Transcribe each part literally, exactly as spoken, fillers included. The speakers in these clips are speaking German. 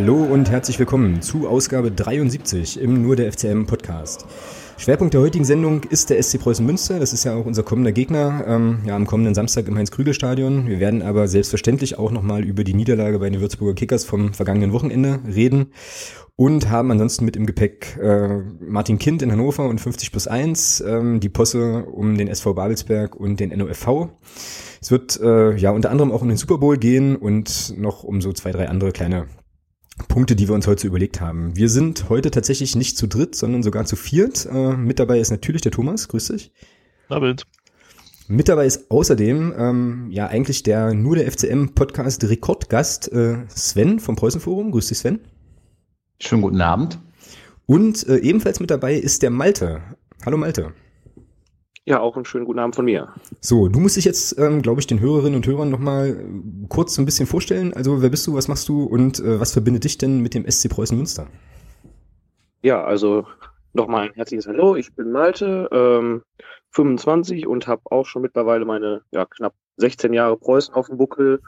Hallo und herzlich willkommen zu Ausgabe dreiundsiebzig im Nur der F C M Podcast. Schwerpunkt der heutigen Sendung ist der S C Preußen Münster. Das ist ja auch unser kommender Gegner ähm, ja, am kommenden Samstag im Heinz-Krügel-Stadion. Wir werden aber selbstverständlich auch nochmal über die Niederlage bei den Würzburger Kickers vom vergangenen Wochenende reden und haben ansonsten mit im Gepäck äh, Martin Kind in Hannover und fünfzig plus eins, ähm, die Posse um den S V Babelsberg und den N O F V. Es wird äh, ja unter anderem auch um den Super Bowl gehen und noch um so zwei, drei andere kleine Punkte, die wir uns heute so überlegt haben. Wir sind heute tatsächlich nicht zu dritt, sondern sogar zu viert. Äh, mit dabei ist natürlich der Thomas. Grüß dich. Abend. Mit dabei ist außerdem ähm, ja eigentlich der Nur der F C M Podcast Rekordgast äh, Sven vom Preußenforum. Grüß dich, Sven. Schönen guten Abend. Und äh, ebenfalls mit dabei ist der Malte. Hallo Malte. Ja, auch einen schönen guten Abend von mir. So, du musst dich jetzt, ähm, glaube ich, den Hörerinnen und Hörern nochmal kurz so ein bisschen vorstellen. Also, wer bist du, was machst du und äh, was verbindet dich denn mit dem S C Preußen Münster? Ja, also nochmal ein herzliches Hallo. Ich bin Malte, ähm, fünfundzwanzig und habe auch schon mittlerweile meine ja, knapp sechzehn Jahre Preußen auf dem Buckel.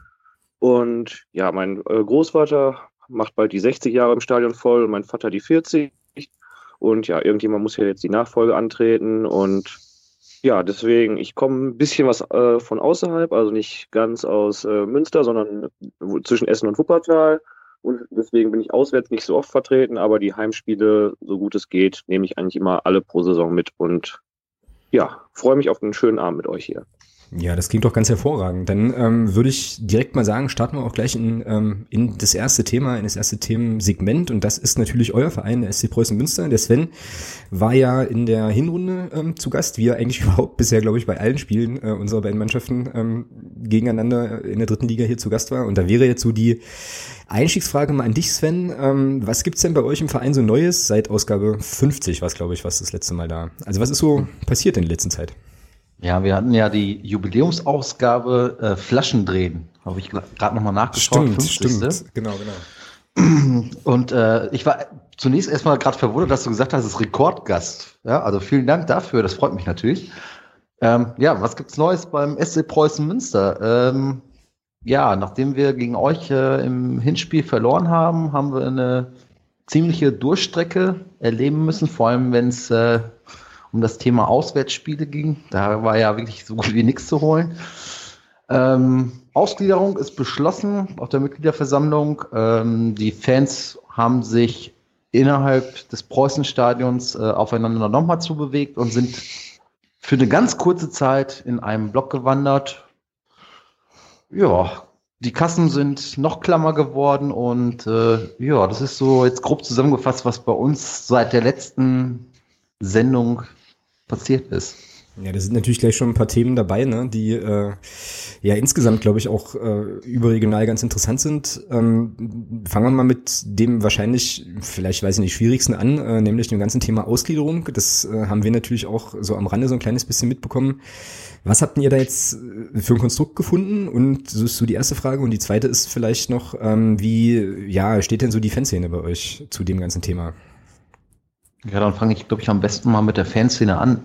Und ja, mein äh, Großvater macht bald die sechzig Jahre im Stadion voll, mein Vater die vierzig. Und ja, irgendjemand muss ja jetzt die Nachfolge antreten und ja, deswegen, ich komme ein bisschen was äh, von außerhalb, also nicht ganz aus äh, Münster, sondern äh, zwischen Essen und Wuppertal. Und deswegen bin ich auswärts nicht so oft vertreten, aber die Heimspiele, so gut es geht, nehme ich eigentlich immer alle pro Saison mit. Und ja, freue mich auf einen schönen Abend mit euch hier. Ja, das klingt doch ganz hervorragend. Dann ähm, würde ich direkt mal sagen, starten wir auch gleich in, ähm, in das erste Thema, in das erste Themensegment. Und das ist natürlich euer Verein, der S C Preußen Münster. Der Sven war ja in der Hinrunde ähm, zu Gast, wie er eigentlich überhaupt bisher, glaube ich, bei allen Spielen äh, unserer beiden Mannschaften ähm, gegeneinander in der dritten Liga hier zu Gast war. Und da wäre jetzt so die Einstiegsfrage mal an dich, Sven. Ähm, was gibt's denn bei euch im Verein so Neues? Seit Ausgabe fünfzig war es, glaube ich, was das letzte Mal da. Also was ist so passiert in der letzten Zeit? Ja, wir hatten ja die Jubiläumsausgabe äh, Flaschendrehen. Habe ich gerade nochmal nachgeschaut. Stimmt, fünfzigste stimmt. Genau, genau. Und äh, ich war zunächst erstmal gerade verwundert, dass du gesagt hast, es ist Rekordgast. Ja, also vielen Dank dafür, das freut mich natürlich. Ähm, ja, was gibt's Neues beim S C Preußen Münster? Ähm, ja, nachdem wir gegen euch äh, im Hinspiel verloren haben, haben wir eine ziemliche Durchstrecke erleben müssen, vor allem wenn es äh, um das Thema Auswärtsspiele ging. Da war ja wirklich so gut wie nichts zu holen. Ähm, Ausgliederung ist beschlossen auf der Mitgliederversammlung. Ähm, die Fans haben sich innerhalb des Preußenstadions äh, aufeinander nochmal zubewegt und sind für eine ganz kurze Zeit in einem Block gewandert. Ja, die Kassen sind noch klammer geworden und äh, ja, das ist so jetzt grob zusammengefasst, was bei uns seit der letzten Sendung passiert ist. Ja, da sind natürlich gleich schon ein paar Themen dabei, ne, die äh, ja insgesamt, glaube ich, auch äh, überregional ganz interessant sind. Ähm, fangen wir mal mit dem wahrscheinlich, vielleicht weiß ich nicht, schwierigsten an, äh, nämlich dem ganzen Thema Ausgliederung. Das äh, haben wir natürlich auch so am Rande so ein kleines bisschen mitbekommen. Was habt ihr da jetzt für ein Konstrukt gefunden? Und so ist so die erste Frage. Und die zweite ist vielleicht noch, ähm, wie ja steht denn so die Fanszene bei euch zu dem ganzen Thema? Ja, dann fange ich, glaube ich, am besten mal mit der Fanszene an.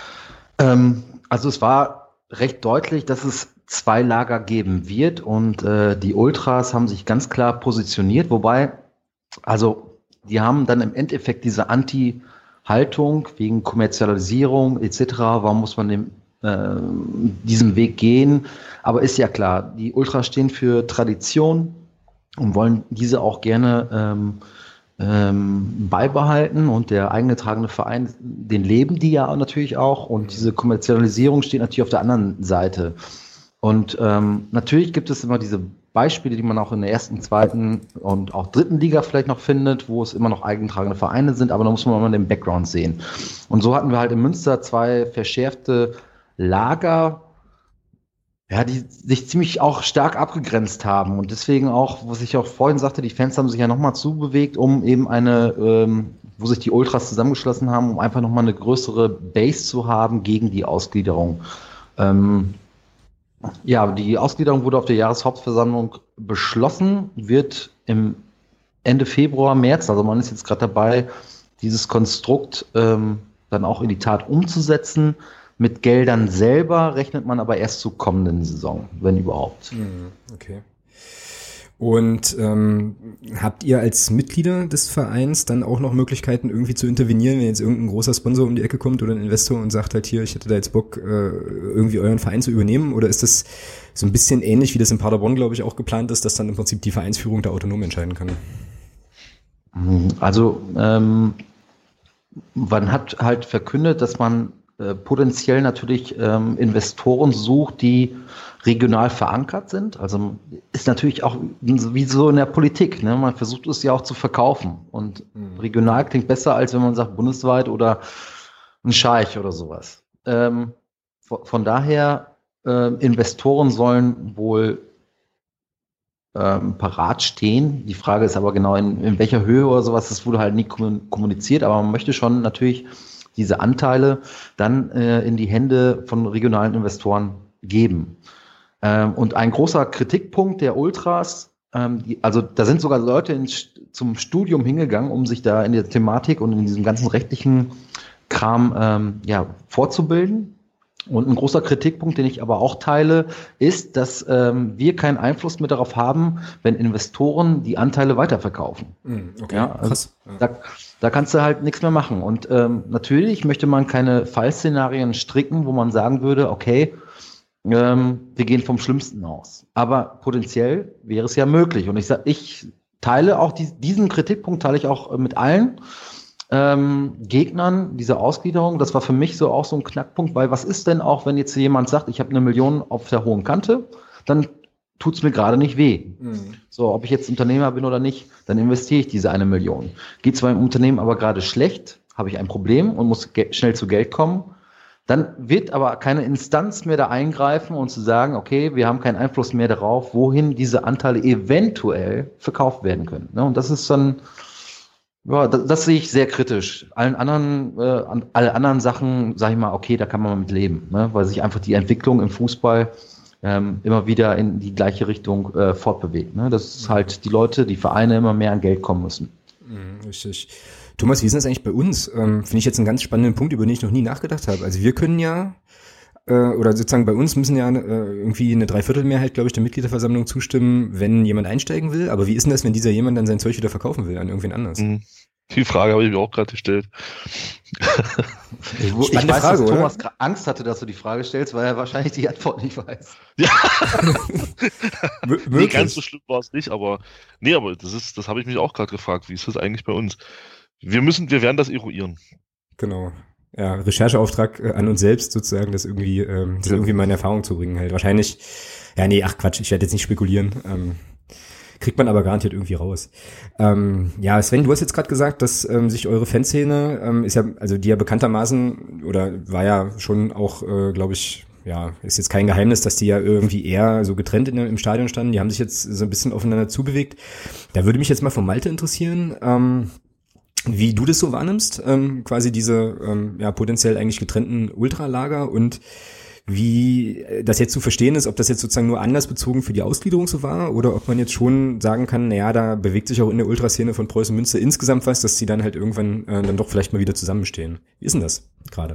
Ähm, also es war recht deutlich, dass es zwei Lager geben wird und äh, die Ultras haben sich ganz klar positioniert, wobei, also die haben dann im Endeffekt diese Anti-Haltung wegen Kommerzialisierung et cetera, warum muss man dem, äh, diesen Weg gehen, aber ist ja klar, die Ultras stehen für Tradition und wollen diese auch gerne ähm, Ähm, beibehalten und der eingetragene Verein, den leben die ja natürlich auch und diese Kommerzialisierung steht natürlich auf der anderen Seite. Und ähm, natürlich gibt es immer diese Beispiele, die man auch in der ersten, zweiten und auch dritten Liga vielleicht noch findet, wo es immer noch eingetragene Vereine sind, aber da muss man mal den Background sehen. Und so hatten wir halt in Münster zwei verschärfte Lager, ja, die sich ziemlich auch stark abgegrenzt haben und deswegen auch, was ich auch vorhin sagte, die Fans haben sich ja nochmal zubewegt, um eben eine, ähm, wo sich die Ultras zusammengeschlossen haben, um einfach nochmal eine größere Base zu haben gegen die Ausgliederung. Ähm, ja, die Ausgliederung wurde auf der Jahreshauptversammlung beschlossen, wird im Ende Februar, März, also man ist jetzt gerade dabei, dieses Konstrukt ähm, dann auch in die Tat umzusetzen. Mit Geldern selber rechnet man aber erst zur kommenden Saison, wenn überhaupt. Okay. Und ähm, habt ihr als Mitglieder des Vereins dann auch noch Möglichkeiten, irgendwie zu intervenieren, wenn jetzt irgendein großer Sponsor um die Ecke kommt oder ein Investor und sagt halt hier, ich hätte da jetzt Bock, äh, irgendwie euren Verein zu übernehmen? Oder ist das so ein bisschen ähnlich, wie das in Paderborn, glaube ich, auch geplant ist, dass dann im Prinzip die Vereinsführung da autonom entscheiden kann? Also ähm, man hat halt verkündet, dass man äh, potenziell natürlich ähm, Investoren sucht, die regional verankert sind. Also ist natürlich auch wie so in der Politik. Ne? Man versucht es ja auch zu verkaufen. Und mhm. regional klingt besser, als wenn man sagt bundesweit oder ein Scheich oder sowas. Ähm, von, von daher, äh, Investoren sollen wohl ähm, parat stehen. Die Frage ist aber genau, in, in welcher Höhe oder sowas, das wurde halt nie kommuniziert. Aber man möchte schon natürlich diese Anteile dann äh, in die Hände von regionalen Investoren geben. Und ein großer Kritikpunkt der Ultras, ähm, die, also da sind sogar Leute ins, zum Studium hingegangen, um sich da in der Thematik und in diesem ganzen rechtlichen Kram ähm, ja, vorzubilden. Und ein großer Kritikpunkt, den ich aber auch teile, ist, dass ähm, wir keinen Einfluss mehr darauf haben, wenn Investoren die Anteile weiterverkaufen. Okay, ja, also krass. Ja. Da, da kannst du halt nichts mehr machen. Und ähm, natürlich möchte man keine Fallszenarien stricken, wo man sagen würde, okay, Ähm, wir gehen vom Schlimmsten aus. Aber potenziell wäre es ja möglich. Und ich sage, ich teile auch die, diesen Kritikpunkt teile ich auch mit allen ähm, Gegnern dieser Ausgliederung. Das war für mich so auch so ein Knackpunkt, weil was ist denn auch, wenn jetzt jemand sagt, ich habe eine Million auf der hohen Kante, dann tut es mir gerade nicht weh. Mhm. So, ob ich jetzt Unternehmer bin oder nicht, dann investiere ich diese eine Million. Geht es meinem Unternehmen aber gerade schlecht, habe ich ein Problem und muss ge- schnell zu Geld kommen, dann wird aber keine Instanz mehr da eingreifen und zu sagen, okay, wir haben keinen Einfluss mehr darauf, wohin diese Anteile eventuell verkauft werden können. Und das ist dann, ja, das, das sehe ich sehr kritisch. Allen anderen, äh, alle anderen Sachen, sage ich mal, okay, da kann man mit leben, ne? Weil sich einfach die Entwicklung im Fußball ähm, immer wieder in die gleiche Richtung äh, fortbewegt. Ne? Das ist halt die Leute, die Vereine immer mehr an Geld kommen müssen. Mhm, richtig. Thomas, wie ist das eigentlich bei uns? Ähm, finde ich jetzt einen ganz spannenden Punkt, über den ich noch nie nachgedacht habe. Also wir können ja, äh, oder sozusagen bei uns müssen ja äh, irgendwie eine Dreiviertelmehrheit, glaube ich, der Mitgliederversammlung zustimmen, wenn jemand einsteigen will. Aber wie ist denn das, wenn dieser jemand dann sein Zeug wieder verkaufen will an irgendwen anders? Die Frage habe ich mir auch gerade gestellt. Ich, ich weiß, Frage, dass Thomas oder? Angst hatte, dass du die Frage stellst, weil er wahrscheinlich die Antwort nicht weiß. Ja. Nee, ganz so schlimm war es nicht, aber nee, aber das ist, das habe ich mich auch gerade gefragt. Wie ist das eigentlich bei uns? Wir müssen, wir werden das eruieren. Genau. Ja, Rechercheauftrag äh, an uns selbst sozusagen, das irgendwie, ähm, das irgendwie mal in Erfahrung zu bringen halt. Wahrscheinlich, ja nee, ach Quatsch, ich werde jetzt nicht spekulieren. Ähm, kriegt man aber garantiert irgendwie raus. Ähm, ja, Sven, du hast jetzt gerade gesagt, dass ähm, sich eure Fanszene, ähm, ist ja, also die ja bekanntermaßen, oder war ja schon auch, äh, glaube ich, ja, ist jetzt kein Geheimnis, dass die ja irgendwie eher so getrennt in, im Stadion standen. Die haben sich jetzt so ein bisschen aufeinander zubewegt. Da würde mich jetzt mal von Malte interessieren, ähm, wie du das so wahrnimmst, ähm, quasi diese ähm, ja potenziell eigentlich getrennten Ultralager und wie das jetzt zu verstehen ist, ob das jetzt sozusagen nur anlassbezogen für die Ausgliederung so war oder ob man jetzt schon sagen kann, naja, da bewegt sich auch in der Ultraszene von Preußen Münster insgesamt was, dass die dann halt irgendwann äh, dann doch vielleicht mal wieder zusammenstehen. Wie ist denn das gerade?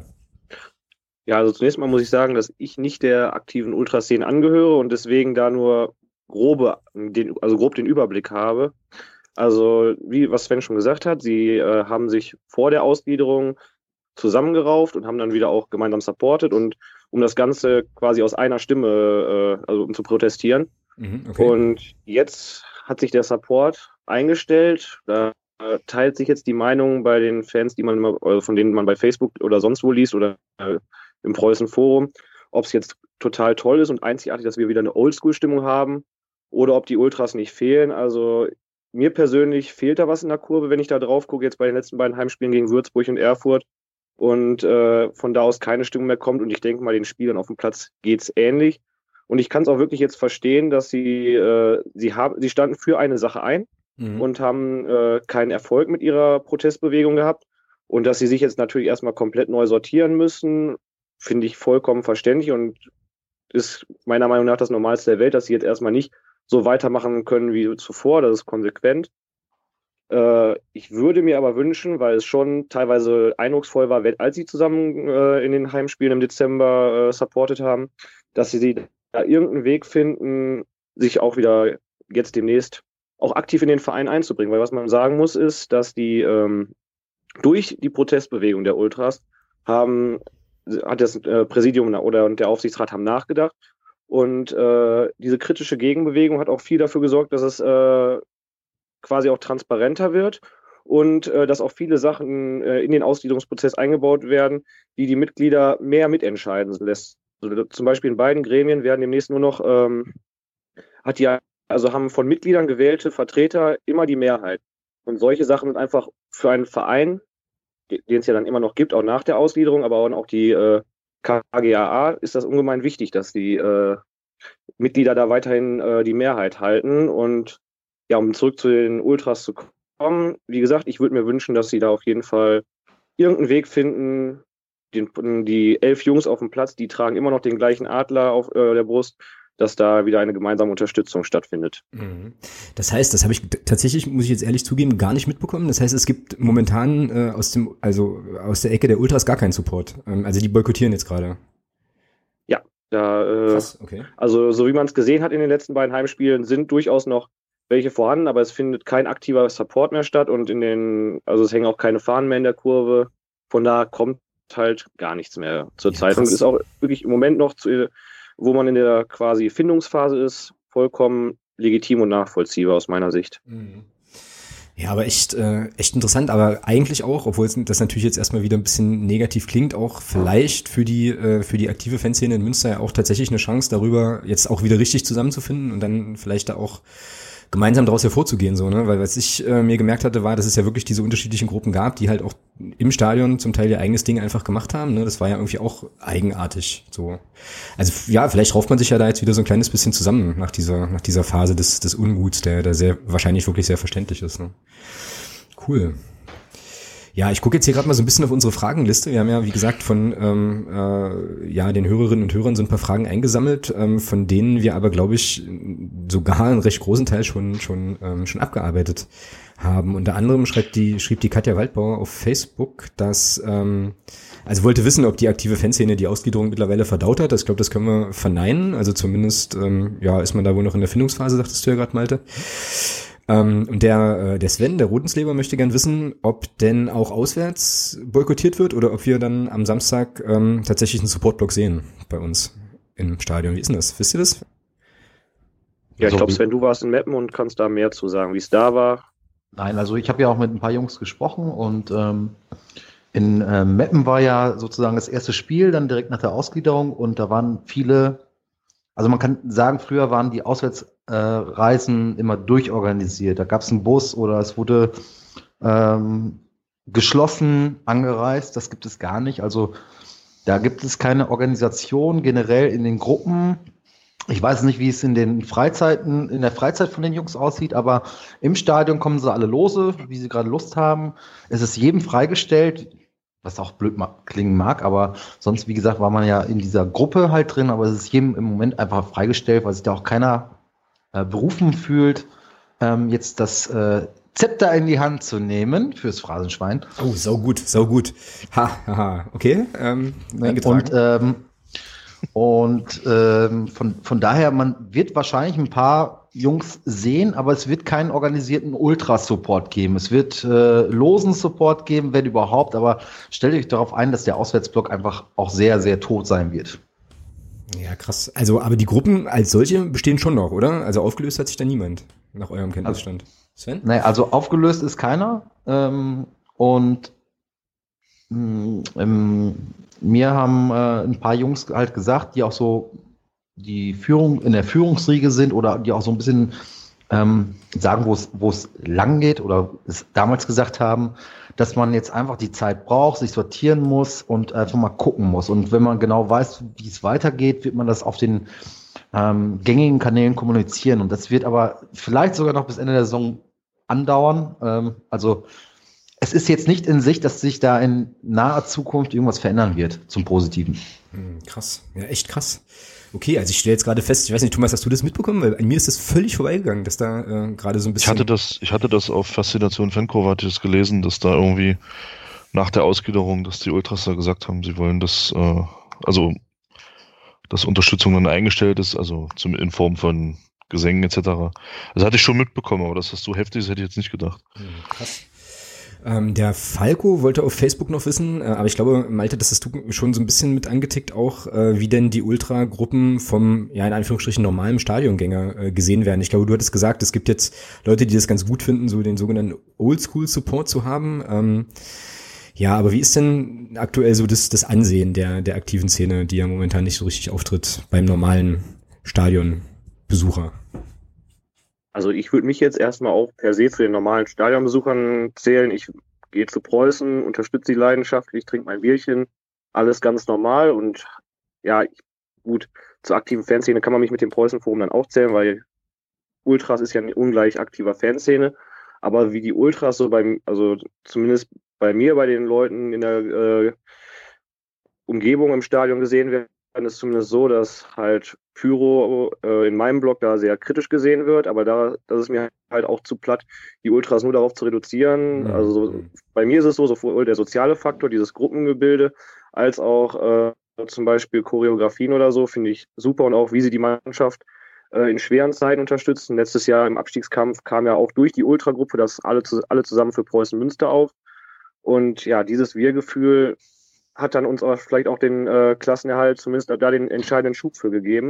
Ja, also zunächst mal muss ich sagen, dass ich nicht der aktiven Ultraszene angehöre und deswegen da nur grobe, den, also grob den Überblick habe. Also, wie was Sven schon gesagt hat, sie äh, haben sich vor der Ausgliederung zusammengerauft und haben dann wieder auch gemeinsam supportet und um das Ganze quasi aus einer Stimme, äh, also um zu protestieren. Mhm, okay. Und jetzt hat sich der Support eingestellt. Da äh, teilt sich jetzt die Meinung bei den Fans, die man immer, also von denen man bei Facebook oder sonst wo liest oder äh, im Preußen Forum, ob es jetzt total toll ist und einzigartig, dass wir wieder eine Oldschool-Stimmung haben oder ob die Ultras nicht fehlen. Also mir persönlich fehlt da was in der Kurve, wenn ich da drauf gucke, jetzt bei den letzten beiden Heimspielen gegen Würzburg und Erfurt und äh, von da aus keine Stimmung mehr kommt und ich denke mal, den Spielern auf dem Platz geht's ähnlich und ich kann es auch wirklich jetzt verstehen, dass sie äh, sie haben sie standen für eine Sache ein mhm. und haben äh, keinen Erfolg mit ihrer Protestbewegung gehabt und dass sie sich jetzt natürlich erstmal komplett neu sortieren müssen, finde ich vollkommen verständlich und ist meiner Meinung nach das Normalste der Welt, dass sie jetzt erstmal nicht so weitermachen können wie zuvor, das ist konsequent. Äh, ich würde mir aber wünschen, weil es schon teilweise eindrucksvoll war, als sie zusammen äh, in den Heimspielen im Dezember äh, supportet haben, dass sie da irgendeinen Weg finden, sich auch wieder jetzt demnächst auch aktiv in den Verein einzubringen. Weil was man sagen muss, ist, dass die ähm, durch die Protestbewegung der Ultras haben, hat das äh, Präsidium oder der Aufsichtsrat haben nachgedacht. Und äh, diese kritische Gegenbewegung hat auch viel dafür gesorgt, dass es äh, quasi auch transparenter wird und äh, dass auch viele Sachen äh, in den Ausgliederungsprozess eingebaut werden, die die Mitglieder mehr mitentscheiden lässt. Also, zum Beispiel in beiden Gremien werden demnächst nur noch, ähm, hat die, also haben von Mitgliedern gewählte Vertreter immer die Mehrheit. Und solche Sachen sind einfach für einen Verein, den es ja dann immer noch gibt, auch nach der Ausgliederung, aber auch die äh, K G A A, ist das ungemein wichtig, dass die äh, Mitglieder da weiterhin äh, die Mehrheit halten. Und ja, um zurück zu den Ultras zu kommen, wie gesagt, ich würde mir wünschen, dass sie da auf jeden Fall irgendeinen Weg finden. Den, die elf Jungs auf dem Platz, die tragen immer noch den gleichen Adler auf äh, der Brust, dass da wieder eine gemeinsame Unterstützung stattfindet. Das heißt, das habe ich t- tatsächlich, muss ich jetzt ehrlich zugeben, gar nicht mitbekommen. Das heißt, es gibt momentan äh, aus dem, also aus der Ecke der Ultras gar keinen Support. Ähm, also die boykottieren jetzt gerade. Ja, da, äh, Krass, okay. Also so wie man es gesehen hat in den letzten beiden Heimspielen, sind durchaus noch welche vorhanden, aber es findet kein aktiver Support mehr statt und in den, also es hängen auch keine Fahnen mehr in der Kurve. Von da kommt halt gar nichts mehr zur Ja, Zeit. Und krass. ist auch wirklich im Moment noch zu, wo man in der quasi Findungsphase ist, vollkommen legitim und nachvollziehbar aus meiner Sicht. Ja, aber echt, äh, echt interessant, aber eigentlich auch, obwohl es das natürlich jetzt erstmal wieder ein bisschen negativ klingt, auch vielleicht für die äh, für die aktive Fanszene in Münster ja auch tatsächlich eine Chance, darüber jetzt auch wieder richtig zusammenzufinden und dann vielleicht da auch gemeinsam daraus hervorzugehen, so, ne? Weil was ich äh, mir gemerkt hatte, war, dass es ja wirklich diese unterschiedlichen Gruppen gab, die halt auch im Stadion zum Teil ihr eigenes Ding einfach gemacht haben, ne? Das war ja irgendwie auch eigenartig, so. Also ja, vielleicht rauft man sich ja da jetzt wieder so ein kleines bisschen zusammen nach dieser nach dieser Phase des des Unmuts, der da sehr wahrscheinlich wirklich sehr verständlich ist, ne? Cool. Ja, ich gucke jetzt hier gerade mal so ein bisschen auf unsere Fragenliste. Wir haben ja, wie gesagt, von ähm, äh, ja den Hörerinnen und Hörern so ein paar Fragen eingesammelt, ähm, von denen wir aber, glaube ich, sogar einen recht großen Teil schon schon ähm, schon abgearbeitet haben. Unter anderem schreibt die schrieb die Katja Waldbauer auf Facebook, dass ähm, also wollte wissen, ob die aktive Fanszene die Ausgliederung mittlerweile verdaut hat. Ich glaube, das können wir verneinen. Also zumindest ähm, ja ist man da wohl noch in der Findungsphase, sagtest du ja gerade, Malte. Ähm, und der, äh, der Sven, der Rodensleber, möchte gern wissen, ob denn auch auswärts boykottiert wird oder ob wir dann am Samstag ähm, tatsächlich einen Supportblock sehen bei uns im Stadion. Wie ist denn das? Wisst ihr das? Ja, ich So, glaube, Sven, du warst in Meppen und kannst da mehr zu sagen, wie es da war. Nein, also ich habe ja auch mit ein paar Jungs gesprochen und ähm, in äh, Meppen war ja sozusagen das erste Spiel, dann direkt nach der Ausgliederung und da waren viele, also man kann sagen, früher waren die Auswärtsreisen äh, immer durchorganisiert. Da gab es einen Bus oder es wurde ähm, geschlossen angereist, das gibt es gar nicht. Also da gibt es keine Organisation generell in den Gruppen. Ich weiß nicht, wie es in den Freizeiten, in der Freizeit von den Jungs aussieht, aber im Stadion kommen sie alle lose, wie sie gerade Lust haben. Es ist jedem freigestellt, was auch blöd ma- klingen mag, aber sonst, wie gesagt, war man ja in dieser Gruppe halt drin, aber es ist jedem im Moment einfach freigestellt, weil sich da auch keiner äh, berufen fühlt, ähm, jetzt das äh, Zepter in die Hand zu nehmen fürs Phrasenschwein. Oh, sau gut, sau gut. Ha, ha, ha. Okay, ähm, eingetragen. Und ähm, Und ähm, von, von daher, man wird wahrscheinlich ein paar Jungs sehen, aber es wird keinen organisierten Ultra-Support geben. Es wird äh, losen Support geben, wenn überhaupt, aber stellt euch darauf ein, dass der Auswärtsblock einfach auch sehr, sehr tot sein wird. Ja, krass. Also, aber die Gruppen als solche bestehen schon noch, oder? Also aufgelöst hat sich da niemand, nach eurem Kenntnisstand. Sven? Naja, also aufgelöst ist keiner. Ähm, und mh, ähm, mir haben äh, ein paar Jungs halt gesagt, die auch so die Führung in der Führungsriege sind oder die auch so ein bisschen ähm, sagen, wo es wo es lang geht oder es damals gesagt haben, dass man jetzt einfach die Zeit braucht, sich sortieren muss und einfach mal gucken muss. Und wenn man genau weiß, wie es weitergeht, wird man das auf den ähm, gängigen Kanälen kommunizieren. Und das wird aber vielleicht sogar noch bis Ende der Saison andauern. Ähm, also es ist jetzt nicht in Sicht, dass sich da in naher Zukunft irgendwas verändern wird zum Positiven. Hm, krass. Ja, echt krass. Okay, also ich stelle jetzt gerade fest, ich weiß nicht, Thomas, hast du das mitbekommen? Weil an mir ist das völlig vorbeigegangen, dass da äh, gerade so ein bisschen... Ich hatte das, ich hatte das auf Faszination Fankurve, hatte ich das gelesen, dass da irgendwie nach der Ausgliederung, dass die Ultras da gesagt haben, sie wollen das, äh, also dass Unterstützung dann eingestellt ist, also zum, in Form von Gesängen et cetera. Das hatte ich schon mitbekommen, aber dass das so heftig ist, hätte ich jetzt nicht gedacht. Krass. Ähm, der Falco wollte auf Facebook noch wissen, äh, aber ich glaube, Malte, das hast du schon so ein bisschen mit angetickt auch, äh, wie denn die Ultra-Gruppen vom, ja in Anführungsstrichen normalen Stadiongänger äh, gesehen werden. Ich glaube, du hattest gesagt, es gibt jetzt Leute, die das ganz gut finden, so den sogenannten Oldschool-Support zu haben. Ähm, ja, aber wie ist denn aktuell so das, das Ansehen der, der aktiven Szene, die ja momentan nicht so richtig auftritt beim normalen Stadionbesucher? Also ich würde mich jetzt erstmal auch per se zu den normalen Stadionbesuchern zählen. Ich gehe zu Preußen, unterstütze die leidenschaftlich, trinke mein Bierchen, alles ganz normal. Und ja, ich, gut, zur aktiven Fanszene kann man mich mit dem Preußen-Forum dann auch zählen, weil Ultras ist ja eine ungleich aktiver Fanszene. Aber wie die Ultras so beim, also zumindest bei mir, bei den Leuten in der äh, Umgebung im Stadion gesehen werden, ist zumindest so, dass halt Pyro äh, in meinem Blog da sehr kritisch gesehen wird, aber da das ist mir halt auch zu platt, die Ultras nur darauf zu reduzieren. Mhm. Also so, bei mir ist es so, sowohl der soziale Faktor, dieses Gruppengebilde, als auch äh, zum Beispiel Choreografien oder so, finde ich super und auch wie sie die Mannschaft äh, in schweren Zeiten unterstützen. Letztes Jahr im Abstiegskampf kam ja auch durch die Ultragruppe das alle, alle zusammen für Preußen Münster auf und ja, dieses Wir-Gefühl hat dann uns auch vielleicht auch den äh, Klassenerhalt zumindest da den entscheidenden Schub für gegeben.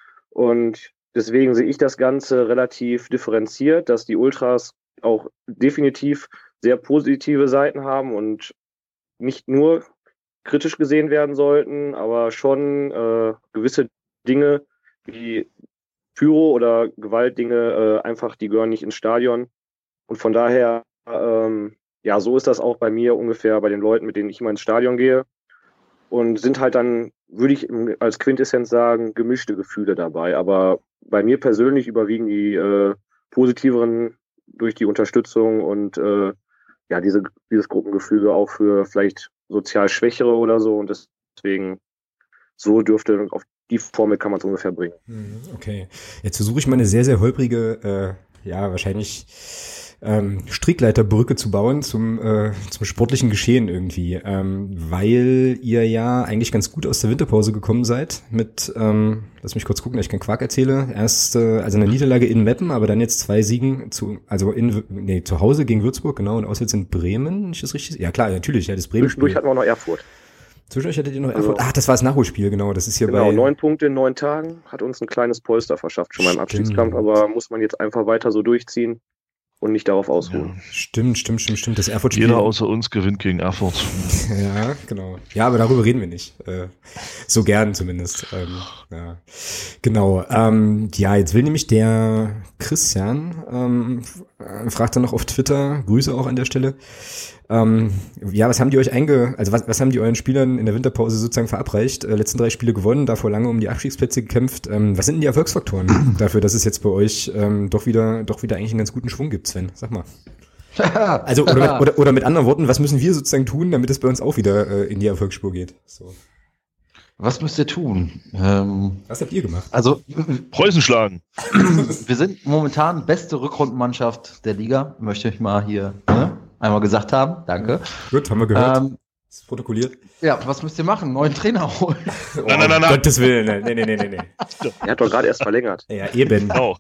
Und deswegen sehe ich das Ganze relativ differenziert, dass die Ultras auch definitiv sehr positive Seiten haben und nicht nur kritisch gesehen werden sollten, aber schon äh, gewisse Dinge wie Pyro oder Gewaltdinge äh, einfach, die gehören nicht ins Stadion. Und von daher, ähm, ja, so ist das auch bei mir ungefähr bei den Leuten, mit denen ich immer ins Stadion gehe. Und sind halt dann, würde ich als Quintessenz sagen, gemischte Gefühle dabei. Aber bei mir persönlich überwiegen die äh, positiveren durch die Unterstützung und äh, ja, diese, dieses Gruppengefüge auch für vielleicht sozial Schwächere oder so. Und deswegen, so dürfte, auf die Formel kann man es ungefähr bringen. Okay, jetzt versuche ich mal eine sehr, sehr holprige, äh, ja, wahrscheinlich ähm, Strickleiterbrücke zu bauen zum äh, zum sportlichen Geschehen irgendwie, ähm, weil ihr ja eigentlich ganz gut aus der Winterpause gekommen seid mit, ähm, lass mich kurz gucken, dass ich keinen Quark erzähle, erst äh, also eine Niederlage in Meppen, aber dann jetzt zwei Siegen zu, also in nee, zu Hause gegen Würzburg, genau, und auswärts in Bremen, ist das richtig? Ja klar, natürlich, ja, das Bremen. Zwischendurch hatten wir auch noch Erfurt. Zwischen euch hattet ihr noch Erfurt. Also, ach, das war das Nachholspiel, genau. Das ist hier genau, bei. Genau, neun Punkte in neun Tagen hat uns ein kleines Polster verschafft, schon beim Abstiegskampf, aber muss man jetzt einfach weiter so durchziehen und nicht darauf ausruhen. Ja, stimmt, stimmt, stimmt, stimmt. Das Erfurt-Spiel. Jeder außer uns gewinnt gegen Erfurt. Ja, genau. Ja, aber darüber reden wir nicht. Äh, so gern zumindest. Ähm, ja. Genau. Ähm, ja, jetzt will nämlich der Christian, ähm, fragt dann noch auf Twitter, Grüße auch an der Stelle. Ähm, ja, was haben die euch einge, also was, was haben die euren Spielern in der Winterpause sozusagen verabreicht? Äh, letzten drei Spiele gewonnen, davor lange um die Abstiegsplätze gekämpft. Ähm, was sind denn die Erfolgsfaktoren dafür, dass es jetzt bei euch ähm, doch wieder, doch wieder eigentlich einen ganz guten Schwung gibt, Sven? Sag mal. Also oder mit, oder, oder mit anderen Worten, was müssen wir sozusagen tun, damit es bei uns auch wieder äh, in die Erfolgsspur geht? So. Was müsst ihr tun? Ähm, was habt ihr gemacht? Also Preußen schlagen. Wir sind momentan beste Rückrundenmannschaft der Liga, möchte ich mal hier ne, einmal gesagt haben. Danke. Gut, haben wir gehört. Ähm, ist protokolliert. Ja, was müsst ihr machen? Neuen Trainer holen. Oh, nein, nein, nein, nein. Gottes Willen. Nein, nein, nein, nein, nein. Er hat doch gerade erst verlängert. Ja, eben. Genau.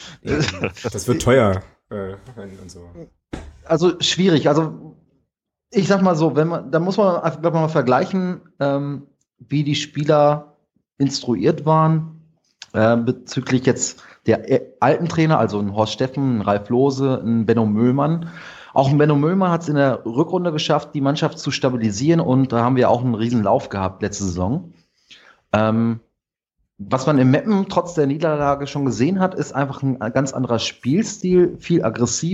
Das wird teuer. Äh, und so. Also schwierig. Also ich sag mal so, wenn man, da muss man einfach mal vergleichen, ähm, wie die Spieler instruiert waren äh, bezüglich jetzt der äh, alten Trainer, also ein Horst Steffen, ein Ralf Lohse, ein Benno Möllmann. Auch ein Benno Möllmann hat es in der Rückrunde geschafft, die Mannschaft zu stabilisieren und da haben wir auch einen riesen Lauf gehabt letzte Saison. Ähm, was man im Meppen trotz der Niederlage schon gesehen hat, ist einfach ein ganz anderer Spielstil, viel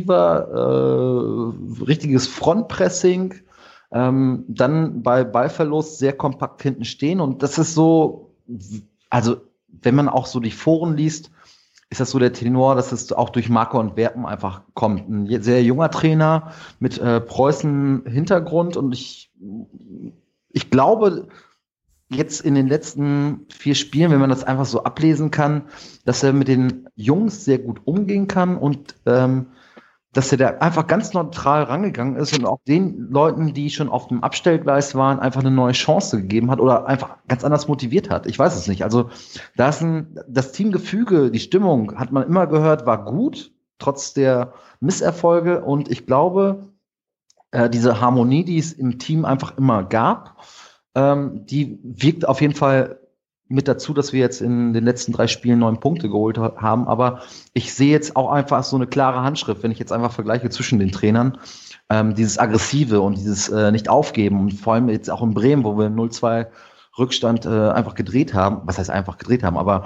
aggressiver, äh, richtiges Frontpressing, ähm, dann bei Ballverlust sehr kompakt hinten stehen und das ist so, also wenn man auch so die Foren liest, ist das so der Tenor, dass es auch durch Marco und Werpen einfach kommt. Ein sehr junger Trainer mit äh, Preußen-Hintergrund und ich, ich glaube, jetzt in den letzten vier Spielen, wenn man das einfach so ablesen kann, dass er mit den Jungs sehr gut umgehen kann und ähm, dass er da einfach ganz neutral rangegangen ist und auch den Leuten, die schon auf dem Abstellgleis waren, einfach eine neue Chance gegeben hat oder einfach ganz anders motiviert hat. Ich weiß es nicht. Also da ist ein, das Teamgefüge, die Stimmung, hat man immer gehört, war gut, trotz der Misserfolge. Und ich glaube, äh, diese Harmonie, die es im Team einfach immer gab, ähm, die wirkt auf jeden Fall mit dazu, dass wir jetzt in den letzten drei Spielen neun Punkte geholt haben. Aber ich sehe jetzt auch einfach so eine klare Handschrift, wenn ich jetzt einfach vergleiche zwischen den Trainern. Ähm, dieses Aggressive und dieses äh, Nicht-Aufgeben. Und vor allem jetzt auch in Bremen, wo wir null zwei Rückstand äh, einfach gedreht haben. Was heißt einfach gedreht haben? Aber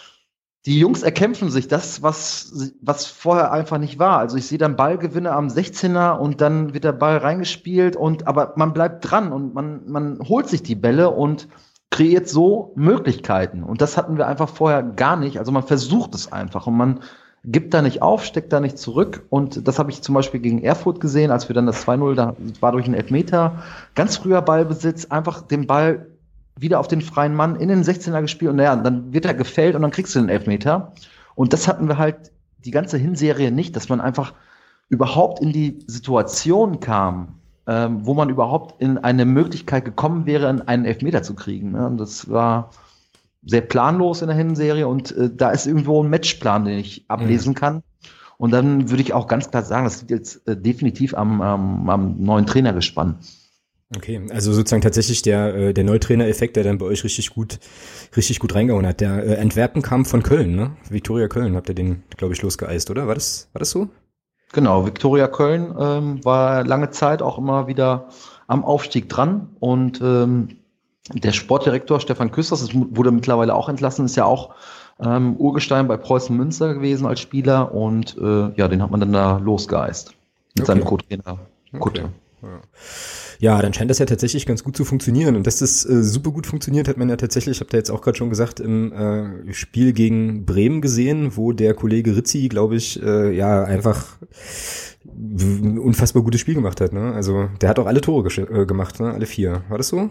die Jungs erkämpfen sich das, was, was vorher einfach nicht war. Also ich sehe dann Ballgewinne am sechzehner und dann wird der Ball reingespielt. Und aber man bleibt dran und man, man holt sich die Bälle und kreiert so Möglichkeiten. Und das hatten wir einfach vorher gar nicht. Also man versucht es einfach und man gibt da nicht auf, steckt da nicht zurück. Und das habe ich zum Beispiel gegen Erfurt gesehen, als wir dann das zwei null, da war durch einen Elfmeter, ganz früher Ballbesitz, einfach den Ball wieder auf den freien Mann in den sechzehner gespielt und naja, dann wird er gefällt und dann kriegst du den Elfmeter. Und das hatten wir halt die ganze Hinserie nicht, dass man einfach überhaupt in die Situation kam, Ähm, wo man überhaupt in eine Möglichkeit gekommen wäre, einen Elfmeter zu kriegen. Ja, und das war sehr planlos in der Hinserie und äh, da ist irgendwo ein Matchplan, den ich ablesen mhm. kann. Und dann würde ich auch ganz klar sagen, das liegt jetzt äh, definitiv am, am, am neuen Trainergespann. Okay, also sozusagen tatsächlich der, äh, der Neutrainer-Effekt, der dann bei euch richtig gut, richtig gut reingehauen hat. Der äh, Antwerpen kam von Köln, ne? Viktoria Köln, habt ihr den, glaube ich, losgeeist, oder? War das, war das so? Genau, Viktoria Köln ähm, war lange Zeit auch immer wieder am Aufstieg dran und ähm, der Sportdirektor Stefan Küsters, das wurde mittlerweile auch entlassen, ist ja auch ähm, Urgestein bei Preußen Münster gewesen als Spieler und äh, ja, den hat man dann da losgeeist mit okay. seinem Co-Trainer Kutte. Okay. Ja. Ja, dann scheint das ja tatsächlich ganz gut zu funktionieren. Und dass das äh, super gut funktioniert, hat man ja tatsächlich, ich habe da jetzt auch gerade schon gesagt, im äh, Spiel gegen Bremen gesehen, wo der Kollege Rizzi, glaube ich, äh, ja einfach ein unfassbar gutes Spiel gemacht hat. Ne? Also der hat auch alle Tore gesch- äh, gemacht, ne? Alle vier. War das so?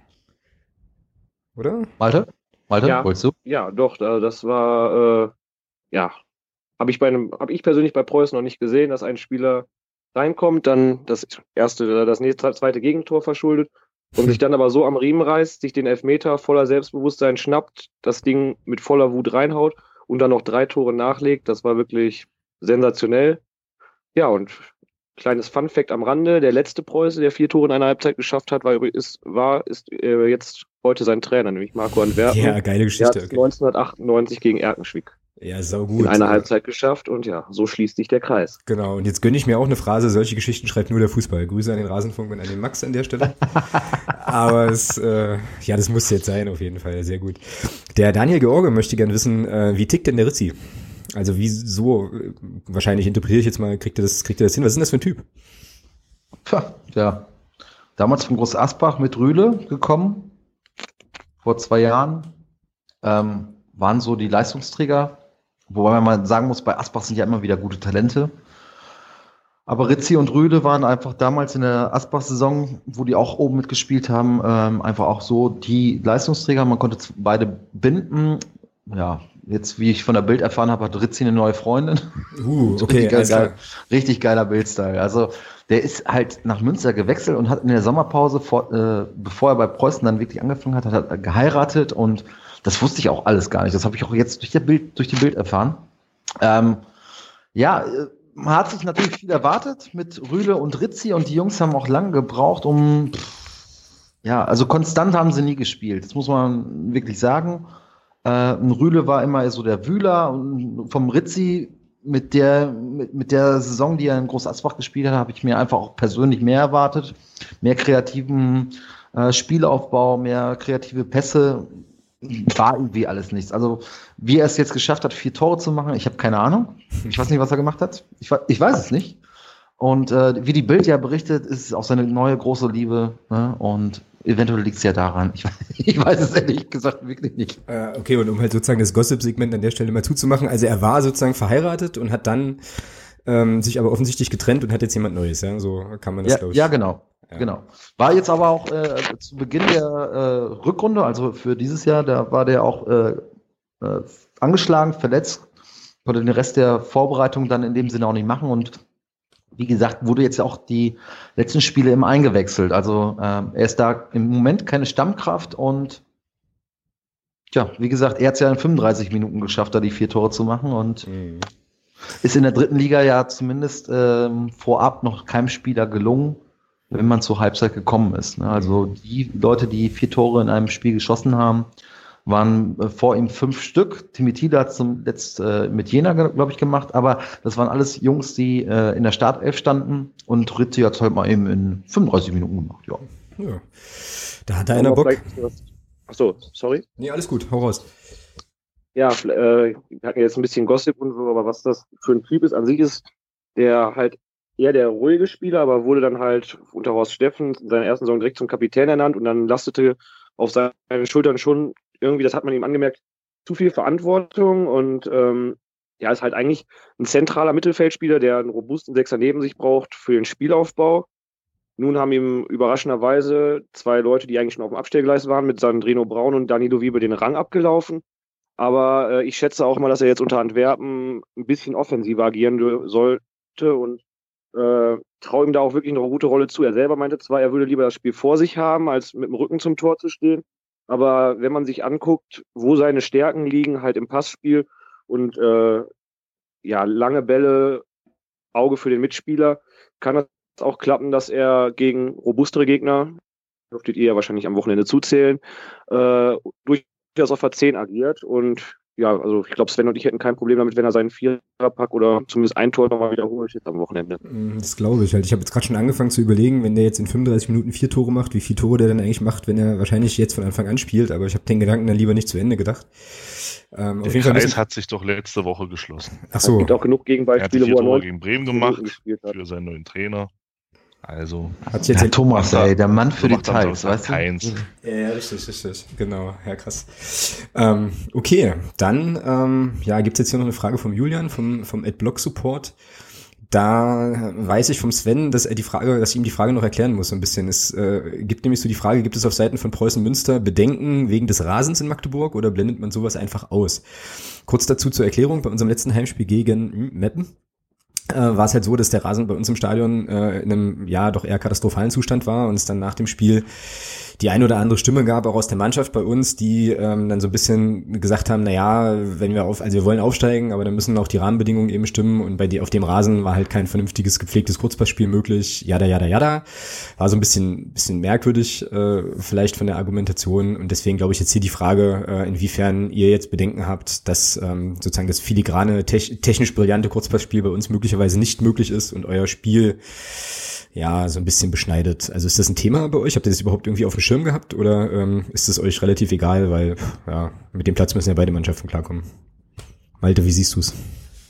Oder? Malte? Malte, ja, wolltest du? Ja, doch, das war, äh, ja, habe ich bei einem, habe ich persönlich bei Preußen noch nicht gesehen, dass ein Spieler reinkommt, dann das erste, das nächste, zweite Gegentor verschuldet und sich dann aber so am Riemen reißt, sich den Elfmeter voller Selbstbewusstsein schnappt, das Ding mit voller Wut reinhaut und dann noch drei Tore nachlegt. Das war wirklich sensationell. Ja, und kleines Funfact am Rande, der letzte Preuße, der vier Tore in einer Halbzeit geschafft hat, war, ist, war, ist äh, jetzt heute sein Trainer, nämlich Marco Antwerpen. Ja, geile Geschichte. Der hat okay. neunzehnhundertachtundneunzig gegen Erkenschwick ja, sau gut. in einer Halbzeit geschafft und ja, so schließt sich der Kreis. Genau, und jetzt gönne ich mir auch eine Phrase, solche Geschichten schreibt nur der Fußball. Grüße an den Rasenfunk und an den Max an der Stelle. Aber es, äh, ja, das muss jetzt sein, auf jeden Fall, sehr gut. Der Daniel George möchte gern wissen, äh, wie tickt denn der Rizzi? Also wieso, wahrscheinlich interpretiere ich jetzt mal, kriegt er das, kriegt er das hin? Was ist denn das für ein Typ? Tja, ja, damals von Groß Asbach mit Rühle gekommen, vor zwei Jahren, ähm, waren so die Leistungsträger. Wobei man mal sagen muss, bei Asbach sind ja immer wieder gute Talente. Aber Rizzi und Rühle waren einfach damals in der Asbach-Saison, wo die auch oben mitgespielt haben, ähm, einfach auch so die Leistungsträger. Man konnte beide binden. Ja, jetzt, wie ich von der Bild erfahren habe, hat Rizzi eine neue Freundin. Uh, okay. richtig, geil, richtig geiler Bildstyle. Also der ist halt nach Münster gewechselt und hat in der Sommerpause, vor, äh, bevor er bei Preußen dann wirklich angefangen hat, hat er geheiratet und das wusste ich auch alles gar nicht. Das habe ich auch jetzt durch, der Bild, durch die Bild erfahren. Ähm, ja, man hat sich natürlich viel erwartet mit Rühle und Rizzi und die Jungs haben auch lange gebraucht, um, ja, also konstant haben sie nie gespielt. Das muss man wirklich sagen. Äh, ein Rühle war immer so der Wühler und vom Rizzi mit der, mit, mit der Saison, die er in Groß Asbach gespielt hat, habe ich mir einfach auch persönlich mehr erwartet. Mehr kreativen äh, Spielaufbau, mehr kreative Pässe. War irgendwie alles nichts. Also, wie er es jetzt geschafft hat, vier Tore zu machen, ich habe keine Ahnung. Ich weiß nicht, was er gemacht hat. Ich, ich weiß es nicht. Und äh, wie die Bild ja berichtet, ist es auch seine neue große Liebe. Ne? Und eventuell liegt es ja daran. Ich, ich weiß es ehrlich gesagt wirklich nicht. Äh, okay, und um halt sozusagen das Gossip-Segment an der Stelle mal zuzumachen. Also, er war sozusagen verheiratet und hat dann ähm, sich aber offensichtlich getrennt und hat jetzt jemand Neues. Ja, so kann man das, ja, glaube ich. Ja, genau. Ja. Genau. War jetzt aber auch äh, zu Beginn der äh, Rückrunde, also für dieses Jahr, da war der auch äh, äh, angeschlagen, verletzt, konnte den Rest der Vorbereitung dann in dem Sinne auch nicht machen und wie gesagt, wurde jetzt auch die letzten Spiele immer eingewechselt. Also äh, er ist da im Moment keine Stammkraft und ja, wie gesagt, er hat es ja in fünfunddreißig Minuten geschafft, da die vier Tore zu machen und mhm. ist in der dritten Liga ja zumindest ähm, vorab noch keinem Spieler gelungen, wenn man zur Halbzeit gekommen ist. Ne? Also die Leute, die vier Tore in einem Spiel geschossen haben, waren äh, vor ihm fünf Stück. Timmy Thiele hat es zum letzt äh, mit Jena, glaube ich, gemacht, aber das waren alles Jungs, die äh, in der Startelf standen und Ritzi hat es halt mal eben in fünfunddreißig Minuten gemacht. Ja. ja. Da hat einer Bock. Achso, sorry. Nee, alles gut, hau raus. Ja, äh, wir hatten jetzt ein bisschen Gossip und so, aber was das für ein Typ ist an sich ist, der halt eher der ruhige Spieler, aber wurde dann halt unter Horst Steffen in seiner ersten Saison direkt zum Kapitän ernannt und dann lastete auf seinen Schultern schon irgendwie, das hat man ihm angemerkt, zu viel Verantwortung und ähm, ja, ist halt eigentlich ein zentraler Mittelfeldspieler, der einen robusten Sechser neben sich braucht für den Spielaufbau. Nun haben ihm überraschenderweise zwei Leute, die eigentlich schon auf dem Abstellgleis waren, mit Sandrino Braun und Danilo Wiebe den Rang abgelaufen. Aber äh, ich schätze auch mal, dass er jetzt unter Antwerpen ein bisschen offensiver agieren sollte und äh, traue ihm da auch wirklich eine gute Rolle zu. Er selber meinte zwar, er würde lieber das Spiel vor sich haben, als mit dem Rücken zum Tor zu stehen. Aber wenn man sich anguckt, wo seine Stärken liegen, halt im Passspiel und äh, ja, lange Bälle, Auge für den Mitspieler, kann das auch klappen, dass er gegen robustere Gegner, dürftet ihr ja wahrscheinlich am Wochenende zuzählen, äh, durchaus auf der zehn agiert. Und ja, also ich glaube, Sven und ich hätten kein Problem damit, wenn er seinen Viererpack oder zumindest ein Tor nochmal wiederholt jetzt am Wochenende. Das glaube ich halt. Ich habe jetzt gerade schon angefangen zu überlegen, wenn der jetzt in fünfunddreißig Minuten vier Tore macht, wie viele Tore der dann eigentlich macht, wenn er wahrscheinlich jetzt von Anfang an spielt. Aber ich habe den Gedanken dann lieber nicht zu Ende gedacht. Ähm, der auf jeden Kreis Fall hat sich doch letzte Woche geschlossen. Ach so. Es gibt auch genug Gegenbeispiele, er hat wo er Tore gegen Bremen gemacht für seinen neuen Trainer. Also, hat jetzt ja, Thomas, ey, der Mann für Details, weißt du? Keins. Ja, richtig, richtig, genau, ja, krass. Ähm, okay, dann ähm, ja, gibt's jetzt hier noch eine Frage vom Julian, vom, vom Adblock Support. Da weiß ich vom Sven, dass er die Frage, dass ich ihm die Frage noch erklären muss, so ein bisschen. Es äh, gibt nämlich so die Frage, gibt es auf Seiten von Preußen Münster Bedenken wegen des Rasens in Magdeburg oder blendet man sowas einfach aus? Kurz dazu zur Erklärung, bei unserem letzten Heimspiel gegen Meppen Äh, war es halt so, dass der Rasen bei uns im Stadion äh, in einem ja doch eher katastrophalen Zustand war und es dann nach dem Spiel die ein oder andere Stimme gab, auch aus der Mannschaft bei uns, die ähm, dann so ein bisschen gesagt haben, na ja, wenn wir auf, also wir wollen aufsteigen, aber dann müssen auch die Rahmenbedingungen eben stimmen und bei die, auf dem Rasen war halt kein vernünftiges, gepflegtes Kurzpassspiel möglich, jada, jada, jada. War so ein bisschen, bisschen merkwürdig, äh, vielleicht von der Argumentation und deswegen glaube ich jetzt hier die Frage, äh, inwiefern ihr jetzt Bedenken habt, dass ähm, sozusagen das filigrane, te- technisch brillante Kurzpassspiel bei uns möglicherweise nicht möglich ist und euer Spiel ja, so ein bisschen beschneidet. Also ist das ein Thema bei euch? Habt ihr das überhaupt irgendwie auf dem Schirm gehabt oder ähm, ist es euch relativ egal, weil ja, mit dem Platz müssen ja beide Mannschaften klarkommen. Malte, wie siehst du's?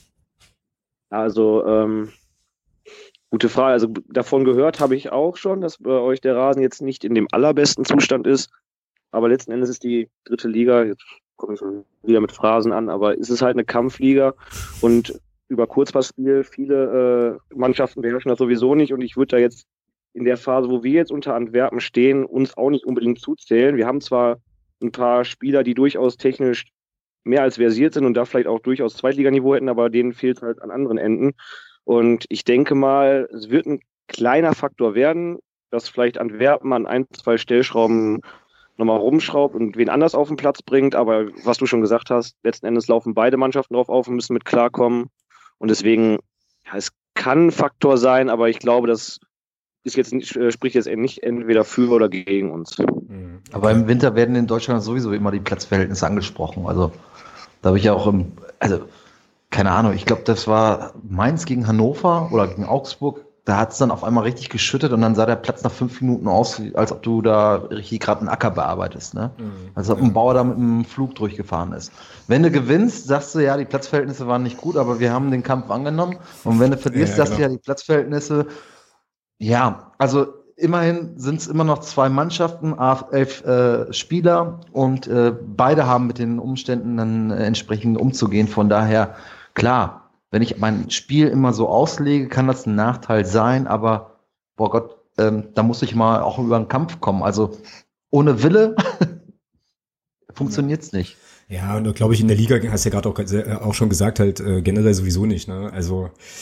Also, ähm, gute Frage. Also davon gehört habe ich auch schon, dass bei euch der Rasen jetzt nicht in dem allerbesten Zustand ist, aber letzten Endes ist die dritte Liga, jetzt komme ich schon wieder mit Phrasen an, aber es ist halt eine Kampfliga und über Kurzpassspiel, viele äh, Mannschaften beherrschen das sowieso nicht und ich würde da jetzt in der Phase, wo wir jetzt unter Antwerpen stehen, uns auch nicht unbedingt zuzählen. Wir haben zwar ein paar Spieler, die durchaus technisch mehr als versiert sind und da vielleicht auch durchaus Zweitliganiveau hätten, aber denen fehlt halt an anderen Enden. Und ich denke mal, es wird ein kleiner Faktor werden, dass vielleicht Antwerpen an ein, zwei Stellschrauben nochmal rumschraubt und wen anders auf den Platz bringt, aber was du schon gesagt hast, letzten Endes laufen beide Mannschaften drauf auf und müssen mit klarkommen. Und deswegen, ja, es kann ein Faktor sein, aber ich glaube, das ist jetzt nicht, spricht jetzt nicht entweder für oder gegen uns. Aber im Winter werden in Deutschland sowieso immer die Platzverhältnisse angesprochen. Also da habe ich ja auch im, also keine Ahnung, ich glaube, das war Mainz gegen Hannover oder gegen Augsburg. Da hat es dann auf einmal richtig geschüttet und dann sah der Platz nach fünf Minuten aus, als ob du da richtig gerade einen Acker bearbeitest, ne? Mhm. Als ob ein Bauer da mit einem Flug durchgefahren ist. Wenn du gewinnst, sagst du, ja, die Platzverhältnisse waren nicht gut, aber wir haben den Kampf angenommen. Und wenn du verlierst, ja, sagst du, ja, die Platzverhältnisse, ja, also immerhin sind es immer noch zwei Mannschaften, elf äh, Spieler und äh, beide haben mit den Umständen dann äh, entsprechend umzugehen. Von daher, klar, wenn ich mein Spiel immer so auslege, kann das ein Nachteil sein, aber boah Gott, ähm, da muss ich mal auch über einen Kampf kommen. Also ohne Wille funktioniert's nicht. Ja, und glaube ich, in der Liga, hast du ja gerade auch, auch schon gesagt, halt äh, generell sowieso nicht. Ne? Also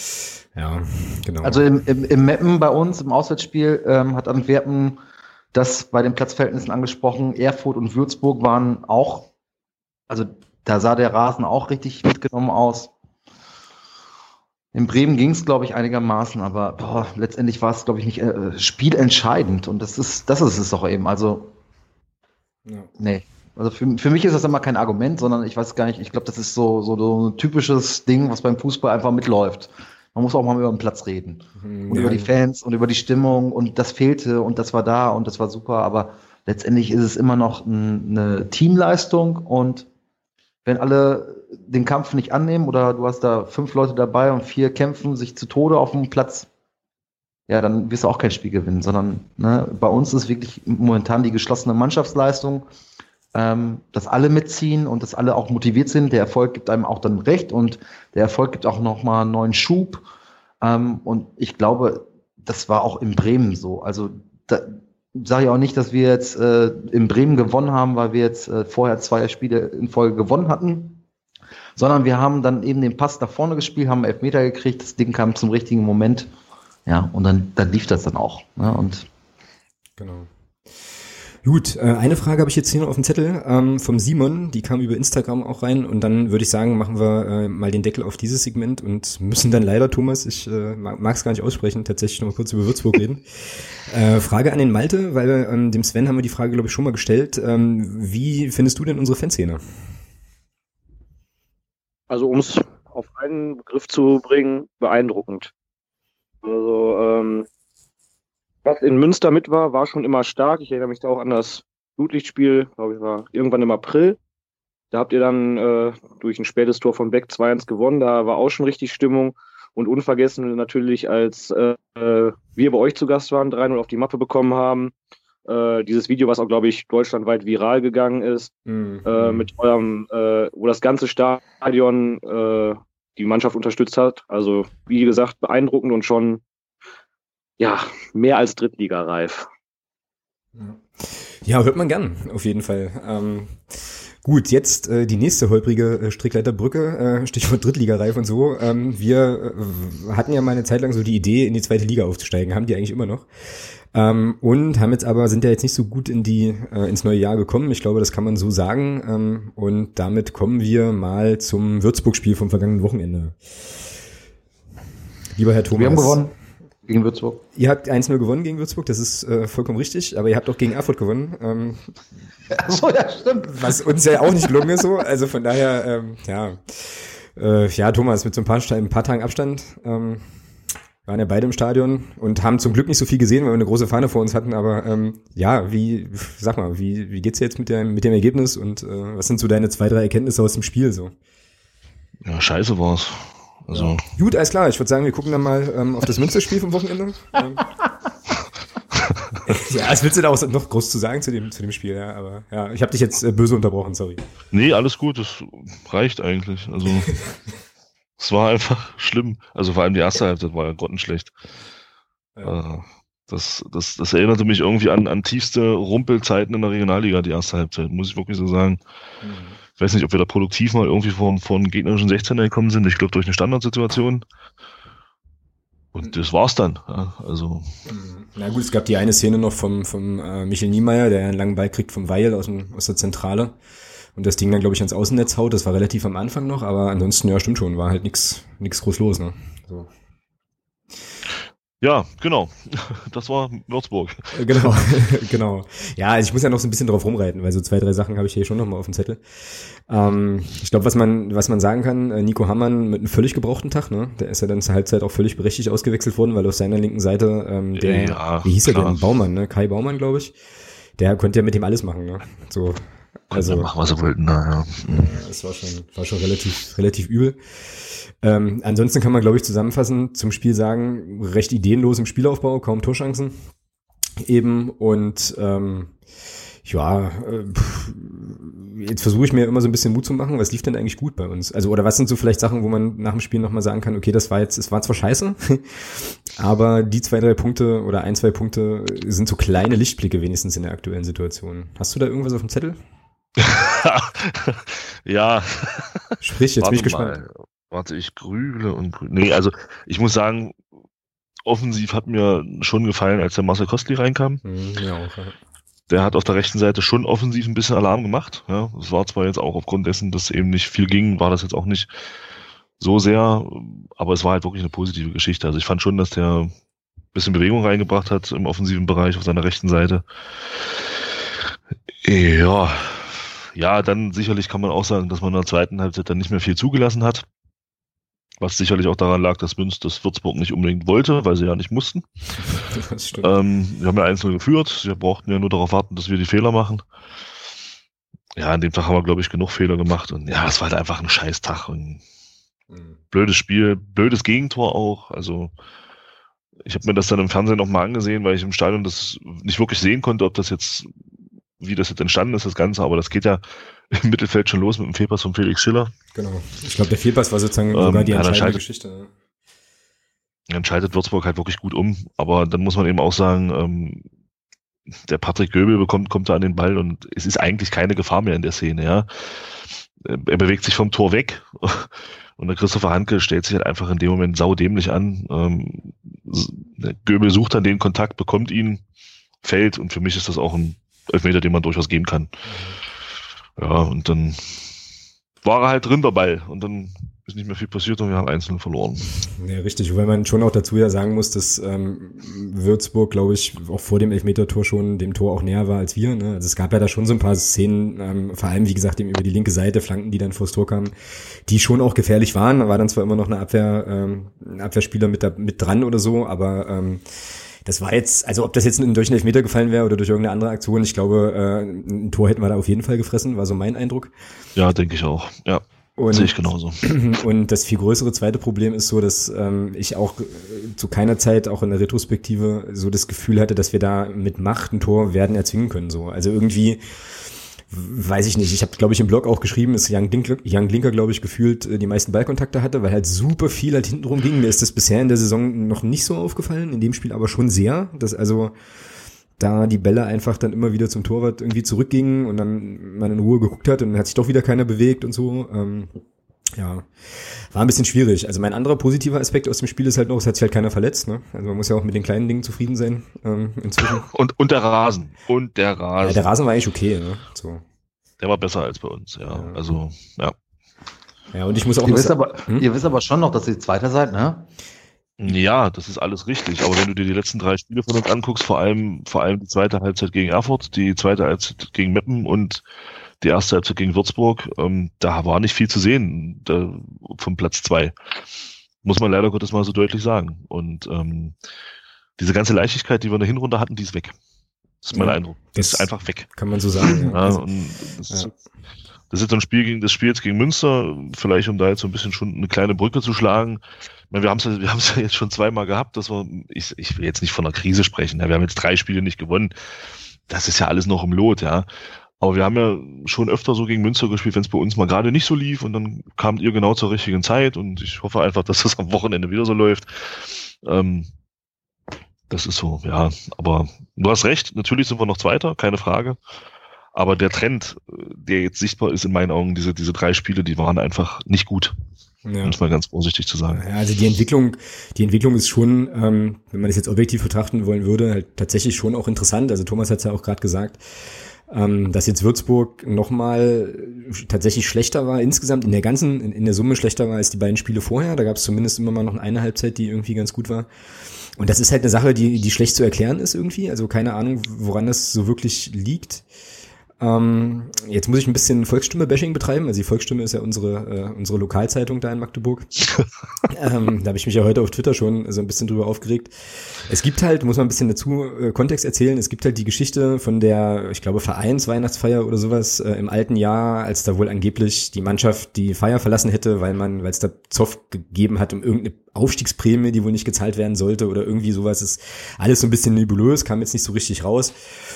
Ja, genau. Also im, im, im Meppen bei uns, im Auswärtsspiel, ähm, hat Antwerpen das bei den Platzverhältnissen angesprochen. Erfurt und Würzburg waren auch, also da sah der Rasen auch richtig mitgenommen aus. In Bremen ging es, glaube ich, einigermaßen, aber boah, letztendlich war es, glaube ich, nicht äh, spielentscheidend. Und das ist, das ist es doch eben. Also, ja. nee. Also für, für mich ist das immer kein Argument, sondern ich weiß gar nicht, ich glaube, das ist so, so, so ein typisches Ding, was beim Fußball einfach mitläuft. Man muss auch mal über den Platz reden. Mhm, und ja. über die Fans und über die Stimmung und das fehlte und das war da und das war super, aber letztendlich ist es immer noch ein, eine Teamleistung und wenn alle den Kampf nicht annehmen oder du hast da fünf Leute dabei und vier kämpfen sich zu Tode auf dem Platz, ja, dann wirst du auch kein Spiel gewinnen, sondern ne, bei uns ist wirklich momentan die geschlossene Mannschaftsleistung, ähm, dass alle mitziehen und dass alle auch motiviert sind. Der Erfolg gibt einem auch dann recht und der Erfolg gibt auch nochmal einen neuen Schub. Ähm, und ich glaube, das war auch in Bremen so. Also da sage ich auch nicht, dass wir jetzt äh, in Bremen gewonnen haben, weil wir jetzt äh, vorher zwei Spiele in Folge gewonnen hatten, sondern wir haben dann eben den Pass nach vorne gespielt, haben einen Elfmeter gekriegt, das Ding kam zum richtigen Moment. Ja, und dann, dann lief das dann auch. Ne? Und genau. Gut, äh, eine Frage habe ich jetzt hier noch auf dem Zettel ähm, vom Simon, die kam über Instagram auch rein und dann würde ich sagen, machen wir äh, mal den Deckel auf dieses Segment und müssen dann leider, Thomas, ich äh, mag es gar nicht aussprechen, tatsächlich noch mal kurz über Würzburg reden. äh, Frage an den Malte, weil ähm, dem Sven haben wir die Frage, glaube ich, schon mal gestellt. Ähm, wie findest du denn unsere Fanszene? Also um es auf einen Begriff zu bringen, beeindruckend. Also ähm, was in Münster mit war, war schon immer stark. Ich erinnere mich da auch an das Flutlichtspiel, glaube ich, war irgendwann im April. Da habt ihr dann äh, durch ein spätes Tor von Beck zwei eins gewonnen. Da war auch schon richtig Stimmung. Und unvergessen natürlich, als äh, wir bei euch zu Gast waren, drei null auf die Mappe bekommen haben. Äh, dieses Video, was auch, glaube ich, deutschlandweit viral gegangen ist, mhm. äh, mit eurem, äh, wo das ganze Stadion äh, die Mannschaft unterstützt hat. Also, wie gesagt, beeindruckend und schon ja, mehr als drittligareif. Ja, hört man gern, auf jeden Fall. Ähm, gut, jetzt äh, die nächste holprige äh, Strickleiterbrücke, äh, Stichwort drittligareif und so. Ähm, wir äh, hatten ja mal eine Zeit lang so die Idee, in die zweite Liga aufzusteigen, haben die eigentlich immer noch. Ähm, und haben jetzt aber, sind ja jetzt nicht so gut in die äh, ins neue Jahr gekommen. Ich glaube, das kann man so sagen. Ähm, und damit kommen wir mal zum Würzburg-Spiel vom vergangenen Wochenende. Lieber Herr Thomas. Wir haben gewonnen. Gegen Würzburg. Ihr habt eins null gewonnen gegen Würzburg, das ist äh, vollkommen richtig, aber ihr habt auch gegen Erfurt gewonnen. Ähm, Achso, ja, stimmt. Was uns ja auch nicht gelungen ist so, also von daher, ähm, ja, äh, ja, Thomas, mit so ein paar, ein paar Tagen Abstand ähm, waren ja beide im Stadion und haben zum Glück nicht so viel gesehen, weil wir eine große Fahne vor uns hatten, aber ähm, ja, wie, sag mal, wie, wie geht's dir jetzt mit, der, mit dem Ergebnis und äh, was sind so deine zwei, drei Erkenntnisse aus dem Spiel so? Ja, scheiße war's. Also. Ja. Gut, alles klar. Ich würde sagen, wir gucken dann mal ähm, auf das Münsterspiel vom Wochenende. ähm. Ja, was willst du da auch noch groß zu sagen zu dem, zu dem Spiel? Ja, aber ja, ich habe dich jetzt äh, böse unterbrochen, sorry. Nee, alles gut, das reicht eigentlich. Also es war einfach schlimm. Also vor allem die erste Halbzeit war ja grottenschlecht. Ja. Äh, das, das, das erinnerte mich irgendwie an, an tiefste Rumpelzeiten in der Regionalliga, die erste Halbzeit, muss ich wirklich so sagen. Mhm. Ich weiß nicht, ob wir da produktiv mal irgendwie von, von gegnerischen sechzehner gekommen sind. Ich glaube, durch eine Standardsituation. Und das war's dann. Ja, also. Na gut, es gab die eine Szene noch vom, vom äh, Michel Niemeyer, der einen langen Ball kriegt vom Weil aus, dem, aus der Zentrale. Und das Ding dann, glaube ich, ans Außennetz haut. Das war relativ am Anfang noch, aber ansonsten, ja, stimmt schon, war halt nix, nix groß los, ne? So. Ja, genau. Das war Würzburg. Genau, genau. Ja, also ich muss ja noch so ein bisschen drauf rumreiten, weil so zwei, drei Sachen habe ich hier schon noch mal auf dem Zettel. Ähm, ich glaube, was man, was man sagen kann, Nico Hammann mit einem völlig gebrauchten Tag, ne? Der ist ja dann zur Halbzeit auch völlig berechtigt ausgewechselt worden, weil auf seiner linken Seite ähm, der, ja, wie hieß er denn? Baumann, ne? Kai Baumann, glaube ich. Der konnte ja mit ihm alles machen, ne? So. Also machen, was sie wollten, na, ja. Ja, das war schon, war schon relativ, relativ übel. Ähm, ansonsten kann man, glaube ich, zusammenfassend zum Spiel sagen, recht ideenlos im Spielaufbau, kaum Torchancen eben und ähm, ja, äh, jetzt versuche ich mir immer so ein bisschen Mut zu machen, was lief denn eigentlich gut bei uns? Also oder was sind so vielleicht Sachen, wo man nach dem Spiel nochmal sagen kann, okay, das war jetzt, es war zwar scheiße, aber die zwei, drei Punkte oder ein, zwei Punkte sind so kleine Lichtblicke wenigstens in der aktuellen Situation. Hast du da irgendwas auf dem Zettel? Ja. Sprich, jetzt Warte bin ich gespannt. Mal. Warte, ich grüble und grüble. Nee, also ich muss sagen, offensiv hat mir schon gefallen, als der Marcel Kostli reinkam. Mhm, ja, auch, ja. Der hat auf der rechten Seite schon offensiv ein bisschen Alarm gemacht. Ja, es war zwar jetzt auch aufgrund dessen, dass eben nicht viel ging, war das jetzt auch nicht so sehr, aber es war halt wirklich eine positive Geschichte. Also ich fand schon, dass der ein bisschen Bewegung reingebracht hat im offensiven Bereich auf seiner rechten Seite. Ja, ja, dann sicherlich kann man auch sagen, dass man in der zweiten Halbzeit dann nicht mehr viel zugelassen hat. Was sicherlich auch daran lag, dass Münz das Würzburg nicht unbedingt wollte, weil sie ja nicht mussten. Das stimmt. Ähm, wir haben ja eins null geführt. Sie brauchten ja nur darauf warten, dass wir die Fehler machen. Ja, an dem Tag haben wir, glaube ich, genug Fehler gemacht. Und ja, es war halt einfach ein scheiß Tag. Und Mhm. blödes Spiel, blödes Gegentor auch. Also ich habe mir das dann im Fernsehen nochmal angesehen, weil ich im Stadion das nicht wirklich sehen konnte, ob das jetzt, wie das jetzt entstanden ist, das Ganze. Aber das geht ja im Mittelfeld schon los mit dem Fehlpass von Felix Schiller. Genau. Ich glaube, der Fehlpass war sozusagen Ähm, sogar die ja, dann entscheidende schaltet- Geschichte. Dann schaltet Würzburg halt wirklich gut um. Aber dann muss man eben auch sagen, ähm, der Patrick Göbel bekommt, kommt da an den Ball und es ist eigentlich keine Gefahr mehr in der Szene, ja. Er bewegt sich vom Tor weg und der Christopher Handke stellt sich halt einfach in dem Moment saudämlich an. Ähm, der Göbel sucht dann den Kontakt, bekommt ihn, fällt und für mich ist das auch ein Elfmeter, den man durchaus geben kann. Ja, und dann war er halt drin dabei und dann ist nicht mehr viel passiert und wir haben einzeln verloren. Ja, richtig. Wobei man schon auch dazu ja sagen muss, dass ähm, Würzburg, glaube ich, auch vor dem Elfmetertor schon dem Tor auch näher war als wir. Ne? Also es gab ja da schon so ein paar Szenen, ähm, vor allem, wie gesagt, eben über die linke Seite, Flanken, die dann vors Tor kamen, die schon auch gefährlich waren. Da war dann zwar immer noch eine Abwehr, ähm, ein Abwehrspieler mit, da, mit dran oder so, aber ähm, das war jetzt, also ob das jetzt durch einen Elfmeter gefallen wäre oder durch irgendeine andere Aktion, ich glaube, äh, ein Tor hätten wir da auf jeden Fall gefressen, war so mein Eindruck. Ja, denke ich auch. Ja. Und, sehe ich genauso. Und das viel größere zweite Problem ist so, dass ähm, ich auch äh, zu keiner Zeit, auch in der Retrospektive, so das Gefühl hatte, dass wir da mit Macht ein Tor werden erzwingen können. So, also irgendwie, weiß ich nicht, ich habe, glaube ich, im Blog auch geschrieben, dass Jan Glinker, Jan Glinker, glaube ich, gefühlt äh, die meisten Ballkontakte hatte, weil halt super viel halt hintenrum ging. Mir ist das bisher in der Saison noch nicht so aufgefallen, in dem Spiel aber schon sehr, dass also da die Bälle einfach dann immer wieder zum Torwart irgendwie zurückgingen und dann man in Ruhe geguckt hat und dann hat sich doch wieder keiner bewegt und so. Ähm, ja, war ein bisschen schwierig. Also mein anderer positiver Aspekt aus dem Spiel ist halt noch, es hat sich halt keiner verletzt. Ne? Also man muss ja auch mit den kleinen Dingen zufrieden sein ähm, inzwischen. Und, und der Rasen. Und der Rasen. Ja, der Rasen war eigentlich okay. Ne? So. Der war besser als bei uns, ja. Ja. Also, ja. Ja, und ich muss auch Ihr noch wisst, sagen, aber, hm? ihr wisst aber schon noch, dass ihr Zweiter seid, ne? Ja, das ist alles richtig. Aber wenn du dir die letzten drei Spiele von uns anguckst, vor allem, vor allem die zweite Halbzeit gegen Erfurt, die zweite Halbzeit gegen Meppen und die erste Halbzeit gegen Würzburg, ähm, da war nicht viel zu sehen da, vom Platz zwei. Muss man leider Gottes mal so deutlich sagen. Und ähm, diese ganze Leichtigkeit, die wir in der Hinrunde hatten, die ist weg. Das ist mein Ja, Eindruck. Die das ist einfach weg. kann man so sagen. Ja. Ja, Also, und das, ja. das ist jetzt ein Spiel gegen das Spiel jetzt gegen Münster, vielleicht um da jetzt so ein bisschen schon eine kleine Brücke zu schlagen. Ich meine, wir haben es ja, wir haben es ja jetzt schon zweimal gehabt, dass wir, ich, ich will jetzt nicht von einer Krise sprechen, ja, wir haben jetzt drei Spiele nicht gewonnen. Das ist ja alles noch im Lot, ja. Aber wir haben ja schon öfter so gegen Münster gespielt, wenn es bei uns mal gerade nicht so lief und dann kamt ihr genau zur richtigen Zeit und ich hoffe einfach, dass das am Wochenende wieder so läuft. Ähm, das ist so, ja. Aber du hast recht, natürlich sind wir noch Zweiter, keine Frage. Aber der Trend, der jetzt sichtbar ist in meinen Augen, diese, diese drei Spiele, die waren einfach nicht gut. Ja. Um es mal ganz vorsichtig zu sagen. Ja, also die Entwicklung, die Entwicklung ist schon, ähm, wenn man das jetzt objektiv betrachten wollen würde, halt tatsächlich schon auch interessant. Also Thomas hat es ja auch gerade gesagt, ähm, dass jetzt Würzburg nochmal tatsächlich schlechter war, insgesamt in der ganzen, in, in der Summe schlechter war als die beiden Spiele vorher. Da gab es zumindest immer mal noch eine Halbzeit, die irgendwie ganz gut war. Und das ist halt eine Sache, die, die schlecht zu erklären ist irgendwie. Also keine Ahnung, woran das so wirklich liegt. Ähm, jetzt muss ich ein bisschen Volksstimme-Bashing betreiben. Also die Volksstimme ist ja unsere äh, unsere Lokalzeitung da in Magdeburg. ähm, da habe ich mich ja heute auf Twitter schon so ein bisschen drüber aufgeregt. Es gibt halt, muss man ein bisschen dazu äh, Kontext erzählen, es gibt halt die Geschichte von der, ich glaube, Vereinsweihnachtsfeier oder sowas äh, im alten Jahr, als da wohl angeblich die Mannschaft die Feier verlassen hätte, weil man, weil es da Zoff gegeben hat um irgendeine Aufstiegsprämie, die wohl nicht gezahlt werden sollte oder irgendwie sowas. Ist alles so ein bisschen nebulös, kam jetzt nicht so richtig raus.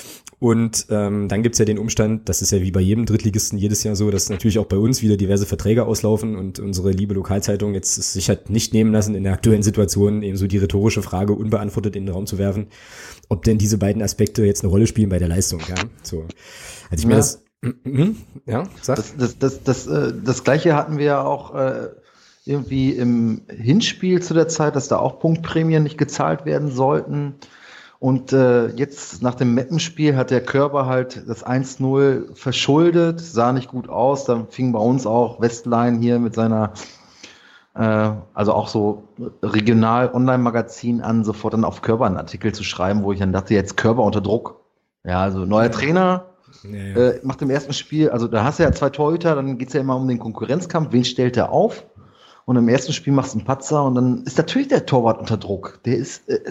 Und ähm, dann gibt's ja den Umstand, das ist ja wie bei jedem Drittligisten jedes Jahr so, dass natürlich auch bei uns wieder diverse Verträge auslaufen und unsere liebe Lokalzeitung jetzt es sich hat nicht nehmen lassen, in der aktuellen Situation eben so die rhetorische Frage unbeantwortet in den Raum zu werfen, ob denn diese beiden Aspekte jetzt eine Rolle spielen bei der Leistung. Ja, so. Als ich mir Ja. das, hm, ja, sag. Das, das, das, das, äh, das Gleiche hatten wir ja auch äh, irgendwie im Hinspiel zu der Zeit, dass da auch Punktprämien nicht gezahlt werden sollten. Und äh, jetzt nach dem Meppenspiel hat der Körper halt das eins null verschuldet, sah nicht gut aus. Dann fing bei uns auch Westline hier mit seiner, äh, also auch so regional Online-Magazin an, sofort dann auf Körper einen Artikel zu schreiben, wo ich dann dachte, jetzt Körper unter Druck. Ja, also neuer Trainer, Ja, ja. äh, macht im ersten Spiel, also da hast du ja zwei Torhüter, dann geht's ja immer um den Konkurrenzkampf, wen stellt er auf? Und im ersten Spiel machst du einen Patzer und dann ist natürlich der Torwart unter Druck. Der ist, äh,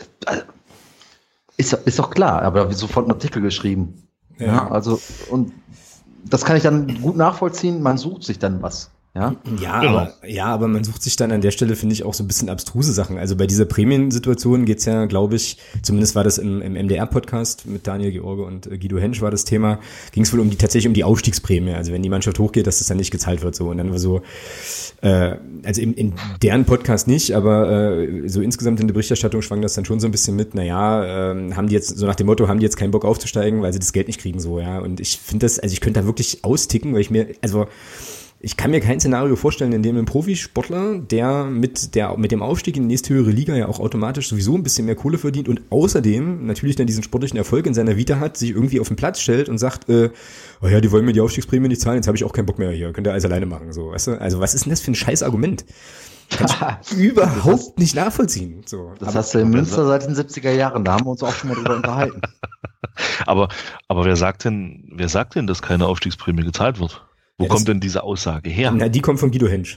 ist, ist doch klar, aber da habe ich sofort einen Artikel geschrieben. Ja. Ja, also, und das kann ich dann gut nachvollziehen, man sucht sich dann was. Ja, ja, Genau. aber, ja, aber man sucht sich dann an der Stelle, finde ich, auch so ein bisschen abstruse Sachen. Also bei dieser Prämiensituation geht's ja, glaube ich, zumindest war das im, im M D R-Podcast mit Daniel George und äh, Guido Hensch war das Thema, ging es wohl um die tatsächlich um die Aufstiegsprämie. Also wenn die Mannschaft hochgeht, dass das dann nicht gezahlt wird. So. Und dann war so, äh, also in, in deren Podcast nicht, aber äh, so insgesamt in der Berichterstattung schwang das dann schon so ein bisschen mit, naja, äh, haben die jetzt, so nach dem Motto, haben die jetzt keinen Bock aufzusteigen, weil sie das Geld nicht kriegen, so, ja. Und ich finde das, also ich könnte da wirklich austicken, weil ich mir, also ich kann mir kein Szenario vorstellen, in dem ein Profisportler, der mit der mit dem Aufstieg in die nächsthöhere Liga ja auch automatisch sowieso ein bisschen mehr Kohle verdient und außerdem natürlich dann diesen sportlichen Erfolg in seiner Vita hat, sich irgendwie auf den Platz stellt und sagt, äh, oh ja, die wollen mir die Aufstiegsprämie nicht zahlen, jetzt habe ich auch keinen Bock mehr hier, könnt ihr alles alleine machen, so, weißt du? Also was ist denn das für ein scheiß Argument? Kann ich überhaupt nicht nachvollziehen. So. Das hast du in Münster seit den siebziger Jahren, da haben wir uns auch schon mal drüber unterhalten. Aber, aber wer sagt denn, wer sagt denn, dass keine Aufstiegsprämie gezahlt wird? Wo Ja, das- kommt denn diese Aussage her? Na, die kommt von Guido Hensch.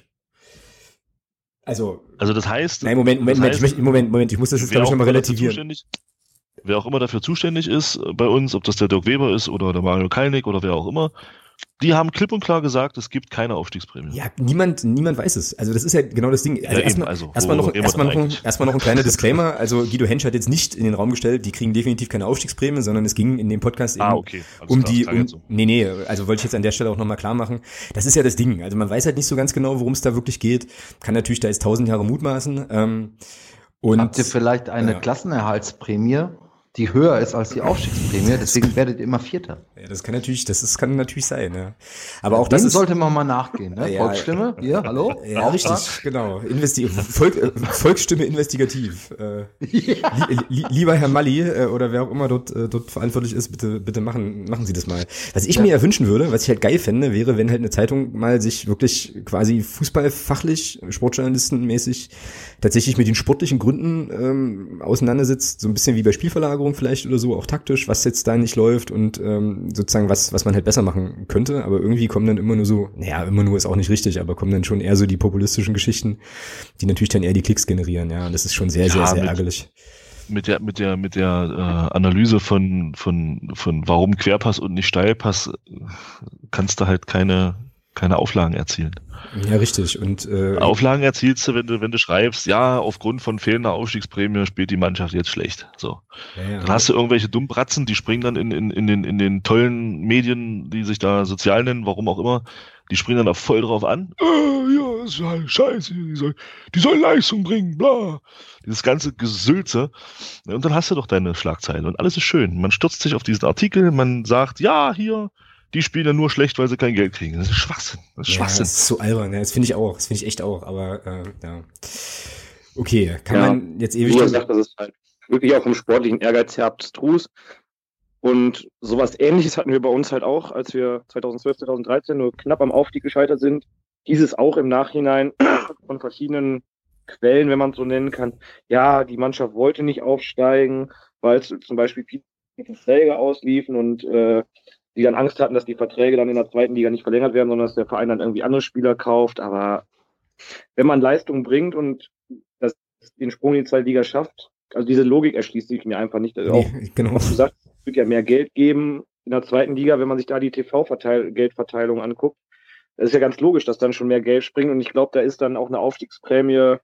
Also, Also das heißt, nein, Moment, Moment, das Moment, heißt, ich möchte, Moment, Moment, ich muss das jetzt, wer glaube ich, auch nochmal immer dafür relativieren. zuständig- Wer auch immer dafür zuständig ist äh, bei uns, ob das der Dirk Weber ist oder der Mario Kalnick oder wer auch immer, die haben klipp und klar gesagt, es gibt keine Aufstiegsprämie. Ja, niemand, niemand weiß es. Also das ist ja genau das Ding. Also Ja, erstmal, eben, also, erstmal noch, worüber reden wir erstmal noch, denn ein, eigentlich? erstmal noch ein kleiner Disclaimer. Also Guido Hensch hat jetzt nicht in den Raum gestellt, die kriegen definitiv keine Aufstiegsprämie, sondern es ging in dem Podcast eben Ah, okay. Alles um klar, die, das klang um, jetzt so. nee, nee, also wollte ich jetzt an der Stelle auch nochmal klar machen. Das ist ja das Ding. Also man weiß halt nicht so ganz genau, worum es da wirklich geht. Kann natürlich da jetzt tausend Jahre mutmaßen. Ähm, und Habt ihr vielleicht eine ja. Klassenerhaltsprämie, die höher ist als die Aufstiegsprämie, deswegen werdet ihr immer Vierter. Ja, das kann natürlich, das ist, kann natürlich sein, ja. Aber auch Dem das ist, sollte man mal nachgehen, ne? Ja, Volksstimme, hier, hallo? ja, Auftrag? richtig, genau. Investi Volk, äh, Volksstimme investigativ. Äh, Ja. li li lieber Herr Malli äh, oder wer auch immer dort äh, dort verantwortlich ist, bitte bitte machen machen Sie das mal. Was ich Ja. mir ja wünschen würde, was ich halt geil fände, wäre, wenn halt eine Zeitung mal sich wirklich quasi fußballfachlich, sportjournalistenmäßig tatsächlich mit den sportlichen Gründen ähm, auseinandersetzt, so ein bisschen wie bei Spielverlagerung vielleicht oder so, auch taktisch, was jetzt da nicht läuft und ähm, sozusagen was was man halt besser machen könnte, aber irgendwie kommen dann immer nur so, naja, immer nur ist auch nicht richtig, aber kommen dann schon eher so die populistischen Geschichten, die natürlich dann eher die Klicks generieren, ja, und das ist schon sehr, sehr, Ja, sehr mit- ärgerlich. Mit der, mit der, mit der äh, Analyse von, von, von warum Querpass und nicht Steilpass äh, kannst du halt keine, keine Auflagen erzielen. Ja, richtig. Und äh, Auflagen erzielst du, wenn du, wenn du schreibst, ja, aufgrund von fehlender Aufstiegsprämie spielt die Mannschaft jetzt schlecht. So. ja, ja. Dann hast du irgendwelche Dummbratzen, die springen dann in, in, in, den, in den tollen Medien, die sich da sozial nennen, warum auch immer, die springen dann da voll drauf an. Äh, ja, das ist halt scheiße, die soll, die soll Leistung bringen, bla. Dieses ganze Gesülze. Und dann hast du doch deine Schlagzeile und alles ist schön. Man stürzt sich auf diesen Artikel, man sagt, ja, hier, die spielen ja nur schlecht, weil sie kein Geld kriegen. Das ist Schwachsinn. Das ist Ja, Schwachsinn. das ist so albern, ja, das finde ich auch, das finde ich echt auch, aber äh, ja. Okay, kann Ja, man jetzt ewig Wie gesagt, das ist halt wirklich auch vom sportlichen Ehrgeiz her abstrus. Und sowas Ähnliches hatten wir bei uns halt auch, als wir zweitausendzwölf, zweitausenddreizehn nur knapp am Aufstieg gescheitert sind. Hieß es auch im Nachhinein von verschiedenen Quellen, wenn man es so nennen kann, ja, die Mannschaft wollte nicht aufsteigen, weil es zum Beispiel viele Verträge ausliefen und äh, die dann Angst hatten, dass die Verträge dann in der zweiten Liga nicht verlängert werden, sondern dass der Verein dann irgendwie andere Spieler kauft. Aber wenn man Leistung bringt und das den Sprung in die zweite Liga schafft, also diese Logik erschließt sich mir einfach nicht. Also auch, Nee, genau. was du sagst, es wird ja mehr Geld geben in der zweiten Liga, wenn man sich da die T V-Geldverteilung anguckt. Das ist ja ganz logisch, dass dann schon mehr Geld springt und ich glaube, da ist dann auch eine Aufstiegsprämie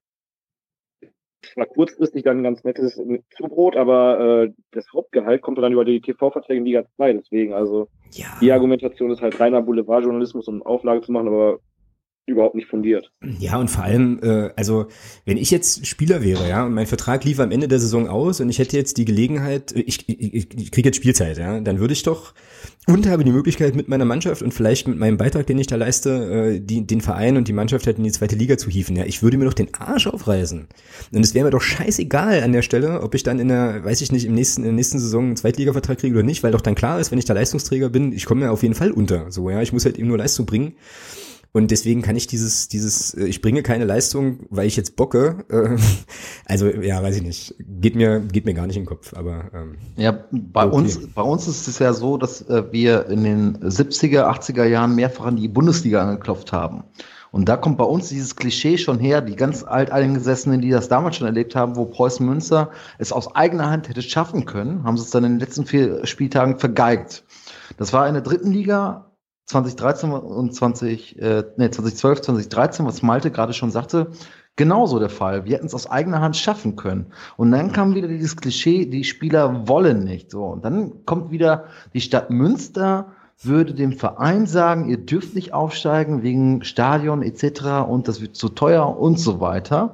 zwar kurzfristig dann ein ganz nettes Zubrot, aber äh, das Hauptgehalt kommt dann über die T V-Verträge in Liga zwei, deswegen, also Ja. die Argumentation ist halt reiner Boulevardjournalismus, um Auflage zu machen, aber überhaupt nicht fundiert. Ja, und vor allem, äh, also wenn ich jetzt Spieler wäre, ja, und mein Vertrag lief am Ende der Saison aus und ich hätte jetzt die Gelegenheit, ich, ich, ich kriege jetzt Spielzeit, ja, dann würde ich doch und habe die Möglichkeit mit meiner Mannschaft und vielleicht mit meinem Beitrag, den ich da leiste, äh, die, den Verein und die Mannschaft halt in die zweite Liga zu hieven. Ja, ich würde mir doch den Arsch aufreißen. Und es wäre mir doch scheißegal an der Stelle, ob ich dann in der, weiß ich nicht, im nächsten, in der nächsten Saison einen Zweitligavertrag kriege oder nicht, weil doch dann klar ist, wenn ich da Leistungsträger bin, ich komme ja auf jeden Fall unter. So, ja, ich muss halt eben nur Leistung bringen. Und deswegen kann ich dieses, dieses, ich bringe keine Leistung, weil ich jetzt bocke. Äh, also ja, weiß ich nicht, geht mir, geht mir gar nicht in den Kopf. Aber ähm, ja, bei okay. uns, bei uns ist es ja so, dass äh, wir in den siebziger, achtziger Jahren mehrfach an die Bundesliga angeklopft haben. Und da kommt bei uns dieses Klischee schon her, die ganz alteingesessenen, die das damals schon erlebt haben, wo Preußen Münster es aus eigener Hand hätte schaffen können, haben sie es dann in den letzten vier Spieltagen vergeigt. Das war in der dritten Liga zwanzig dreizehn und zwanzig, äh, nee, zwanzig zwölf, zwanzig dreizehn, was Malte gerade schon sagte, genauso der Fall. Wir hätten es aus eigener Hand schaffen können. Und dann kam wieder dieses Klischee, die Spieler wollen nicht. So, und dann kommt wieder die Stadt Münster, würde dem Verein sagen, ihr dürft nicht aufsteigen wegen Stadion et cetera und das wird zu teuer und so weiter.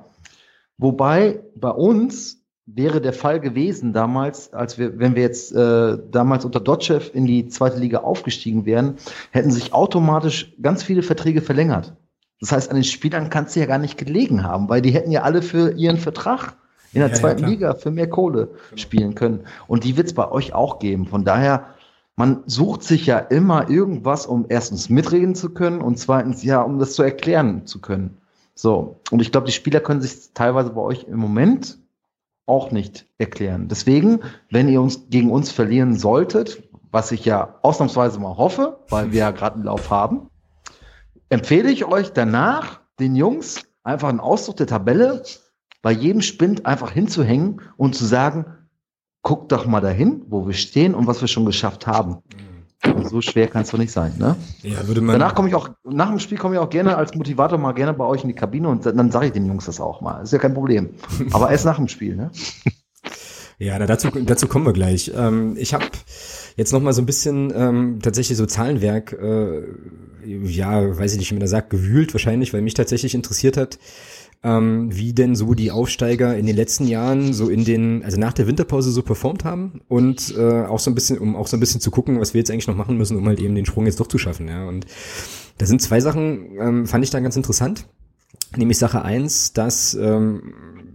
Wobei bei uns wäre der Fall gewesen damals, als wir, wenn wir jetzt äh, damals unter Dotschew in die zweite Liga aufgestiegen wären, hätten sich automatisch ganz viele Verträge verlängert. Das heißt, an den Spielern kannst du ja gar nicht gelegen haben, weil die hätten ja alle für ihren Vertrag in der ja, zweiten ja, Liga für mehr Kohle genau. spielen können. Und die wird es bei euch auch geben. Von daher, man sucht sich ja immer irgendwas, um erstens mitreden zu können und zweitens ja, um das zu erklären zu können. So. Und ich glaube, die Spieler können sich teilweise bei euch im Moment auch nicht erklären. Deswegen, wenn ihr uns gegen uns verlieren solltet, was ich ja ausnahmsweise mal hoffe, weil wir ja gerade einen Lauf haben, empfehle ich euch danach, den Jungs einfach einen Auszug der Tabelle bei jedem Spind einfach hinzuhängen und zu sagen, guckt doch mal dahin, wo wir stehen und was wir schon geschafft haben. Und so schwer kann es doch nicht sein, ne? Ja, würde man. Danach komme ich auch, nach dem Spiel komme ich auch gerne als Motivator mal gerne bei euch in die Kabine und dann sage ich den Jungs das auch mal. Ist ja kein Problem. Aber erst nach dem Spiel, ne? Ja, na, dazu, dazu kommen wir gleich. Ähm, ich habe jetzt noch mal so ein bisschen ähm, tatsächlich so Zahlenwerk, äh, ja, weiß ich nicht, wie man da sagt, gewühlt wahrscheinlich, weil mich tatsächlich interessiert hat, ähm, wie denn so die Aufsteiger in den letzten Jahren so in den, also nach der Winterpause so performt haben und äh, auch so ein bisschen, um auch so ein bisschen zu gucken, was wir jetzt eigentlich noch machen müssen, um halt eben den Sprung jetzt doch zu schaffen, ja. Und da sind zwei Sachen, ähm, fand ich da ganz interessant. Nämlich Sache eins, dass ähm,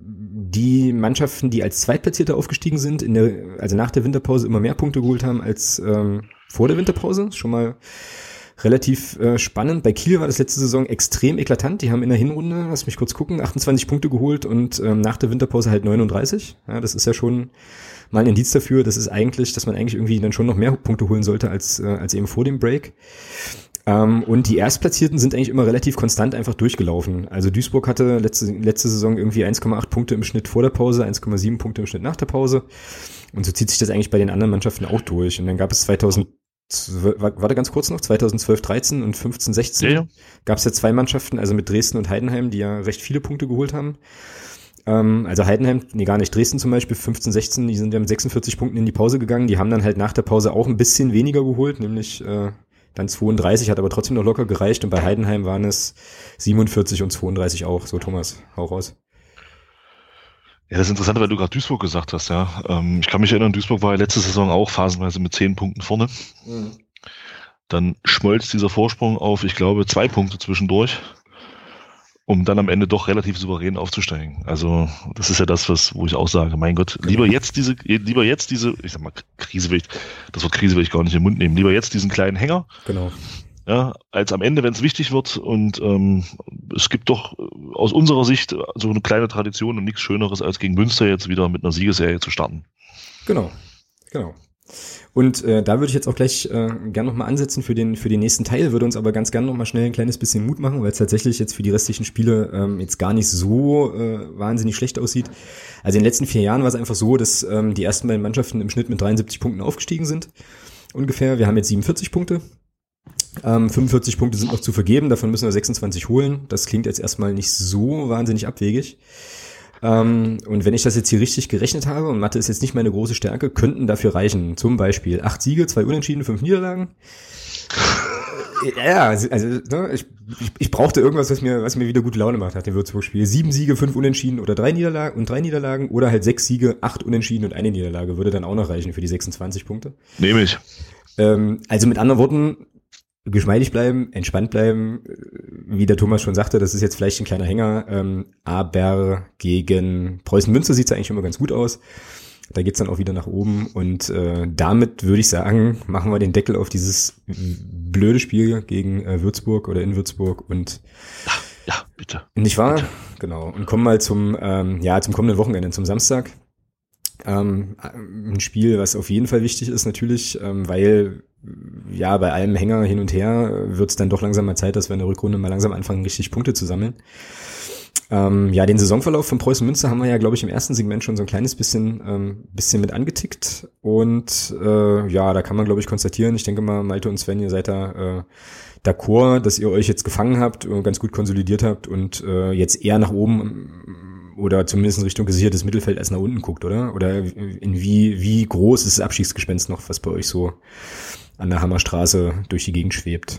die Mannschaften, die als Zweitplatzierte aufgestiegen sind, in der, also nach der Winterpause immer mehr Punkte geholt haben als ähm, vor der Winterpause. Schon mal relativ äh, spannend. Bei Kiel war das letzte Saison extrem eklatant. Die haben in der Hinrunde, lass mich kurz gucken, achtundzwanzig Punkte geholt und ähm, nach der Winterpause halt neununddreißig. Ja, das ist ja schon mal ein Indiz dafür, dass es eigentlich, dass man eigentlich irgendwie dann schon noch mehr Punkte holen sollte als äh, als eben vor dem Break. Ähm, und die Erstplatzierten sind eigentlich immer relativ konstant einfach durchgelaufen. Also Duisburg hatte letzte letzte Saison irgendwie eins Komma acht Punkte im Schnitt vor der Pause, eins Komma sieben Punkte im Schnitt nach der Pause. Und so zieht sich das eigentlich bei den anderen Mannschaften auch durch. Und dann gab es zweitausend warte ganz kurz noch, zweitausendzwölf dreizehn und fünfzehn sechzehn ja, ja. gab es ja zwei Mannschaften, also mit Dresden und Heidenheim, die ja recht viele Punkte geholt haben. Ähm, also Heidenheim, nee gar nicht, Dresden zum Beispiel, fünfzehn sechzehn, die sind ja mit sechsundvierzig Punkten in die Pause gegangen, die haben dann halt nach der Pause auch ein bisschen weniger geholt, nämlich äh, dann zweiunddreißig, hat aber trotzdem noch locker gereicht und bei Heidenheim waren es siebenundvierzig und zweiunddreißig auch. So Thomas, hau raus. Ja, das ist interessant, weil du gerade Duisburg gesagt hast, ja. Ähm, ich kann mich erinnern, Duisburg war ja letzte Saison auch phasenweise mit zehn Punkten vorne. Mhm. Dann schmolz dieser Vorsprung auf, ich glaube, zwei Punkte zwischendurch, um dann am Ende doch relativ souverän aufzusteigen. Also, das ist ja das, was, wo ich auch sage, mein Gott, lieber jetzt diese, lieber jetzt diese, ich sag mal, Krise will ich, das Wort Krise will ich gar nicht in den Mund nehmen, lieber jetzt diesen kleinen Hänger. Genau. Ja, als am Ende, wenn es wichtig wird. Und ähm, es gibt doch aus unserer Sicht so eine kleine Tradition und nichts Schöneres, als gegen Münster jetzt wieder mit einer Siegesserie zu starten. Genau, genau. Und äh, da würde ich jetzt auch gleich äh, gern nochmal ansetzen für den für den nächsten Teil, würde uns aber ganz gern nochmal schnell ein kleines bisschen Mut machen, weil es tatsächlich jetzt für die restlichen Spiele ähm, jetzt gar nicht so äh, wahnsinnig schlecht aussieht. Also in den letzten vier Jahren war es einfach so, dass ähm, die ersten beiden Mannschaften im Schnitt mit dreiundsiebzig Punkten aufgestiegen sind, ungefähr. Wir haben jetzt siebenundvierzig Punkte. Ähm, fünfundvierzig Punkte sind noch zu vergeben, davon müssen wir sechsundzwanzig holen. Das klingt jetzt erstmal nicht so wahnsinnig abwegig. Ähm, und wenn ich das jetzt hier richtig gerechnet habe, und Mathe ist jetzt nicht meine große Stärke, könnten dafür reichen. Zum Beispiel acht Siege, zwei Unentschieden, fünf Niederlagen. Ja, also, also ne, ich, ich, ich brauchte irgendwas, was mir, was mir wieder gute Laune macht nach dem Würzburg-Spiel. Sieben Siege, fünf Unentschieden oder drei Niederlagen und drei Niederlagen oder halt sechs Siege, acht Unentschieden und eine Niederlage würde dann auch noch reichen für die sechsundzwanzig Punkte. Nehme ich. Ähm, also mit anderen Worten, geschmeidig bleiben, entspannt bleiben, wie der Thomas schon sagte, das ist jetzt vielleicht ein kleiner Hänger, ähm, aber gegen Preußen Münster sieht es eigentlich immer ganz gut aus. Da geht's dann auch wieder nach oben und äh, damit würde ich sagen, machen wir den Deckel auf dieses blöde Spiel gegen äh, Würzburg oder in Würzburg und ja, ja bitte. Nicht wahr? Bitte. Genau. Und kommen mal zum ähm, ja zum kommenden Wochenende, zum Samstag. Ähm, ein Spiel, was auf jeden Fall wichtig ist natürlich, ähm, weil ja bei allem Hänger hin und her wird's dann doch langsam mal Zeit, dass wir in der Rückrunde mal langsam anfangen, richtig Punkte zu sammeln. Ähm, ja, den Saisonverlauf von Preußen Münster haben wir ja, glaube ich, im ersten Segment schon so ein kleines bisschen ähm, bisschen mit angetickt und äh, ja, da kann man, glaube ich, konstatieren, ich denke mal, Malte und Sven, ihr seid da äh, d'accord, dass ihr euch jetzt gefangen habt und ganz gut konsolidiert habt und äh, jetzt eher nach oben oder zumindest in Richtung gesichertes Mittelfeld als nach unten guckt, oder? Oder in wie wie groß ist das Abstiegsgespenst noch, was bei euch so an der Hammerstraße durch die Gegend schwebt?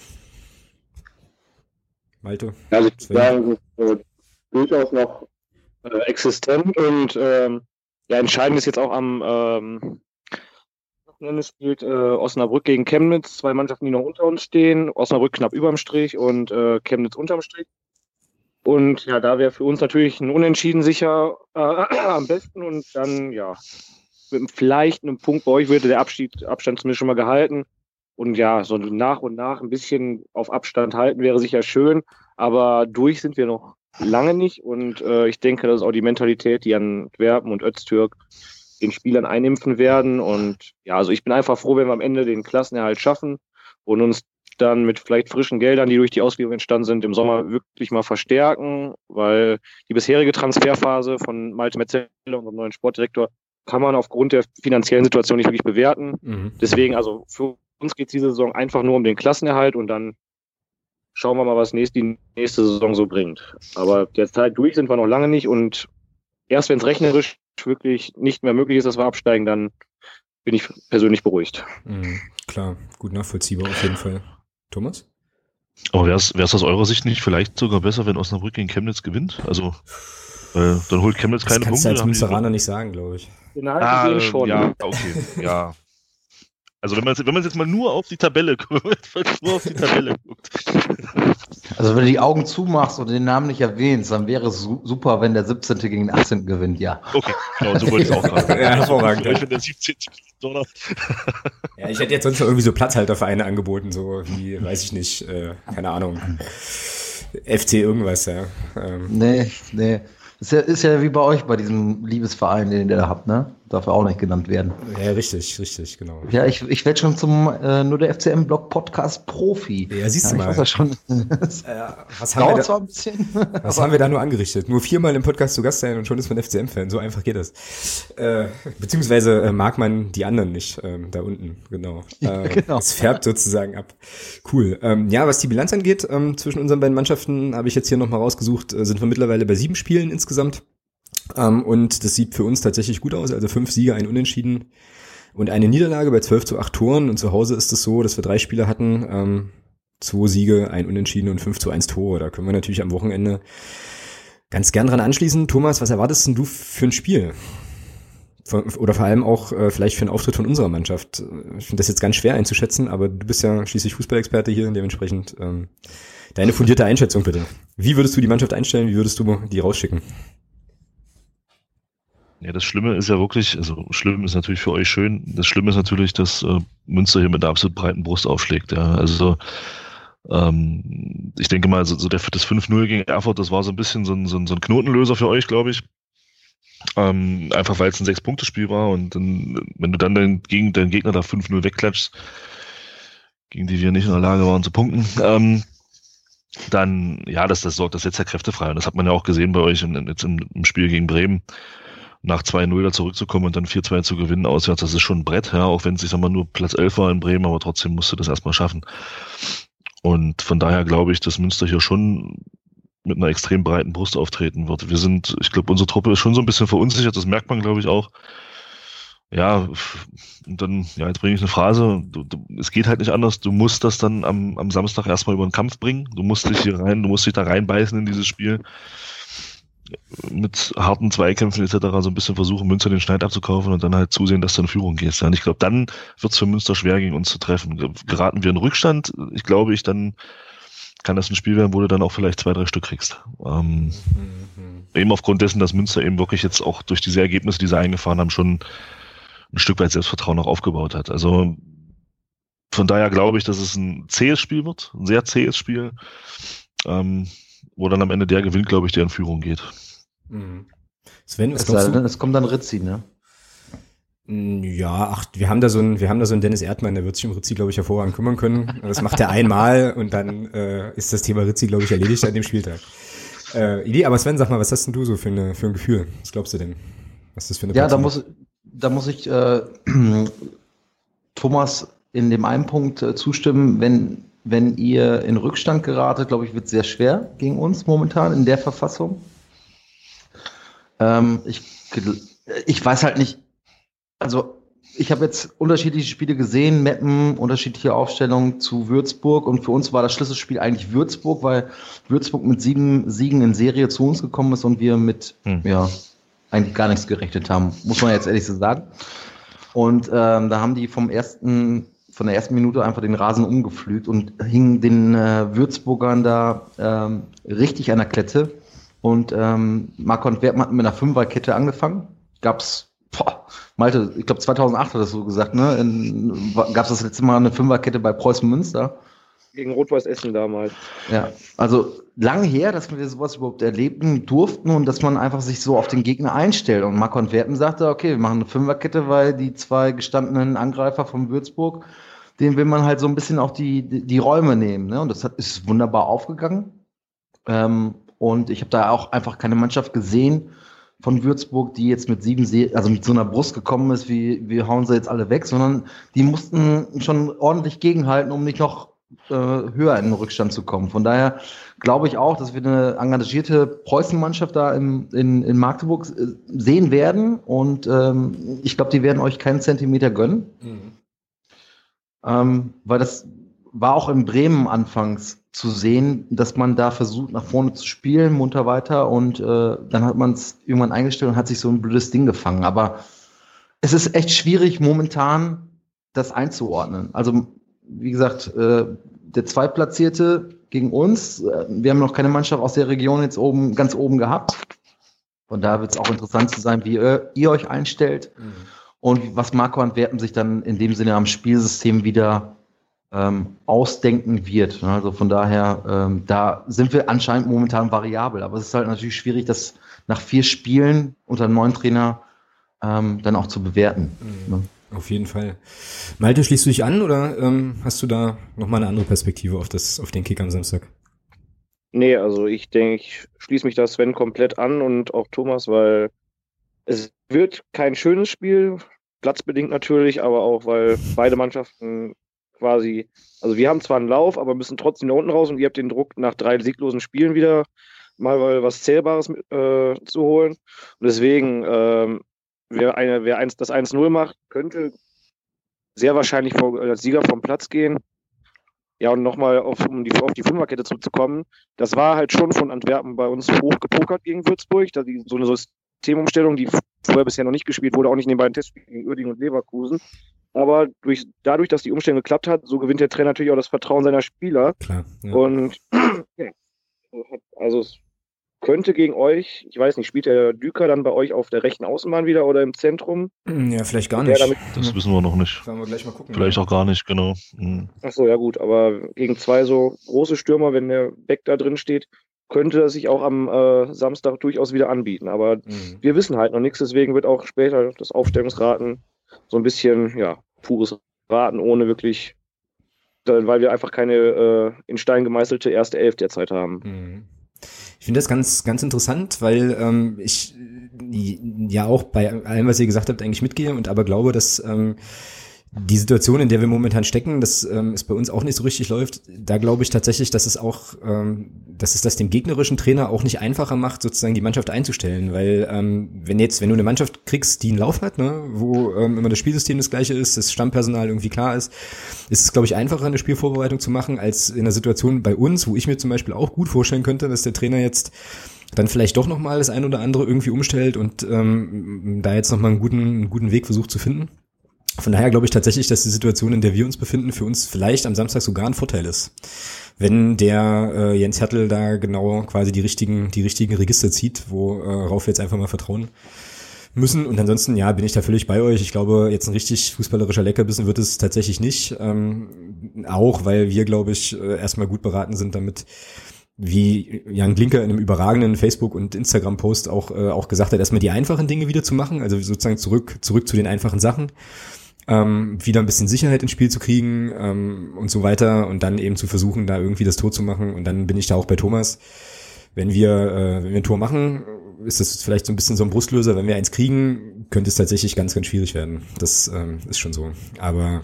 Malte? Ja, also ich würde sagen, durchaus noch äh, existent und ähm, ja, entscheidend ist jetzt auch am ähm, Wochenende spielt äh, Osnabrück gegen Chemnitz, zwei Mannschaften, die noch unter uns stehen, Osnabrück knapp überm Strich und äh, Chemnitz unterm Strich. Und ja, da wäre für uns natürlich ein Unentschieden sicher äh, am besten und dann ja, mit vielleicht einem Punkt bei euch würde der Abschied, Abstand zumindest schon mal gehalten. Und ja, so nach und nach ein bisschen auf Abstand halten wäre sicher schön, aber durch sind wir noch lange nicht und äh, ich denke, das ist auch die Mentalität, die Antwerpen und Öztürk den Spielern einimpfen werden und ja, also ich bin einfach froh, wenn wir am Ende den Klassenerhalt schaffen und uns dann mit vielleicht frischen Geldern, die durch die Ausgliederung entstanden sind, im Sommer wirklich mal verstärken, weil die bisherige Transferphase von Malte Metzeler, unserem neuen Sportdirektor, kann man aufgrund der finanziellen Situation nicht wirklich bewerten. Mhm. Deswegen, also für uns geht es diese Saison einfach nur um den Klassenerhalt und dann schauen wir mal, was nächst, die nächste Saison so bringt. Aber derzeit durch sind wir noch lange nicht und erst wenn es rechnerisch wirklich nicht mehr möglich ist, dass wir absteigen, dann bin ich persönlich beruhigt. Mhm, klar, gut nachvollziehbar auf jeden Fall. Thomas? Aber wäre es aus eurer Sicht nicht vielleicht sogar besser, wenn Osnabrück gegen Chemnitz gewinnt? Also äh, dann holt Chemnitz keine Punkte. Das kannst Punkte, du als Münsteraner nicht sagen, glaube ich. Ah, äh, schon. Ja, okay, ja. Also wenn man wenn man jetzt mal nur auf die Tabelle guckt, nur auf die Tabelle guckt. Also wenn du die Augen zumachst und den Namen nicht erwähnst, dann wäre es su- super, wenn der siebzehnte gegen den achtzehnten gewinnt, ja. Okay, genau, so wollte ich es auch gerade. Ja, hervorragend. Wenn der siebzehnte Ja, ich hätte jetzt sonst noch irgendwie so Platzhaltervereine angeboten, so wie, weiß ich nicht, äh, keine Ahnung, F C irgendwas, ja. Ähm. Nee, nee. Ist ja, ist ja wie bei euch, bei diesem Liebesverein, den ihr da habt, ne? Darf ja auch nicht genannt werden. Ja, richtig, richtig, genau. Ja, ich, ich werde schon zum äh, nur der F C M-Blog-Podcast Profi. Ja, siehst du ja, mal. Ich weiß ja schon. Ja, was haben, wir da, zwar ein bisschen, was haben wir da nur angerichtet? Nur viermal im Podcast zu Gast sein und schon ist man F C M-Fan. So einfach geht das. Äh, beziehungsweise äh, mag man die anderen nicht, ähm, da unten, genau. Äh, genau. Es färbt sozusagen ab. Cool. Ähm, ja, was die Bilanz angeht, ähm, zwischen unseren beiden Mannschaften habe ich jetzt hier nochmal rausgesucht, äh, sind wir mittlerweile bei sieben Spielen insgesamt. Um, und das sieht für uns tatsächlich gut aus, also fünf Siege, ein Unentschieden und eine Niederlage bei zwölf zu acht Toren und zu Hause ist es so, dass wir drei Spiele hatten, ähm, zwei Siege, ein Unentschieden und fünf zu eins Tore. Da können wir natürlich am Wochenende ganz gern dran anschließen. Thomas, was erwartest denn du für ein Spiel? Oder vor allem auch äh, vielleicht für einen Auftritt von unserer Mannschaft? Ich finde das jetzt ganz schwer einzuschätzen, aber du bist ja schließlich Fußballexperte hier, dementsprechend ähm, deine fundierte Einschätzung bitte. Wie würdest du die Mannschaft einstellen, wie würdest du die rausschicken? Ja, das Schlimme ist ja wirklich, also schlimm ist natürlich für euch schön, das Schlimme ist natürlich, dass äh, Münster hier mit einer absolut breiten Brust aufschlägt. Ja. Also ähm, ich denke mal, so, so der, das fünf null gegen Erfurt, das war so ein bisschen so ein, so ein, so ein Knotenlöser für euch, glaube ich. Ähm, einfach weil es ein Sechs-Punkte-Spiel war und dann, wenn du dann deinen, gegen deinen Gegner da fünf null wegklatschst, gegen die wir nicht in der Lage waren zu punkten, ähm, dann, ja, das, das sorgt, das setzt ja Kräfte frei. Und das hat man ja auch gesehen bei euch in, jetzt im, im Spiel gegen Bremen. Nach zwei null da zurückzukommen und dann vier zwei zu gewinnen auswärts, das ist schon ein Brett, ja, auch wenn es, ich sag mal, nur Platz elf war in Bremen, aber trotzdem musst du das erstmal schaffen. Und von daher glaube ich, dass Münster hier schon mit einer extrem breiten Brust auftreten wird. Wir sind, ich glaube, unsere Truppe ist schon so ein bisschen verunsichert, das merkt man, glaube ich, auch. ja, und dann, ja, jetzt bringe ich eine Phrase, du, du, es geht halt nicht anders, du musst das dann am, am Samstag erstmal über den Kampf bringen, du musst dich hier rein, du musst dich da reinbeißen in dieses Spiel, mit harten Zweikämpfen et cetera so ein bisschen versuchen, Münster den Schneid abzukaufen und dann halt zusehen, dass du in Führung gehst. Ja, und ich glaube, dann wird es für Münster schwer, gegen uns zu treffen. Geraten wir in Rückstand, ich glaube, ich dann kann das ein Spiel werden, wo du dann auch vielleicht zwei, drei Stück kriegst. Ähm, mhm. Eben aufgrund dessen, dass Münster eben wirklich jetzt auch durch diese Ergebnisse, die sie eingefahren haben, schon ein Stück weit Selbstvertrauen auch aufgebaut hat. Also von daher glaube ich, dass es ein zähes Spiel wird, ein sehr zähes Spiel, ähm, wo dann am Ende der gewinnt, glaube ich, der in Führung geht. Mhm. Sven, was glaubst du? Es kommt dann Rizzi, ne? Ja, ach, wir haben da so einen, wir haben da so einen Dennis Erdmann, der wird sich um Rizzi, glaube ich, hervorragend kümmern können. Das macht er einmal und dann äh, ist das Thema Rizzi, glaube ich, erledigt an dem Spieltag. Äh, Idee, aber Sven, sag mal, was hast denn du so für, eine, für ein Gefühl? Was glaubst du denn? Was ist das für eine Ja, da muss, da muss ich äh, Thomas in dem einen Punkt äh, zustimmen, wenn, wenn ihr in Rückstand geratet, glaube ich, wird es sehr schwer gegen uns momentan in der Verfassung. Ähm, ich, ich weiß halt nicht, also ich habe jetzt unterschiedliche Spiele gesehen, Meppen, unterschiedliche Aufstellungen zu Würzburg und für uns war das Schlüsselspiel eigentlich Würzburg, weil Würzburg mit sieben Siegen in Serie zu uns gekommen ist und wir mit, hm. ja, eigentlich gar nichts gerechnet haben, muss man jetzt ehrlich so sagen. Und ähm, da haben die vom ersten, von der ersten Minute einfach den Rasen umgepflügt und hingen den äh, Würzburgern da ähm, richtig an der Klette. Und ähm, Marco und Wertmann hatten mit einer Fünferkette angefangen. Gab's, boah, Malte, ich glaube zweitausendacht hat das so gesagt, ne? In, gab's das letzte Mal eine Fünferkette bei Preußen Münster? Gegen Rot-Weiß Essen damals. Ja, also lange her, dass wir sowas überhaupt erleben durften und dass man einfach sich so auf den Gegner einstellt. Und Marco und Wertmann sagte, okay, wir machen eine Fünferkette, weil die zwei gestandenen Angreifer von Würzburg, denen will man halt so ein bisschen auch die, die, die Räume nehmen. Ne? Und das hat, ist wunderbar aufgegangen. Ähm, Und ich habe da auch einfach keine Mannschaft gesehen von Würzburg, die jetzt mit sieben, Se- also mit so einer Brust gekommen ist, wie wir hauen sie jetzt alle weg, sondern die mussten schon ordentlich gegenhalten, um nicht noch äh, höher in den Rückstand zu kommen. Von daher glaube ich auch, dass wir eine engagierte Preußen-Mannschaft da im, in, in Magdeburg äh, sehen werden. Und ähm, ich glaube, die werden euch keinen Zentimeter gönnen. Mhm. Ähm, weil das war auch in Bremen anfangs zu sehen, dass man da versucht, nach vorne zu spielen, munter weiter und äh, dann hat man es irgendwann eingestellt und hat sich so ein blödes Ding gefangen. Aber es ist echt schwierig, momentan das einzuordnen. Also, wie gesagt, äh, der Zweitplatzierte gegen uns, äh, wir haben noch keine Mannschaft aus der Region jetzt oben, ganz oben gehabt. Und da wird es auch interessant zu sein, wie ihr, ihr euch einstellt mhm. und was Marco Antwerpen sich dann in dem Sinne am Spielsystem wieder Ähm, ausdenken wird. Also von daher, ähm, da sind wir anscheinend momentan variabel. Aber es ist halt natürlich schwierig, das nach vier Spielen unter einem neuen Trainer ähm, dann auch zu bewerten. Mhm. Ne? Auf jeden Fall. Malte, schließt du dich an oder ähm, hast du da nochmal eine andere Perspektive auf, das, auf den Kick am Samstag? Nee, also ich denke, ich schließe mich da Sven komplett an und auch Thomas, weil es wird kein schönes Spiel, platzbedingt natürlich, aber auch, weil beide Mannschaften quasi, also wir haben zwar einen Lauf, aber müssen trotzdem da unten raus und ihr habt den Druck, nach drei sieglosen Spielen wieder mal was Zählbares äh, zu holen. Und deswegen, ähm, wer, eine, wer eins, das eins null macht, könnte sehr wahrscheinlich vor, als Sieger vom Platz gehen. Ja, und nochmal auf, um die, auf die Fünferkette zurückzukommen, das war halt schon von Antwerpen bei uns hoch gepokert gegen Würzburg. Da die, so eine Systemumstellung, die vorher bisher noch nicht gespielt wurde, auch nicht in den beiden Testspielen gegen Uerdingen und Leverkusen. Aber durch, dadurch, dass die Umstellung geklappt hat, so gewinnt der Trainer natürlich auch das Vertrauen seiner Spieler. Klar, ja. Und ja, also es könnte gegen euch, ich weiß nicht, spielt der Düker dann bei euch auf der rechten Außenbahn wieder oder im Zentrum? Ja, vielleicht gar nicht. Damit, das wissen wir noch nicht. Werden wir gleich mal gucken. Vielleicht ja. auch gar nicht, genau. Mhm. Achso, ja gut, aber gegen zwei so große Stürmer, wenn der Beck da drin steht, könnte das sich auch am äh, Samstag durchaus wieder anbieten. Aber mhm. wir wissen halt noch nichts, deswegen wird auch später das Aufstellungsraten so ein bisschen, ja, pures Raten, ohne wirklich, weil wir einfach keine äh, in Stein gemeißelte erste Elf derzeit haben. Ich finde das ganz, ganz interessant, weil ähm, ich ja auch bei allem, was ihr gesagt habt, eigentlich mitgehe und aber glaube, dass ähm, die Situation, in der wir momentan stecken, dass ähm, es bei uns auch nicht so richtig läuft, da glaube ich tatsächlich, dass es auch ähm, dass es das dem gegnerischen Trainer auch nicht einfacher macht, sozusagen die Mannschaft einzustellen, weil ähm, wenn jetzt, wenn du eine Mannschaft kriegst, die einen Lauf hat, ne, wo ähm, immer das Spielsystem das gleiche ist, das Stammpersonal irgendwie klar ist, ist es, glaube ich, einfacher, eine Spielvorbereitung zu machen, als in einer Situation bei uns, wo ich mir zum Beispiel auch gut vorstellen könnte, dass der Trainer jetzt dann vielleicht doch nochmal das ein oder andere irgendwie umstellt und ähm, da jetzt nochmal einen guten, einen guten Weg versucht zu finden. Von daher glaube ich tatsächlich, dass die Situation, in der wir uns befinden, für uns vielleicht am Samstag sogar ein Vorteil ist. Wenn der äh, Jens Hertel da genau quasi die richtigen die richtigen Register zieht, worauf wir jetzt einfach mal vertrauen müssen. Und ansonsten, ja, bin ich da völlig bei euch. Ich glaube, jetzt ein richtig fußballerischer Leckerbissen wird es tatsächlich nicht. Ähm, auch, weil wir, glaube ich, äh, erstmal gut beraten sind damit, wie Jan Glinker in einem überragenden Facebook- und Instagram-Post auch äh, auch gesagt hat, erstmal die einfachen Dinge wieder zu machen, also sozusagen zurück zurück zu den einfachen Sachen, ähm, wieder ein bisschen Sicherheit ins Spiel zu kriegen ähm, und so weiter und dann eben zu versuchen, da irgendwie das Tor zu machen. Und dann bin ich da auch bei Thomas. Wenn wir äh, wenn wir ein Tor machen, ist das vielleicht so ein bisschen so ein Brustlöser. Wenn wir eins kriegen, könnte es tatsächlich ganz, ganz schwierig werden. Das ähm, ist schon so. Aber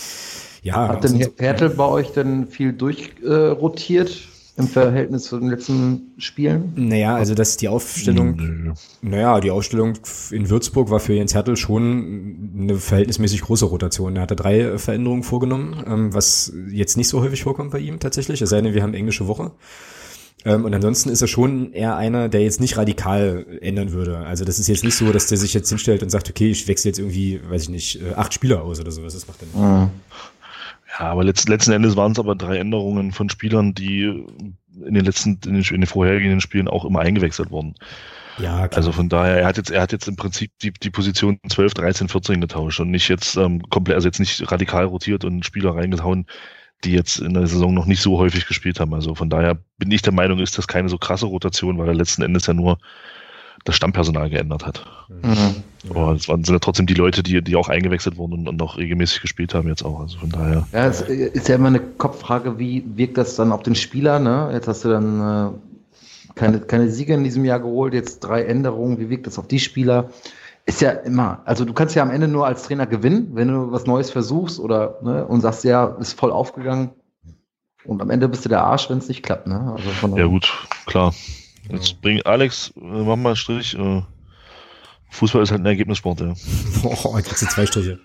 ja. Hat denn Hertel bei euch denn viel durchrotiert? Äh, Im Verhältnis zu den letzten Spielen? Naja, also das die Aufstellung, Nö. naja, die Aufstellung in Würzburg war für Jens Hertel schon eine verhältnismäßig große Rotation. Er hatte drei Veränderungen vorgenommen, ähm, was jetzt nicht so häufig vorkommt bei ihm tatsächlich, es sei denn, wir haben englische Woche. Ähm, und ansonsten ist er schon eher einer, der jetzt nicht radikal ändern würde. Also das ist jetzt nicht so, dass der sich jetzt hinstellt und sagt, okay, ich wechsle jetzt irgendwie, weiß ich nicht, acht Spieler aus oder sowas. Das macht er nicht. Mhm. Ja, aber letzt, letzten Endes waren es aber drei Änderungen von Spielern, die in den letzten, in den, in den vorhergehenden Spielen auch immer eingewechselt wurden. Ja, klar. Also von daher, er hat jetzt, er hat jetzt im Prinzip die, die Position zwölf, dreizehn, vierzehn getauscht und nicht jetzt ähm, komplett, also jetzt nicht radikal rotiert und Spieler reingehauen, die jetzt in der Saison noch nicht so häufig gespielt haben. Also von daher bin ich der Meinung, ist das keine so krasse Rotation, weil er letzten Endes ja nur das Stammpersonal geändert hat. Mhm. Aber es waren, sind ja trotzdem die Leute, die, die auch eingewechselt wurden und, und noch regelmäßig gespielt haben jetzt auch. Also von daher. Ja, es ist ja immer eine Kopffrage, wie wirkt das dann auf den Spieler, ne? Jetzt hast du dann äh, keine, keine Siege in diesem Jahr geholt, jetzt drei Änderungen, wie wirkt das auf die Spieler? Ist ja immer, also du kannst ja am Ende nur als Trainer gewinnen, wenn du was Neues versuchst oder ne, und sagst, ja, ist voll aufgegangen und am Ende bist du der Arsch, wenn es nicht klappt, ne? Also von Ja gut, klar. Jetzt bring Alex, äh, mach mal einen Strich. Äh, Fußball ist halt ein Ergebnissport, ja. Boah, jetzt sind zwei Striche.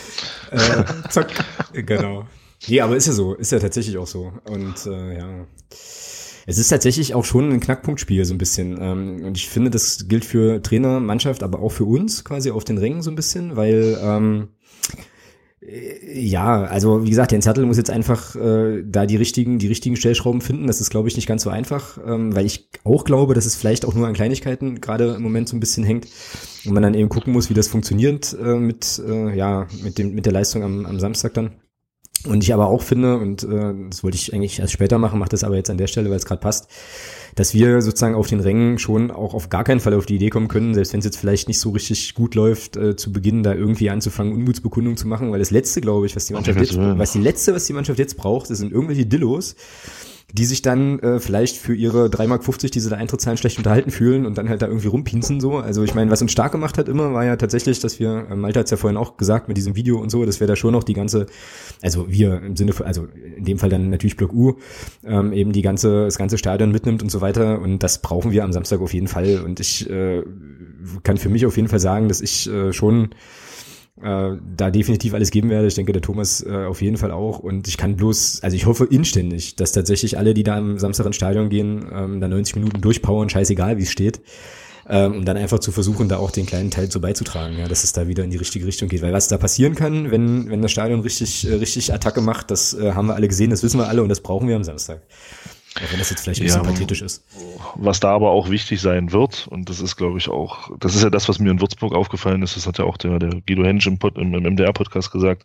äh, zack. Genau. Nee, aber ist ja so, ist ja tatsächlich auch so. Und äh, ja. Es ist tatsächlich auch schon ein Knackpunktspiel, so ein bisschen. Ähm, und ich finde, das gilt für Trainer, Mannschaft, aber auch für uns quasi auf den Rängen so ein bisschen, weil ähm, ja, also wie gesagt, Jens Hertel muss jetzt einfach äh, da die richtigen, die richtigen Stellschrauben finden. Das ist, glaube ich, nicht ganz so einfach, ähm, weil ich auch glaube, dass es vielleicht auch nur an Kleinigkeiten gerade im Moment so ein bisschen hängt und man dann eben gucken muss, wie das funktioniert äh, mit äh, ja mit dem mit der Leistung am, am Samstag dann. Und ich aber auch finde, und äh, das wollte ich eigentlich erst später machen, mache das aber jetzt an der Stelle, weil es gerade passt, dass wir sozusagen auf den Rängen schon auch auf gar keinen Fall auf die Idee kommen können, selbst wenn es jetzt vielleicht nicht so richtig gut läuft, äh, zu Beginn da irgendwie anzufangen, Unmutsbekundungen zu machen, weil das Letzte, glaube ich, was die Mannschaft jetzt, was die Letzte, was die Mannschaft jetzt braucht, das sind irgendwelche Dillos, die sich dann äh, vielleicht für ihre drei Mark fünfzig, die sie da Eintritt zahlen, schlecht unterhalten fühlen und dann halt da irgendwie rumpinsen so. Also ich meine, was uns stark gemacht hat immer, war ja tatsächlich, dass wir, äh, Malte hat's ja vorhin auch gesagt mit diesem Video und so, dass wir da schon noch die ganze, also wir im Sinne von, also in dem Fall dann natürlich Block U, ähm, eben die ganze, das ganze Stadion mitnimmt und so weiter und das brauchen wir am Samstag auf jeden Fall und ich äh, kann für mich auf jeden Fall sagen, dass ich äh, schon äh, da definitiv alles geben werde. Ich denke, der Thomas äh, auf jeden Fall auch. Und ich kann bloß, also ich hoffe inständig, dass tatsächlich alle, die da am Samstag ins Stadion gehen, ähm, da neunzig Minuten durchpowern, scheißegal, wie es steht. Ähm, um dann einfach zu versuchen, da auch den kleinen Teil so beizutragen, ja, dass es da wieder in die richtige Richtung geht. Weil was da passieren kann, wenn wenn das Stadion richtig äh, richtig Attacke macht, das äh, haben wir alle gesehen, das wissen wir alle und das brauchen wir am Samstag. Auch wenn das jetzt vielleicht ein bisschen ja, pathetisch ist. Was da aber auch wichtig sein wird, und das ist, glaube ich, auch, das ist ja das, was mir in Würzburg aufgefallen ist, das hat ja auch der, der Guido Hensch im, Pod, im, im M D R-Podcast gesagt,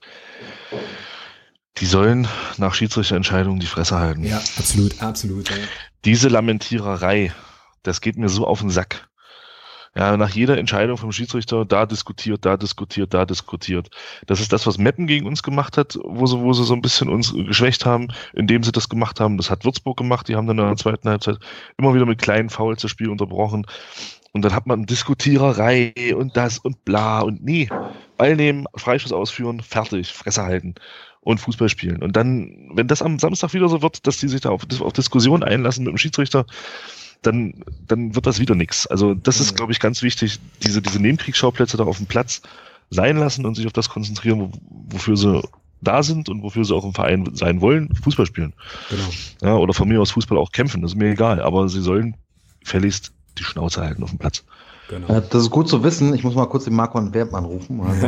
die sollen nach Schiedsrichterentscheidungen die Fresse halten. Ja, absolut, absolut. Ja. Diese Lamentiererei, das geht mir so auf den Sack. Ja, nach jeder Entscheidung vom Schiedsrichter, da diskutiert, da diskutiert, da diskutiert. Das ist das, was Meppen gegen uns gemacht hat, wo sie, wo sie so ein bisschen uns geschwächt haben, indem sie das gemacht haben. Das hat Würzburg gemacht, die haben dann in der zweiten Halbzeit immer wieder mit kleinen Fouls das Spiel unterbrochen. Und dann hat man Diskutiererei und das und bla und nie. Ball nehmen, Freischuss ausführen, fertig, Fresse halten. und Fußball spielen. Und dann, wenn das am Samstag wieder so wird, dass die sich da auf, auf Diskussionen einlassen mit dem Schiedsrichter, dann, dann wird das wieder nichts. Also das ist, glaube ich, ganz wichtig, diese, diese Nebenkriegsschauplätze da auf dem Platz sein lassen und sich auf das konzentrieren, wo, wofür sie da sind und wofür sie auch im Verein sein wollen, Fußball spielen. Genau. Ja, oder von mir aus Fußball auch kämpfen, das ist mir egal, aber sie sollen gefälligst die Schnauze halten auf dem Platz. Genau. Ja, das ist gut zu wissen. Ich muss mal kurz den Marco van Werpen anrufen. Also.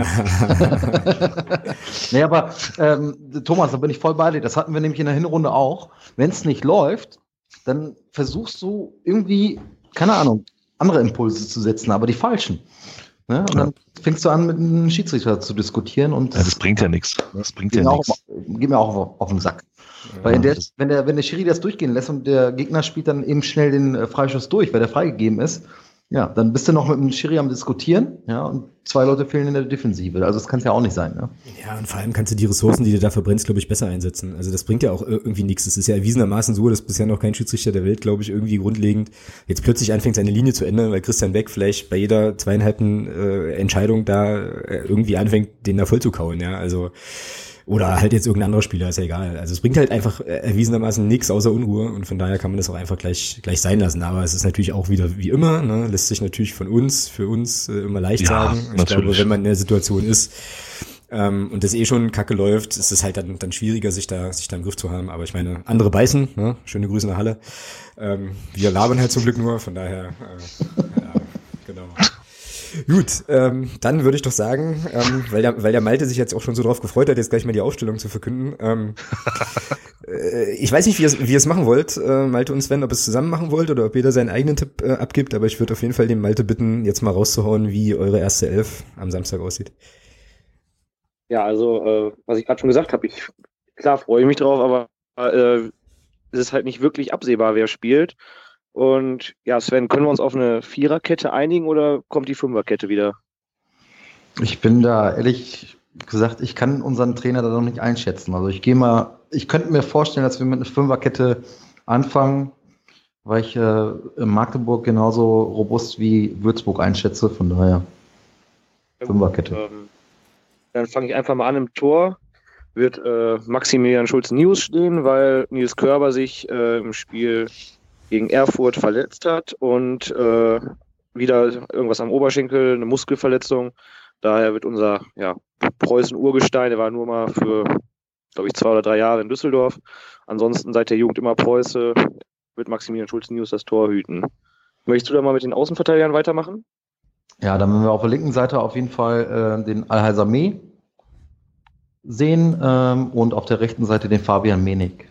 nee, aber ähm, Thomas, da bin ich voll bei dir. Das hatten wir nämlich in der Hinrunde auch. Wenn es nicht läuft, dann versuchst du irgendwie, keine Ahnung, andere Impulse zu setzen, aber die falschen. Ne? Und dann fängst du an, mit einem Schiedsrichter zu diskutieren. Und ja, das bringt ja nichts. Das bringt ja nichts. Geht mir auch auf, auf den Sack. Ja, weil der, wenn, der, wenn der Schiri das durchgehen lässt und der Gegner spielt dann eben schnell den äh, Freischuss durch, weil der freigegeben ist, ja, dann bist du noch mit dem Schiri am Diskutieren, ja, und zwei Leute fehlen in der Defensive. Also das kann es ja auch nicht sein, ne? Ja, und vor allem kannst du die Ressourcen, die du da verbrennst, glaube ich, besser einsetzen. Also das bringt ja auch irgendwie nichts. Es ist ja erwiesenermaßen so, dass bisher noch kein Schiedsrichter der Welt, glaube ich, irgendwie grundlegend jetzt plötzlich anfängt, seine Linie zu ändern, weil Christian Beck vielleicht bei jeder zweieinhalbten äh, Entscheidung da äh, irgendwie anfängt, den da voll zu kauen, ja, also oder halt jetzt irgendein anderer Spieler, ist ja egal. Also es bringt halt einfach erwiesenermaßen nichts außer Unruhe und von daher kann man das auch einfach gleich gleich sein lassen. Aber es ist natürlich auch wieder wie immer, ne, lässt sich natürlich von uns, für uns äh, immer leicht ja, sagen. Ich glaube, wenn man in der Situation ist ähm, und das eh schon kacke läuft, ist es halt dann, dann schwieriger, sich da sich da im Griff zu haben. Aber ich meine, andere beißen, ne? Schöne Grüße nach Halle. Ähm, wir labern halt zum Glück nur, von daher, äh, ja, genau. Gut, ähm, dann würde ich doch sagen, ähm, weil, der, weil der Malte sich jetzt auch schon so drauf gefreut hat, jetzt gleich mal die Aufstellung zu verkünden. Ähm, äh, ich weiß nicht, wie ihr wie ihr es machen wollt, äh, Malte und Sven, ob ihr es zusammen machen wollt oder ob jeder seinen eigenen Tipp äh, abgibt, aber ich würde auf jeden Fall den Malte bitten, jetzt mal rauszuhauen, wie eure erste Elf am Samstag aussieht. Ja, also, äh, was ich gerade schon gesagt habe, ich klar freue ich mich drauf, aber äh, es ist halt nicht wirklich absehbar, wer spielt. Und ja, Sven, können wir uns auf eine Viererkette einigen oder kommt die Fünferkette wieder? Ich bin da ehrlich gesagt, ich kann unseren Trainer da noch nicht einschätzen. Also ich gehe mal, ich könnte mir vorstellen, dass wir mit einer Fünferkette anfangen, weil ich äh, in Magdeburg genauso robust wie Würzburg einschätze. Von daher Fünferkette. Ähm, dann fange ich einfach mal an im Tor. Wird äh, Maximilian Schulz-Nius stehen, weil Nils Körber sich äh, im Spiel gegen Erfurt verletzt hat und äh, wieder irgendwas am Oberschenkel, eine Muskelverletzung. Daher wird unser ja, Preußen-Urgestein, der war nur mal für, glaube ich, zwei oder drei Jahre in Düsseldorf. Ansonsten seit der Jugend immer Preuße, wird Maximilian Schulz-Nius das Tor hüten. Möchtest du da mal mit den Außenverteidigern weitermachen? Ja, dann werden wir auf der linken Seite auf jeden Fall äh, den Al-Hazameh sehen ähm, und auf der rechten Seite den Fabian Menig.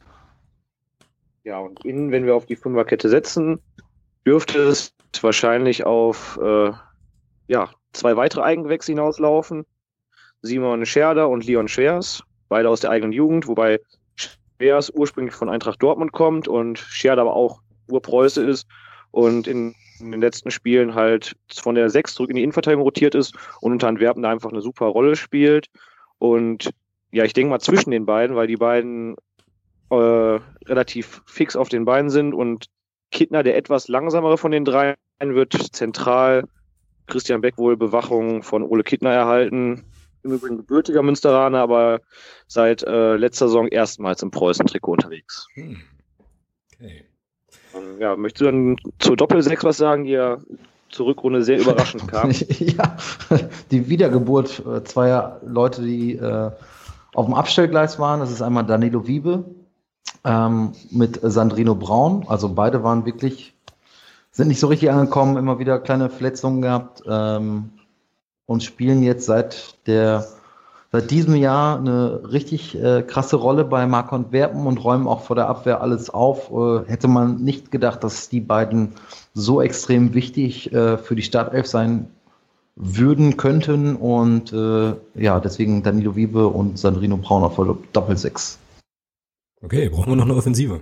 Ja, und innen, wenn wir auf die Fünferkette setzen, dürfte es wahrscheinlich auf äh, ja, zwei weitere Eigengewächse hinauslaufen. Simon Scherder und Leon Schwers, beide aus der eigenen Jugend, wobei Schwers ursprünglich von Eintracht Dortmund kommt und Scherder aber auch Urpreuße ist und in, in den letzten Spielen halt von der sechs zurück in die Innenverteidigung rotiert ist und unter Antwerpen da einfach eine super Rolle spielt. Und ja, ich denke mal zwischen den beiden, weil die beiden Äh, relativ fix auf den Beinen sind und Kittner, der etwas langsamere von den dreien, wird zentral Christian Beck wohl Bewachung von Ole Kittner erhalten. Im Übrigen gebürtiger Münsteraner, aber seit äh, letzter Saison erstmals im Preußen-Trikot unterwegs. Hm. Okay. Und, ja, möchtest du dann zur Doppel-Sechs was sagen, die ja zur Rückrunde sehr überraschend kam? Ja, die Wiedergeburt äh, zweier Leute, die äh, auf dem Abstellgleis waren. Das ist einmal Danilo Wiebe ähm, mit Sandrino Braun. Also beide waren wirklich, sind nicht so richtig angekommen, immer wieder kleine Verletzungen gehabt ähm, und spielen jetzt seit der seit diesem Jahr eine richtig äh, krasse Rolle bei Marco Antwerpen und räumen auch vor der Abwehr alles auf. Äh, hätte man nicht gedacht, dass die beiden so extrem wichtig äh, für die Startelf sein würden, könnten und äh, ja, deswegen Danilo Wiebe und Sandrino Braun auf Doppel-Sechs. Okay, brauchen wir noch eine Offensive?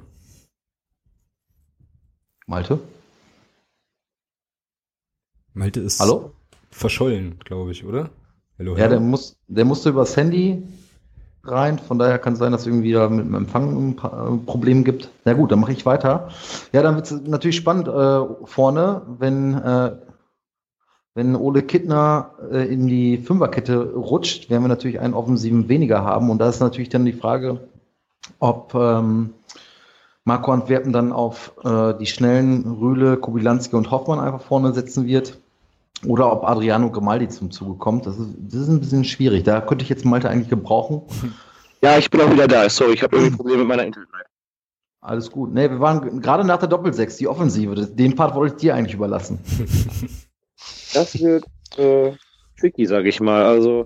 Malte? Malte ist Hallo? verschollen, glaube ich, oder? Hallo, ja, der, muss, der musste übers Handy rein, von daher kann es sein, dass irgendwie da mit dem Empfang ein paar Probleme gibt. Na gut, dann mache ich weiter. Ja, dann wird es natürlich spannend äh, vorne, wenn äh, wenn Ole Kittner äh, in die Fünferkette rutscht, werden wir natürlich einen Offensiven weniger haben. Und da ist natürlich dann die Frage, ob ähm, Marco Antwerpen dann auf äh, die schnellen Rühle, Kubilanski und Hoffmann einfach vorne setzen wird. Oder ob Adriano Grimaldi zum Zuge kommt. Das ist, das ist ein bisschen schwierig. Da könnte ich jetzt Malte eigentlich gebrauchen. Ja, ich bin auch wieder da. Sorry, ich habe irgendwie Probleme mit meiner Internetleitung. Alles gut. Nee, wir waren gerade nach der Doppelsechs, die Offensive. Den Part wollte ich dir eigentlich überlassen. Das wird äh, tricky, sage ich mal. Also,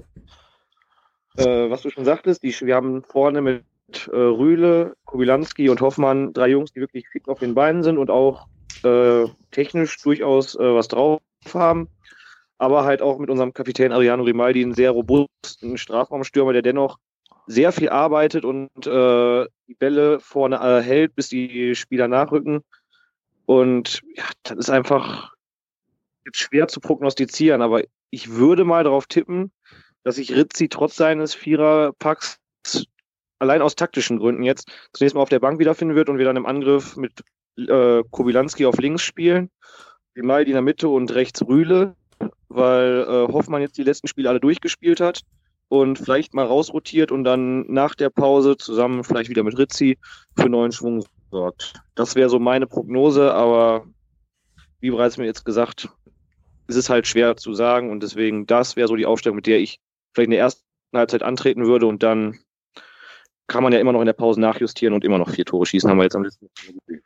äh, was du schon sagtest, die, wir haben vorne mit äh, Rühle, Kubilanski und Hoffmann drei Jungs, die wirklich fit auf den Beinen sind und auch äh, technisch durchaus äh, was drauf haben. Aber halt auch mit unserem Kapitän Adriano Grimaldi einen sehr robusten Strafraumstürmer, der dennoch sehr viel arbeitet und äh, die Bälle vorne äh, hält, bis die Spieler nachrücken. Und ja, das ist einfach jetzt schwer zu prognostizieren, aber ich würde mal darauf tippen, dass sich Rizzi trotz seines Viererpacks allein aus taktischen Gründen jetzt zunächst mal auf der Bank wiederfinden wird und wir dann im Angriff mit äh, Kubilanski auf links spielen, Grimaldi in der Mitte und rechts Rühle, weil äh, Hoffmann jetzt die letzten Spiele alle durchgespielt hat und vielleicht mal rausrotiert und dann nach der Pause zusammen vielleicht wieder mit Rizzi für neuen Schwung sorgt. Das wäre so meine Prognose, aber wie bereits mir jetzt gesagt, ist es halt schwer zu sagen und deswegen, das wäre so die Aufstellung, mit der ich vielleicht in der ersten Halbzeit antreten würde und dann kann man ja immer noch in der Pause nachjustieren und immer noch vier Tore schießen, haben wir jetzt am letzten Mal gesehen.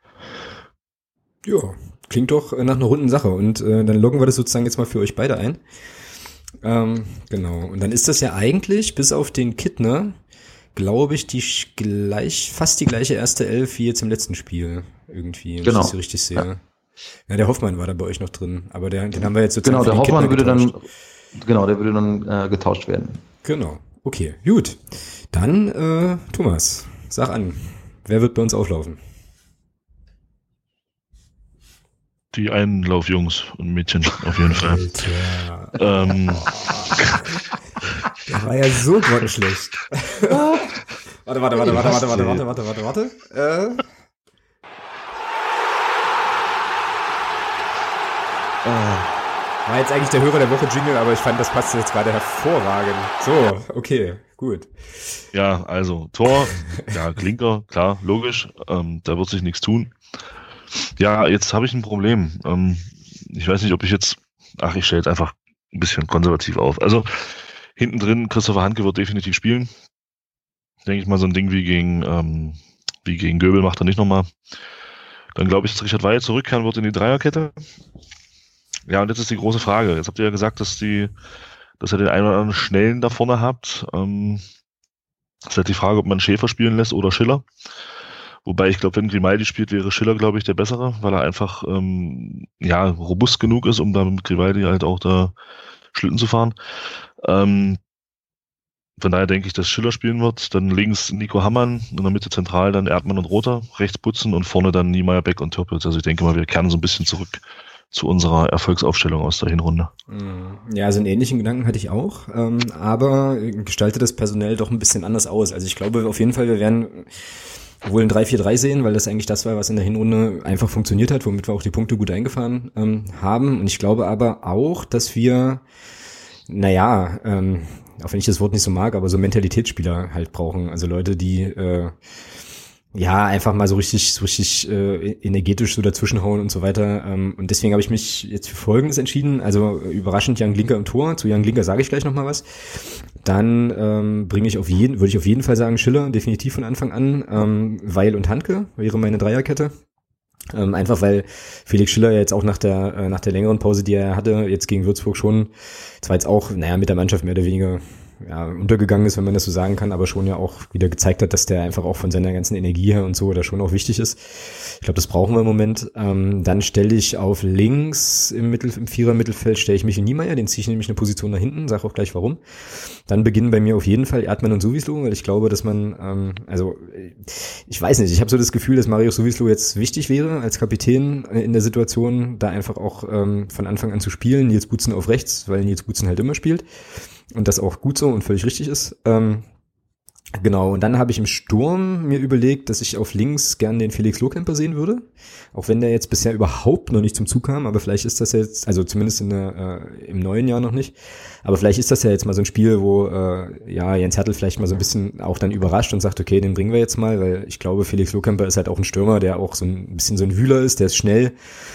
Ja, klingt doch nach einer runden Sache und äh, dann loggen wir das sozusagen jetzt mal für euch beide ein. Ähm, genau, und dann ist das ja eigentlich, bis auf den Kittner, glaube ich, die gleich, fast die gleiche erste Elf wie jetzt im letzten Spiel irgendwie, wenn genau. ich das so richtig sehe. Ja. Ja, der Hoffmann war da bei euch noch drin, aber der, den haben wir jetzt sozusagen Genau, der für den Hoffmann Kittner würde getauscht. dann, genau, der würde dann äh, getauscht werden. Genau, okay, gut. Dann, äh, Thomas, sag an, wer wird bei uns auflaufen? Die Einlaufjungs und Mädchen auf jeden Fall. Alter. ähm, Der war ja so grottenschlecht. warte, warte, warte, warte, warte, warte, warte, warte, warte, warte. Äh. Oh. War jetzt eigentlich der Hörer der Woche Jingle, aber ich fand, das passte jetzt gerade hervorragend. So, okay, gut. Ja, also Tor, ja, Klinker, klar, logisch, ähm, da wird sich nichts tun. Ja, jetzt habe ich ein Problem. Ähm, ich weiß nicht, ob ich jetzt, ach, ich stelle jetzt einfach ein bisschen konservativ auf. Also hinten drin, Christopher Handke wird definitiv spielen. Denke ich mal, so ein Ding wie gegen, ähm, wie gegen Göbel macht er nicht nochmal. Dann glaube ich, dass Richard Weil zurückkehren wird in die Dreierkette. Ja, und jetzt ist die große Frage. Jetzt habt ihr ja gesagt, dass die, dass ihr den einen oder anderen Schnellen da vorne habt. Ähm, ist halt die Frage, ob man Schäfer spielen lässt oder Schiller. Wobei ich glaube, wenn Grimaldi spielt, wäre Schiller, glaube ich, der Bessere, weil er einfach ähm, ja robust genug ist, um da mit Grimaldi halt auch da Schlitten zu fahren. Ähm, von daher denke ich, dass Schiller spielen wird. Dann links Nico Hammann, in der Mitte zentral dann Erdmann und Rother, rechts Putzen und vorne dann Niemeyer, Beck und Türpitz. Also ich denke mal, wir kehren so ein bisschen zurück zu unserer Erfolgsaufstellung aus der Hinrunde. Ja, also einen ähnlichen Gedanken hatte ich auch, ähm, aber gestaltet das personell doch ein bisschen anders aus. Also ich glaube auf jeden Fall, wir werden wohl ein drei vier drei sehen, weil das eigentlich das war, was in der Hinrunde einfach funktioniert hat, womit wir auch die Punkte gut eingefahren ähm, haben. Und ich glaube aber auch, dass wir, naja, ähm, auch wenn ich das Wort nicht so mag, aber so Mentalitätsspieler halt brauchen. Also Leute, die äh, ja einfach mal so richtig, so richtig äh, energetisch so dazwischenhauen und so weiter. Ähm, und deswegen habe ich mich jetzt für Folgendes entschieden. Also überraschend Jan Glinker im Tor. Zu Jan Glinker sage ich gleich nochmal was. Dann ähm, bringe ich auf jeden, würde ich auf jeden Fall sagen, Schiller definitiv von Anfang an. Ähm, Weil und Handke wäre meine Dreierkette. Ähm, einfach weil Felix Schiller jetzt auch nach der äh, nach der längeren Pause, die er hatte, jetzt gegen Würzburg schon, zwar jetzt auch, naja, mit der Mannschaft mehr oder weniger ja, untergegangen ist, wenn man das so sagen kann, aber schon ja auch wieder gezeigt hat, dass der einfach auch von seiner ganzen Energie her und so da schon auch wichtig ist. Ich glaube, das brauchen wir im Moment. Ähm, dann stelle ich auf links im Mittel, im Vierer-Mittelfeld stelle ich Michel Niemeyer, den ziehe ich nämlich eine Position nach hinten, sage auch gleich warum. Dann beginnen bei mir auf jeden Fall Erdmann und Suvislo, weil ich glaube, dass man, ähm, also ich weiß nicht, ich habe so das Gefühl, dass Marius Suvislo jetzt wichtig wäre als Kapitän in der Situation, da einfach auch ähm, von Anfang an zu spielen, Nils Butzen auf rechts, weil Nils Butzen halt immer spielt. Und das auch gut so und völlig richtig ist. Ähm, Genau, und dann habe ich im Sturm mir überlegt, dass ich auf links gern den Felix Lohkemper sehen würde, auch wenn der jetzt bisher überhaupt noch nicht zum Zug kam, aber vielleicht ist das jetzt, also zumindest in der, äh, im neuen Jahr noch nicht, aber vielleicht ist das ja jetzt mal so ein Spiel, wo äh, ja Jens Hertel vielleicht mal so ein bisschen auch dann überrascht und sagt, okay, den bringen wir jetzt mal, weil ich glaube, Felix Lohkemper ist halt auch ein Stürmer, der auch so ein bisschen so ein Wühler ist, der ist schnell,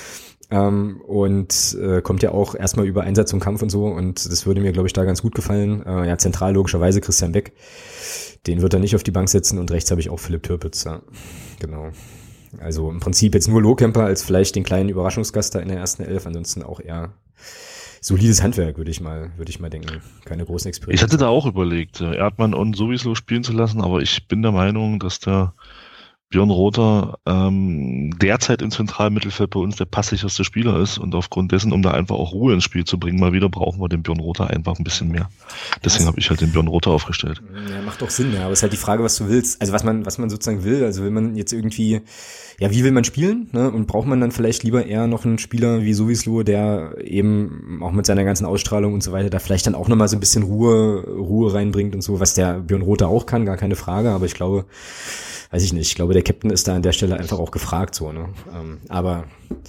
Ähm, und äh, kommt ja auch erstmal über Einsatz und Kampf und so, und das würde mir, glaube ich, da ganz gut gefallen. Äh, ja, zentral logischerweise Christian Beck, den wird er nicht auf die Bank setzen, und rechts habe ich auch Philipp Türpitz, ja. Genau. Also im Prinzip jetzt nur Lohkemper als vielleicht den kleinen Überraschungsgast da in der ersten Elf, ansonsten auch eher solides Handwerk, würde ich mal, würde ich mal denken. Keine großen Experimente. Ich hatte da auch überlegt, Erdmann und sowieso spielen zu lassen, aber ich bin der Meinung, dass der Björn Rother ähm, derzeit im Zentralmittelfeld bei uns der passsicherste Spieler ist, und aufgrund dessen, um da einfach auch Ruhe ins Spiel zu bringen, mal wieder brauchen wir den Björn Rother einfach ein bisschen mehr. Deswegen ja, habe ich halt den Björn Rother aufgestellt. Ja, macht doch Sinn, ja, aber es ist halt die Frage, was du willst, also was man, was man sozusagen will, also will man jetzt irgendwie, ja, wie will man spielen, ne? Und braucht man dann vielleicht lieber eher noch einen Spieler wie Sowieso, der eben auch mit seiner ganzen Ausstrahlung und so weiter da vielleicht dann auch nochmal so ein bisschen Ruhe, Ruhe reinbringt und so, was der Björn Rother auch kann, gar keine Frage, aber ich glaube, weiß ich nicht, ich glaube, der Captain ist da an der Stelle einfach auch gefragt, so, ne, ähm, aber,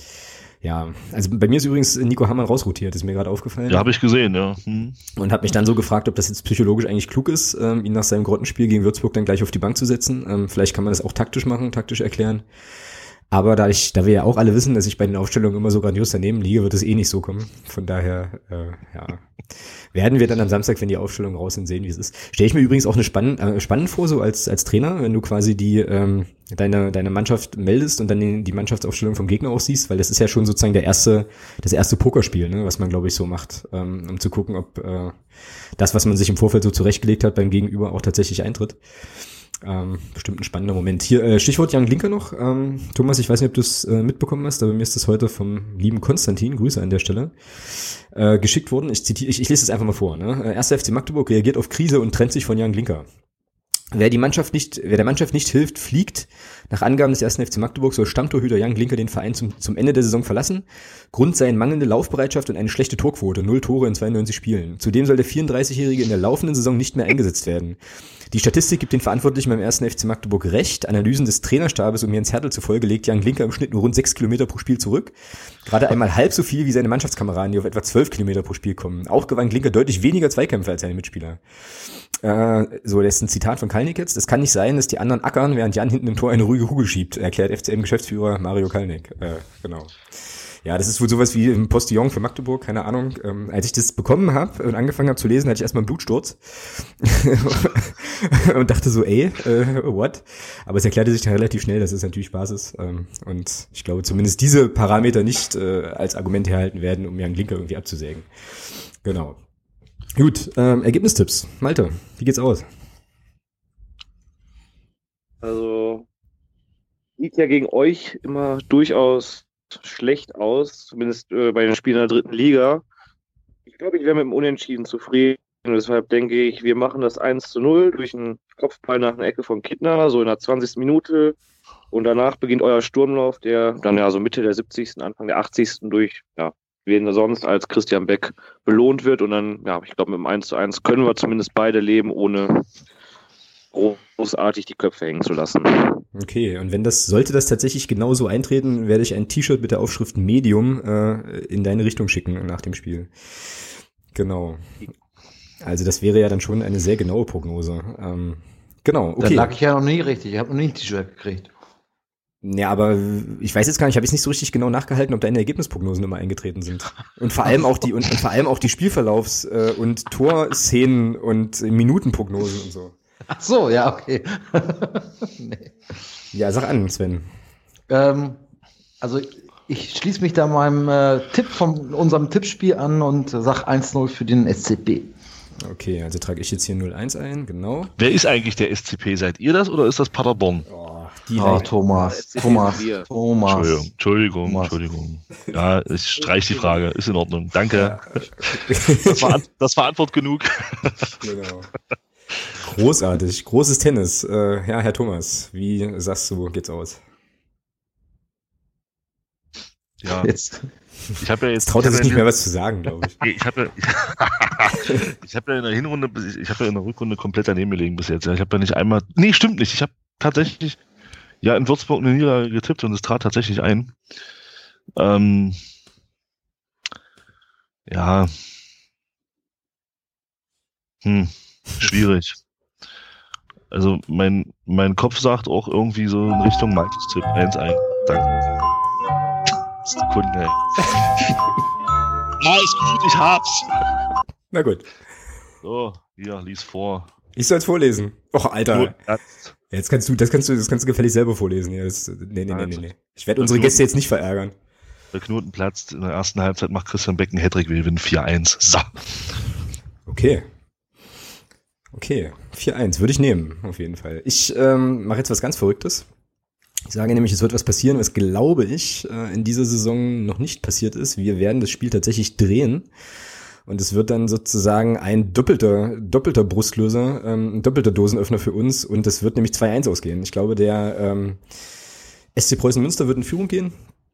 ja, also bei mir ist übrigens Nico Hamann rausrotiert, ist mir gerade aufgefallen. Ja, habe ich gesehen, ja. Hm. Und habe mich dann so gefragt, ob das jetzt psychologisch eigentlich klug ist, ähm, ihn nach seinem Grottenspiel gegen Würzburg dann gleich auf die Bank zu setzen. Ähm, vielleicht kann man das auch taktisch machen, taktisch erklären. Aber da ich, da wir ja auch alle wissen, dass ich bei den Aufstellungen immer so grandios daneben liege, wird es eh nicht so kommen. Von daher, äh, ja, werden wir dann am Samstag, wenn die Aufstellungen raus sind, sehen, wie es ist. Stelle ich mir übrigens auch eine spannend, äh, spannend vor, so als als Trainer, wenn du quasi die ähm, deine deine Mannschaft meldest und dann die, die Mannschaftsaufstellung vom Gegner auch siehst, weil das ist ja schon sozusagen der erste das erste Pokerspiel, ne, was man, glaube ich, so macht, ähm, um zu gucken, ob äh, das, was man sich im Vorfeld so zurechtgelegt hat, beim Gegenüber auch tatsächlich eintritt. Ähm, bestimmt ein spannender Moment. Hier, äh, Stichwort Jan Glinker noch. Ähm, Thomas, ich weiß nicht, ob du es äh, mitbekommen hast, aber mir ist das heute vom lieben Konstantin, Grüße an der Stelle, äh, geschickt worden. Ich zitiere, ich, ich lese es einfach mal vor. Ne? erster F C Magdeburg reagiert auf Krise und trennt sich von Jan Glinker. Wer die Mannschaft nicht, wer der Mannschaft nicht hilft, fliegt. Nach Angaben des ersten F C Magdeburg soll Stammtorhüter Jan Glinker den Verein zum, zum Ende der Saison verlassen. Grund seien mangelnde Laufbereitschaft und eine schlechte Torquote, null Tore in zweiundneunzig Spielen. Zudem soll der vierunddreißigjährige in der laufenden Saison nicht mehr eingesetzt werden. Die Statistik gibt den Verantwortlichen beim ersten F C Magdeburg recht. Analysen des Trainerstabes um Jens Hertel zufolge legt Jan Glinker im Schnitt nur rund sechs Kilometer pro Spiel zurück. Gerade einmal halb so viel wie seine Mannschaftskameraden, die auf etwa zwölf Kilometer pro Spiel kommen. Auch gewann Glinker deutlich weniger Zweikämpfe als seine Mitspieler. Äh, so, das ist ein Zitat von Kalnick jetzt. Es kann nicht sein, dass die anderen ackern, während Jan hinten im Tor eine ruhige Kugel schiebt, erklärt F C M-Geschäftsführer Mario Kalnick. Äh, genau. Ja, das ist wohl sowas wie im Postillon für Magdeburg, keine Ahnung. Ähm, als ich das bekommen habe und angefangen habe zu lesen, hatte ich erstmal einen Blutsturz und dachte so, ey, äh, what? Aber es erklärte sich dann relativ schnell, dass es natürlich Spaß ist. Ähm, und ich glaube, zumindest diese Parameter nicht äh, als Argument herhalten werden, um Jan Glinker irgendwie abzusägen. Genau. Gut, ähm, Ergebnistipps. Malte, wie geht's aus? Also, sieht ja gegen euch immer durchaus schlecht aus, zumindest äh, bei den Spielen der dritten Liga. Ich glaube, ich wäre mit dem Unentschieden zufrieden. Und deshalb denke ich, wir machen das eins zu null durch einen Kopfball nach einer Ecke von Kittner, so in der zwanzigsten Minute. Und danach beginnt euer Sturmlauf, der dann ja so Mitte der siebzigsten, Anfang der achtzigsten durch, ja, wen sonst als Christian Beck belohnt wird. Und dann, ja, ich glaube, mit dem eins zu eins können wir zumindest beide leben, ohne großartig die Köpfe hängen zu lassen. Okay, und wenn das, sollte das tatsächlich genauso eintreten, werde ich ein T-Shirt mit der Aufschrift Medium äh, in deine Richtung schicken nach dem Spiel. Genau. Also das wäre ja dann schon eine sehr genaue Prognose. Ähm, genau, okay. Da lag ich ja noch nie richtig, ich habe noch nie ein T-Shirt gekriegt. Ja, aber ich weiß jetzt gar nicht, habe ich nicht so richtig genau nachgehalten, ob deine Ergebnisprognosen immer eingetreten sind. Und vor allem auch die und, und vor allem auch die Spielverlaufs- äh, und Torszenen und Minutenprognosen und so. Ach so, ja, okay. Nee. Ja, sag an, Sven. Ähm, also ich schließe mich da meinem äh, Tipp von unserem Tippspiel an und sag eins null für den S C P. Okay, also trage ich jetzt hier null eins ein, genau. Wer ist eigentlich der S C P? Seid ihr das oder ist das Paderborn? Oh, die Oh, Thomas, Thomas, Thomas. Entschuldigung, Entschuldigung, Thomas. Entschuldigung. Ja, ich streich die Frage, ist in Ordnung. Danke. Das war, das war Antwort genug. Genau. Großartig, großes Tennis. Äh, ja, Herr Thomas, wie sagst du, geht's aus? Ja. Jetzt. Ich habe ja jetzt. Jetzt traut er sich ja nicht mehr was zu sagen, glaube ich. Ich habe ja, ich habe ja in der Hinrunde, ich habe ja in der Rückrunde komplett daneben gelegen bis jetzt. Ja. Ich habe ja nicht einmal, nee, stimmt nicht. Ich habe tatsächlich ja in Würzburg eine Niederlage getippt und es trat tatsächlich ein. Ähm, ja, hm, schwierig. Also mein mein Kopf sagt auch irgendwie so in Richtung Maltes Tipp eins eins. Danke. Sekunden, ey. Ja, ist gut, ich hab's. Na gut. So, hier, lies vor. Ich soll's vorlesen. Och, Alter. Nur Ernst. Jetzt kannst du, das kannst du, das kannst du gefällig selber vorlesen. Ja, das, nee, nee, nee, nee, nee. Ich werde unsere Gäste jetzt nicht verärgern. Der Knoten platzt. In der ersten Halbzeit macht Christian Beck einen Hattrick. Wir gewinnen vier eins. So. Okay. Okay. vier eins würde ich nehmen, auf jeden Fall. Ich ähm, mache jetzt was ganz Verrücktes. Ich sage nämlich, es wird was passieren, was, glaube ich, in dieser Saison noch nicht passiert ist. Wir werden das Spiel tatsächlich drehen. Und es wird dann sozusagen ein doppelter, doppelter Brustlöser, ähm, ein doppelter Dosenöffner für uns. Und es wird nämlich zwei eins ausgehen. Ich glaube, der ähm, S C Preußen Münster wird in Führung gehen.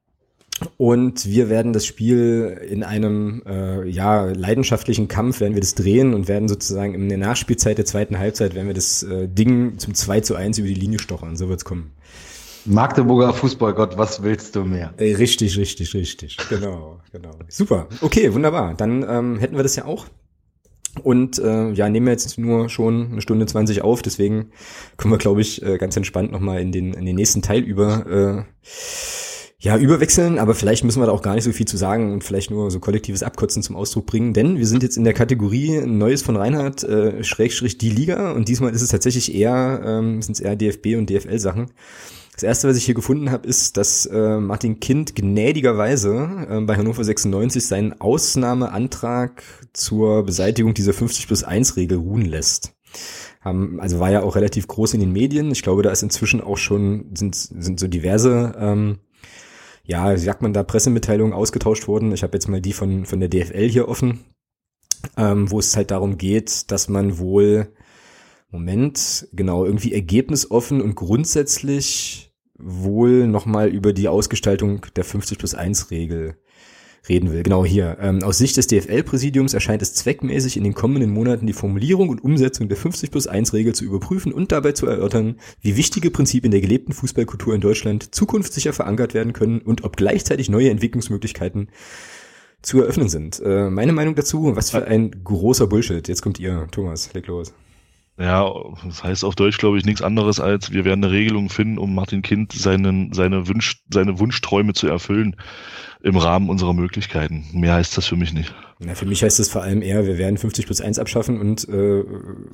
Und wir werden das Spiel in einem äh, ja leidenschaftlichen Kampf, werden wir das drehen und werden sozusagen in der Nachspielzeit der zweiten Halbzeit, werden wir das äh, Ding zum zwei zu eins über die Linie stochern. So wird's kommen. Magdeburger Fußballgott, was willst du mehr? Richtig, richtig, richtig. Genau, genau. Super. Okay, wunderbar. Dann ähm, hätten wir das ja auch. Und äh, ja, nehmen wir jetzt nur schon eine Stunde zwanzig auf. Deswegen können wir, glaube ich, äh, ganz entspannt nochmal in den, in den nächsten Teil über äh, ja, überwechseln. Aber vielleicht müssen wir da auch gar nicht so viel zu sagen und vielleicht nur so kollektives Abkotzen zum Ausdruck bringen. Denn wir sind jetzt in der Kategorie Neues von Reinhard, äh, Schrägstrich die Liga. Und diesmal ist es tatsächlich eher, ähm, sind es eher D F B- und D F L-Sachen. Das erste, was ich hier gefunden habe, ist, dass äh, Martin Kind gnädigerweise äh, bei Hannover sechsundneunzig seinen Ausnahmeantrag zur Beseitigung dieser fünfzig plus eins Regel ruhen lässt. Ähm, also war ja auch relativ groß in den Medien. Ich glaube, da ist inzwischen auch schon, sind, sind so diverse, ähm, ja, wie sagt man da, Pressemitteilungen ausgetauscht worden. Ich habe jetzt mal die von, von der D F L hier offen, ähm, wo es halt darum geht, dass man wohl Moment, genau, irgendwie ergebnisoffen und grundsätzlich wohl nochmal über die Ausgestaltung der fünfzig plus eins Regel reden will. Genau hier. Ähm, aus Sicht des D F L-Präsidiums erscheint es zweckmäßig, in den kommenden Monaten die Formulierung und Umsetzung der fünfzig plus eins Regel zu überprüfen und dabei zu erörtern, wie wichtige Prinzipien der gelebten Fußballkultur in Deutschland zukunftssicher verankert werden können und ob gleichzeitig neue Entwicklungsmöglichkeiten zu eröffnen sind. Äh, meine Meinung dazu, was für ein großer Bullshit. Jetzt kommt ihr, Thomas, leg los. Ja, das heißt auf Deutsch, glaube ich, nichts anderes als, wir werden eine Regelung finden, um Martin Kind seinen, seine Wunsch, seine Wunschträume zu erfüllen im Rahmen unserer Möglichkeiten. Mehr heißt das für mich nicht. Na, für mich heißt das vor allem eher, wir werden fünfzig plus eins abschaffen und äh,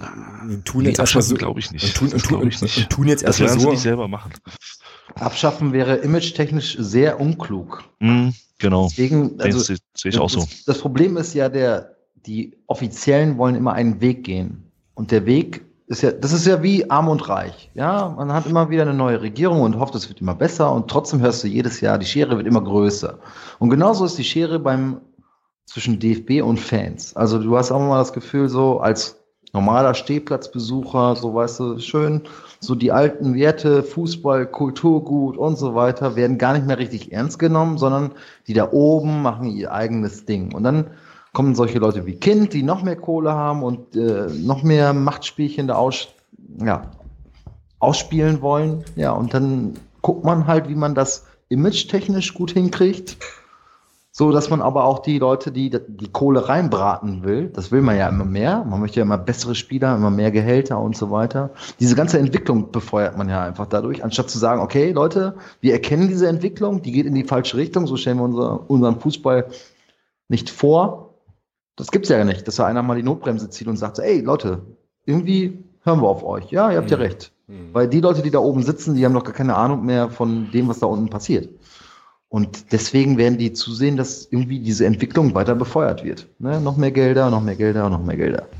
tun nee, jetzt erstmal so. glaube ich nicht. Und tun, und tun, und, nicht. und tun jetzt das erstmal werden so. sie nicht selber machen. Abschaffen wäre image-technisch sehr unklug. Mm, genau. Deswegen, also, sehe seh ich auch so. Das, das Problem ist ja, der, die Offiziellen wollen immer einen Weg gehen. Und der Weg ist ja, das ist ja wie arm und reich. Ja, man hat immer wieder eine neue Regierung und hofft, es wird immer besser und trotzdem hörst du jedes Jahr, die Schere wird immer größer. Und genauso ist die Schere beim, zwischen D F B und Fans. Also du hast auch mal das Gefühl so, als normaler Stehplatzbesucher, so weißt du, schön, so die alten Werte, Fußball, Kulturgut und so weiter, werden gar nicht mehr richtig ernst genommen, sondern die da oben machen ihr eigenes Ding. Und dann kommen solche Leute wie Kind, die noch mehr Kohle haben und äh, noch mehr Machtspielchen da aus, ja, ausspielen wollen. Ja, und dann guckt man halt, wie man das image-technisch gut hinkriegt, so dass man aber auch die Leute, die die Kohle reinbraten will, das will man ja immer mehr, man möchte ja immer bessere Spieler, immer mehr Gehälter und so weiter. Diese ganze Entwicklung befeuert man ja einfach dadurch, anstatt zu sagen, okay, Leute, wir erkennen diese Entwicklung, die geht in die falsche Richtung, so stellen wir unser, unseren Fußball nicht vor. Das gibt's ja nicht, dass da einer mal die Notbremse zieht und sagt, so, ey Leute, irgendwie hören wir auf euch. Ja, ihr habt ja recht. Mhm. Weil die Leute, die da oben sitzen, die haben doch gar keine Ahnung mehr von dem, was da unten passiert. Und deswegen werden die zusehen, dass irgendwie diese Entwicklung weiter befeuert wird. Ne? Noch mehr Gelder, noch mehr Gelder, noch mehr Gelder.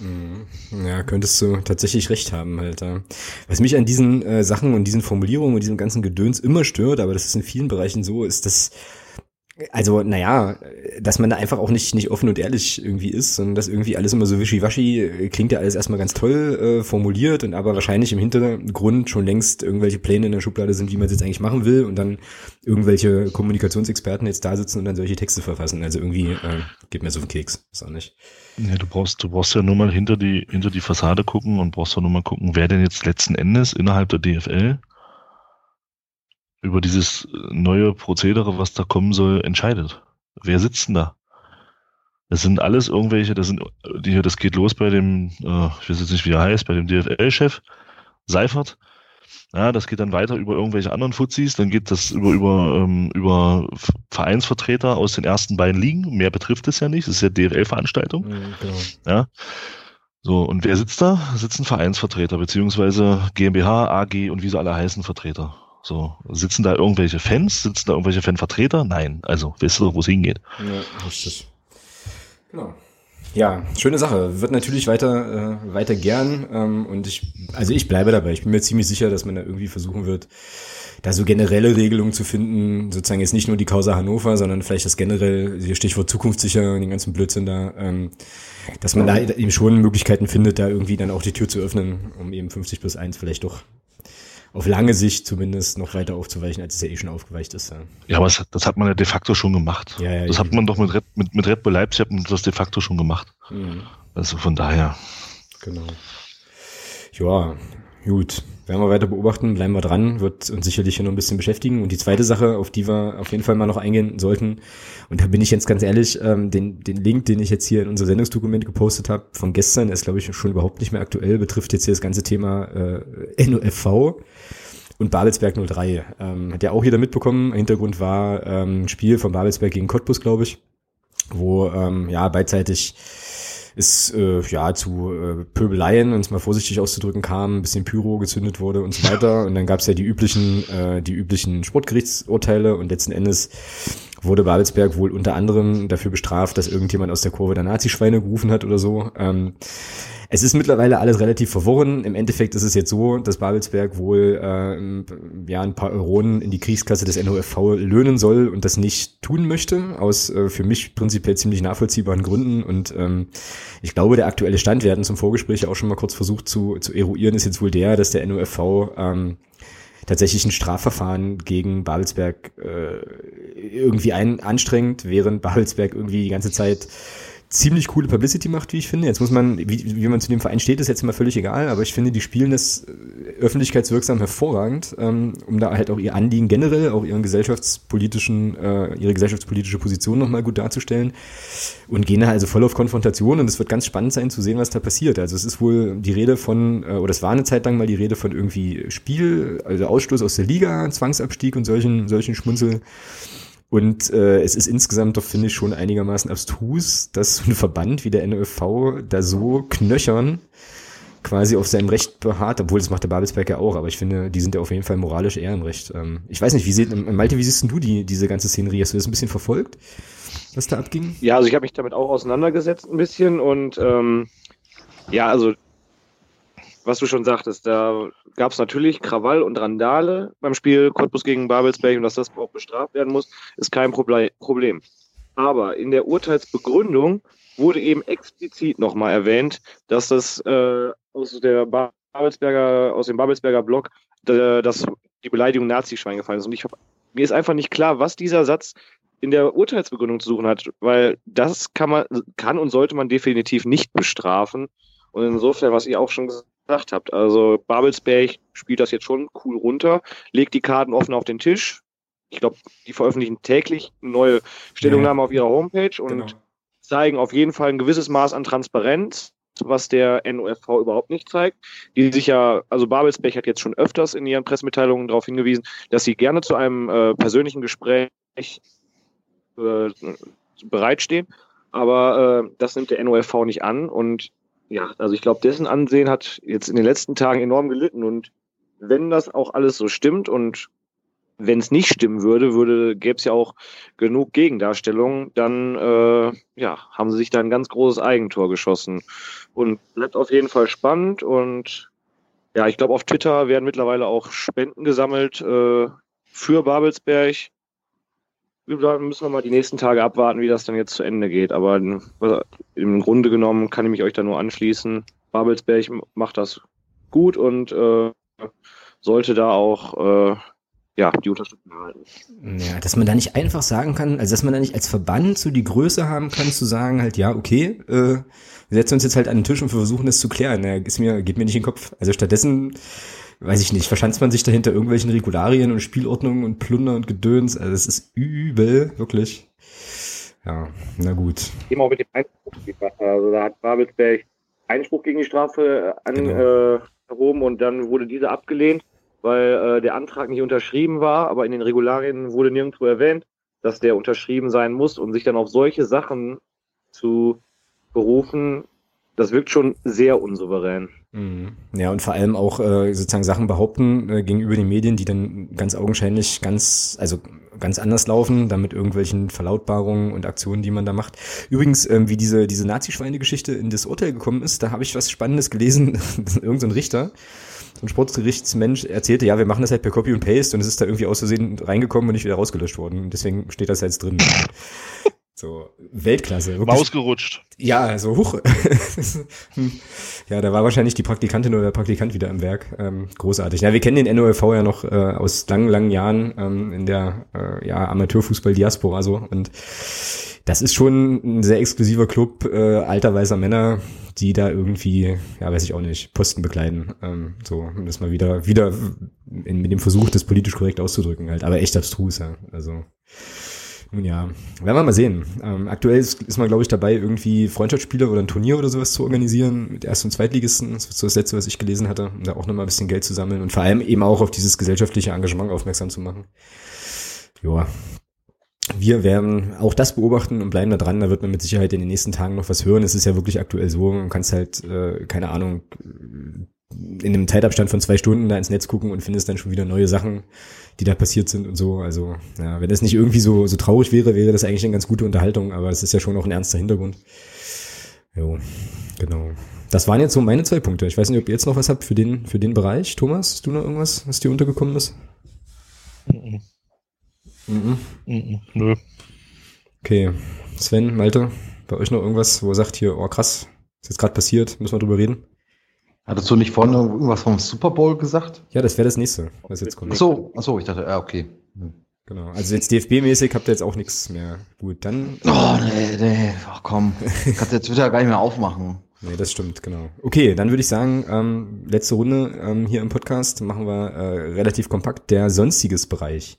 Ja, könntest du tatsächlich recht haben, Alter. Was mich an diesen äh, Sachen und diesen Formulierungen und diesem ganzen Gedöns immer stört, aber das ist in vielen Bereichen so, ist, dass Also, naja, dass man da einfach auch nicht nicht offen und ehrlich irgendwie ist, sondern dass irgendwie alles immer so wischiwaschi, klingt ja alles erstmal ganz toll äh, formuliert und aber wahrscheinlich im Hintergrund schon längst irgendwelche Pläne in der Schublade sind, wie man es jetzt eigentlich machen will und dann irgendwelche Kommunikationsexperten jetzt da sitzen und dann solche Texte verfassen. Also irgendwie äh, geht mir so auf den Keks, ist auch nicht. Ja, du brauchst, du brauchst ja nur mal hinter die, hinter die Fassade gucken und brauchst ja nur mal gucken, wer denn jetzt letzten Endes innerhalb der D F L über dieses neue Prozedere, was da kommen soll, entscheidet. Wer sitzt denn da? Das sind alles irgendwelche, das sind, die, das geht los bei dem, äh, ich weiß jetzt nicht, wie er heißt, bei dem D F L-Chef, Seifert. Ja, das geht dann weiter über irgendwelche anderen Fuzis, dann geht das über, über, ähm, über Vereinsvertreter aus den ersten beiden Ligen. Mehr betrifft es ja nicht, das ist ja D F L-Veranstaltung. Mhm, genau. Ja. So, und wer sitzt da? Da sitzen Vereinsvertreter, beziehungsweise GmbH, A G und wie sie alle heißen, Vertreter. So, sitzen da irgendwelche Fans? Sitzen da irgendwelche Fanvertreter? Nein. Also, weißt du doch, wo es hingeht. Ja, richtig. Genau. Ja, schöne Sache. Wird natürlich weiter, äh, weiter gern. Ähm, und ich, also ich bleibe dabei. Ich bin mir ziemlich sicher, dass man da irgendwie versuchen wird, da so generelle Regelungen zu finden. Sozusagen jetzt nicht nur die Causa Hannover, sondern vielleicht das generell, Stichwort zukunftssicher und den ganzen Blödsinn da, ähm, dass man da eben schon Möglichkeiten findet, da irgendwie dann auch die Tür zu öffnen, um eben fünfzig plus eins vielleicht doch auf lange Sicht zumindest noch weiter aufzuweichen, als es ja eh schon aufgeweicht ist. Ja, ja aber das, das hat man ja de facto schon gemacht. Ja, ja, das hat man doch mit Red, mit, mit Red Bull Leipzig hat man das de facto schon gemacht. Mhm. Also von daher. Genau. Ja, gut. Werden wir weiter beobachten, bleiben wir dran, wird uns sicherlich hier noch ein bisschen beschäftigen. Und die zweite Sache, auf die wir auf jeden Fall mal noch eingehen sollten, und da bin ich jetzt ganz ehrlich, ähm, den, den Link, den ich jetzt hier in unser Sendungsdokument gepostet habe, von gestern, ist glaube ich schon überhaupt nicht mehr aktuell, betrifft jetzt hier das ganze Thema äh, N O F V und Babelsberg null drei. Ähm, hat ja auch jeder mitbekommen, Hintergrund war ähm, ein Spiel von Babelsberg gegen Cottbus, glaube ich, wo ähm, ja beidseitig es äh, ja zu äh, Pöbeleien, um es mal vorsichtig auszudrücken, kam, ein bisschen Pyro gezündet wurde und so weiter. Und dann gab es ja die üblichen, äh, die üblichen Sportgerichtsurteile und letzten Endes wurde Babelsberg wohl unter anderem dafür bestraft, dass irgendjemand aus der Kurve der Nazi-Schweine gerufen hat oder so. Ähm, es ist mittlerweile alles relativ verworren. Im Endeffekt ist es jetzt so, dass Babelsberg wohl äh, ja ein paar Euronen in die Kriegskasse des N O F V löhnen soll und das nicht tun möchte, aus äh, für mich prinzipiell ziemlich nachvollziehbaren Gründen. Und ähm, ich glaube, der aktuelle Stand, wir hatten zum Vorgespräch auch schon mal kurz versucht zu, zu eruieren, ist jetzt wohl der, dass der N O F V ähm, tatsächlich ein Strafverfahren gegen Babelsberg äh, irgendwie ein, anstrengt, während Babelsberg irgendwie die ganze Zeit ziemlich coole Publicity macht, wie ich finde. Jetzt muss man, wie, wie man zu dem Verein steht, ist jetzt mal völlig egal, aber ich finde, die spielen das öffentlichkeitswirksam hervorragend, ähm, um da halt auch ihr Anliegen generell, auch ihren gesellschaftspolitischen, äh, ihre gesellschaftspolitische Position nochmal gut darzustellen und gehen da also voll auf Konfrontation und es wird ganz spannend sein zu sehen, was da passiert. Also es ist wohl die Rede von, äh, oder es war eine Zeit lang mal die Rede von irgendwie Spiel, also Ausstoß aus der Liga, Zwangsabstieg und solchen, solchen Schmunzel. Und äh, es ist insgesamt doch, finde ich, schon einigermaßen abstrus, dass so ein Verband wie der N O F V da so knöchern quasi auf seinem Recht beharrt, obwohl das macht der Babelsberg ja auch, aber ich finde, die sind ja auf jeden Fall moralisch eher im Recht. Ähm, ich weiß nicht, wie seht, Malte, wie siehst denn du die, diese ganze Szenerie? Hast du das ein bisschen verfolgt, was da abging? Ja, also ich habe mich damit auch auseinandergesetzt ein bisschen und ähm, ja, also was du schon sagtest, da gab es natürlich Krawall und Randale beim Spiel Cottbus gegen Babelsberg und dass das auch bestraft werden muss, ist kein Problem. Aber in der Urteilsbegründung wurde eben explizit nochmal erwähnt, dass das äh, aus der Babelsberger, aus dem Babelsberger Blog, äh, dass die Beleidigung Nazi-Schwein gefallen ist. Und ich hab, mir ist einfach nicht klar, was dieser Satz in der Urteilsbegründung zu suchen hat, weil das kann man, kann und sollte man definitiv nicht bestrafen. Und insofern, was ihr auch schon gesagt habt, also Babelsberg spielt das jetzt schon cool runter, legt die Karten offen auf den Tisch. Ich glaube, die veröffentlichen täglich eine neue Stellungnahme ja. auf ihrer Homepage und genau. zeigen auf jeden Fall ein gewisses Maß an Transparenz, was der N O F V überhaupt nicht zeigt. Die sich ja, also Babelsberg hat jetzt schon öfters in ihren Pressemitteilungen darauf hingewiesen, dass sie gerne zu einem äh, persönlichen Gespräch äh, bereitstehen, aber äh, das nimmt der N O F V nicht an und ja, also ich glaube, dessen Ansehen hat jetzt in den letzten Tagen enorm gelitten und wenn das auch alles so stimmt und wenn es nicht stimmen würde, würde gäbe es ja auch genug Gegendarstellungen, dann äh, ja, haben sie sich da ein ganz großes Eigentor geschossen und bleibt auf jeden Fall spannend und ja, ich glaube, auf Twitter werden mittlerweile auch Spenden gesammelt äh, für Babelsberg. da müssen wir mal die nächsten Tage abwarten, wie das dann jetzt zu Ende geht. Aber im Grunde genommen kann ich mich euch da nur anschließen. Babelsberg macht das gut und äh, sollte da auch äh, ja, die Unterstützung erhalten. Ja, dass man da nicht einfach sagen kann, also dass man da nicht als Verband so die Größe haben kann, zu sagen halt, ja, okay, äh, wir setzen uns jetzt halt an den Tisch und wir versuchen das zu klären. Ja, ist mir, geht mir nicht in den Kopf. Also stattdessen, weiß ich nicht, verschanzt man sich dahinter irgendwelchen Regularien und Spielordnungen und Plunder und Gedöns. Also es ist übel, wirklich. Ja, na gut. Immer auch mit dem Einspruch. Also da hat Babelsberg Einspruch gegen die Strafe angehoben genau. äh, und dann wurde diese abgelehnt, weil äh, der Antrag nicht unterschrieben war, aber in den Regularien wurde nirgendwo erwähnt, dass der unterschrieben sein muss und sich dann auf solche Sachen zu berufen, das wirkt schon sehr unsouverän. Ja, und vor allem auch äh, sozusagen Sachen behaupten äh, gegenüber den Medien, die dann ganz augenscheinlich ganz, also ganz anders laufen, dann mit irgendwelchen Verlautbarungen und Aktionen, die man da macht. Übrigens, ähm, wie diese diese Nazi-Schweine-Geschichte in das Urteil gekommen ist, da habe ich was Spannendes gelesen. Irgend so ein Richter, so ein Sportgerichtsmensch erzählte, ja, wir machen das halt per Copy und Paste und es ist da irgendwie aus Versehen reingekommen und nicht wieder rausgelöscht worden. Deswegen steht das jetzt drin. So, Weltklasse. Wirklich. Maus gerutscht. Ja, so hoch. Ja, da war wahrscheinlich die Praktikantin oder der Praktikant wieder im Werk. Ähm, großartig. Ja, wir kennen den N O L V ja noch äh, aus langen, langen Jahren ähm, in der äh, ja, Amateurfußball-Diaspora so. Und das ist schon ein sehr exklusiver Club äh, alter weißer Männer, die da irgendwie, ja, weiß ich auch nicht, Posten bekleiden. Ähm, so, um das mal wieder, wieder in, mit dem Versuch, das politisch korrekt auszudrücken halt. Aber echt abstrus, ja. Also nun ja, werden wir mal sehen. Ähm, aktuell ist, ist man, glaube ich, dabei, irgendwie Freundschaftsspiele oder ein Turnier oder sowas zu organisieren mit Erst- und Zweitligisten. Das ist so das Letzte, was ich gelesen hatte, um da auch nochmal ein bisschen Geld zu sammeln und vor allem eben auch auf dieses gesellschaftliche Engagement aufmerksam zu machen. Joa. Wir werden auch das beobachten und bleiben da dran. Da wird man mit Sicherheit in den nächsten Tagen noch was hören. Es ist ja wirklich aktuell so. Man kann es halt, äh, keine Ahnung, in einem Zeitabstand von zwei Stunden da ins Netz gucken und findest dann schon wieder neue Sachen, die da passiert sind und so. Also, ja, wenn das nicht irgendwie so, so traurig wäre, wäre das eigentlich eine ganz gute Unterhaltung, aber es ist ja schon auch ein ernster Hintergrund. Jo, genau. Das waren jetzt so meine zwei Punkte. Ich weiß nicht, ob ihr jetzt noch was habt für den, für den Bereich. Thomas, hast du noch irgendwas, was dir untergekommen ist? Mhm. Mhm. Mhm. Nö. Okay. Sven, Malte, bei euch noch irgendwas, wo ihr sagt hier, oh krass, ist jetzt gerade passiert, müssen wir drüber reden? Hattest du nicht vorhin irgendwas vom Super Bowl gesagt? Ja, das wäre das nächste, was jetzt kommt. Ach so, ach so, ich dachte, ja, okay. Hm. Genau, also jetzt D F B-mäßig habt ihr jetzt auch nichts mehr. Gut, dann... Oh, nee, nee, ach komm, kannst jetzt Twitter gar nicht mehr aufmachen. Nee, das stimmt, genau. Okay, dann würde ich sagen, ähm, letzte Runde ähm, hier im Podcast machen wir äh, relativ kompakt der Sonstiges-Bereich.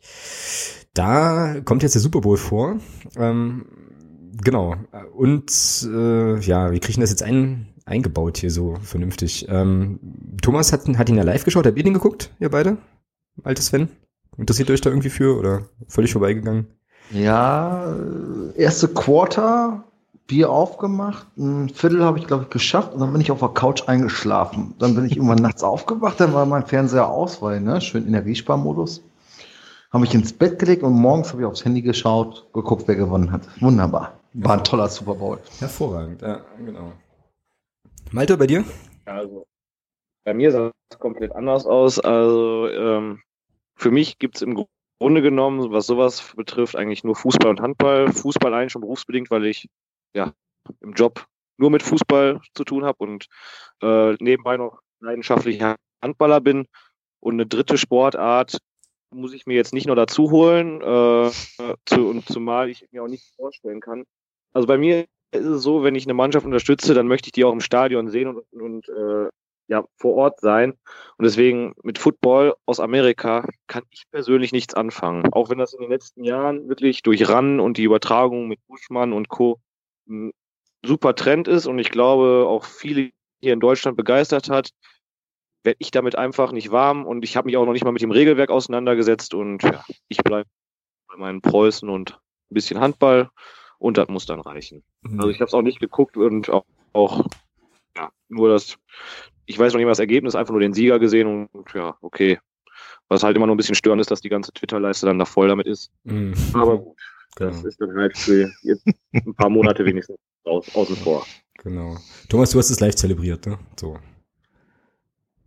Da kommt jetzt der Super Bowl vor. Ähm, genau, und äh, ja, wie kriegen das jetzt ein... eingebaut hier so vernünftig. Ähm, Thomas hat, hat ihn ja live geschaut. Habt ihr den geguckt, ihr beide? Altes Sven? Interessiert euch da irgendwie für oder völlig vorbeigegangen? Ja, erste Quarter, Bier aufgemacht, ein Viertel habe ich, glaube ich, geschafft und dann bin ich auf der Couch eingeschlafen. Dann bin ich irgendwann nachts aufgewacht, dann war mein Fernseher aus, weil, ne, schön Energiesparmodus. Habe mich ins Bett gelegt und morgens habe ich aufs Handy geschaut, geguckt, wer gewonnen hat. Wunderbar. War ein toller Super Bowl. Hervorragend, ja, genau. Malte, bei dir? Also, bei mir sah es komplett anders aus. Also, ähm, für mich gibt es im Grunde genommen, was sowas betrifft, eigentlich nur Fußball und Handball. Fußball eigentlich schon berufsbedingt, weil ich ja im Job nur mit Fußball zu tun habe und äh, nebenbei noch leidenschaftlicher Handballer bin. Und eine dritte Sportart muss ich mir jetzt nicht nur dazu holen, äh, zu, und zumal ich mir auch nicht vorstellen kann. Also bei mir ist es so, wenn ich eine Mannschaft unterstütze, dann möchte ich die auch im Stadion sehen und, und äh, ja, vor Ort sein. Und deswegen mit Football aus Amerika kann ich persönlich nichts anfangen. Auch wenn das in den letzten Jahren wirklich durch Run und die Übertragung mit Buschmann und Co. ein super Trend ist und ich glaube auch viele hier in Deutschland begeistert hat, werde ich damit einfach nicht warm und ich habe mich auch noch nicht mal mit dem Regelwerk auseinandergesetzt und ja, ich bleibe bei meinen Preußen und ein bisschen Handball. Und das muss dann reichen. Mhm. Also ich habe es auch nicht geguckt und auch, auch ja, nur das, ich weiß noch nicht mal das Ergebnis, einfach nur den Sieger gesehen und, und ja, okay. Was halt immer nur ein bisschen störend ist, dass die ganze Twitter-Leiste dann da voll damit ist. Mhm. Aber gut, das genau. ist dann halt für jetzt ein paar Monate wenigstens raus, außen vor. Genau. Thomas, du hast es live zelebriert, ne? So.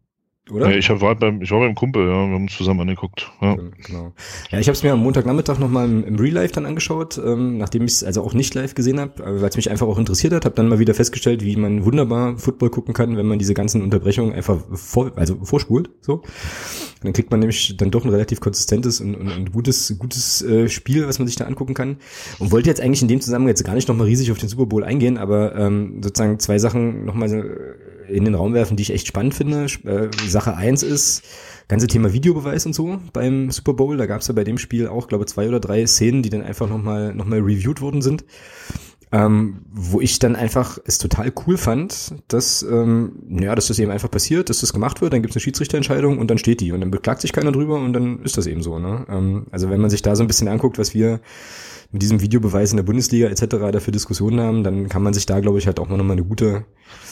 oder? Ja, ich, hab, war beim, ich war beim Kumpel, ja, wir haben uns zusammen angeguckt. Ja, genau. Ja, ich habe es mir am Montagnachmittag nochmal im, im Real Life dann angeschaut, ähm, nachdem ich es also auch nicht live gesehen habe, weil es mich einfach auch interessiert hat, habe dann mal wieder festgestellt, wie man wunderbar Football gucken kann, wenn man diese ganzen Unterbrechungen einfach vor, also vorspult, so. Und dann kriegt man nämlich dann doch ein relativ konsistentes und, und, und gutes, gutes äh, Spiel, was man sich da angucken kann. Und wollte jetzt eigentlich in dem Zusammenhang jetzt gar nicht nochmal riesig auf den Super Bowl eingehen, aber ähm, sozusagen zwei Sachen nochmal in den Raum werfen, die ich echt spannend finde. Äh, Sache eins ist, ganze Thema Videobeweis und so beim Super Bowl. Da gab es ja bei dem Spiel auch, glaube ich, zwei oder drei Szenen, die dann einfach nochmal noch mal reviewed worden sind. Ähm, wo ich dann einfach es total cool fand, dass, ähm, ja, dass das eben einfach passiert, dass das gemacht wird, dann gibt es eine Schiedsrichterentscheidung und dann steht die und dann beklagt sich keiner drüber und dann ist das eben so, ne? Ähm, also wenn man sich da so ein bisschen anguckt, was wir mit diesem Videobeweis in der Bundesliga et cetera dafür Diskussionen haben, dann kann man sich da, glaube ich, halt auch mal nochmal eine gute,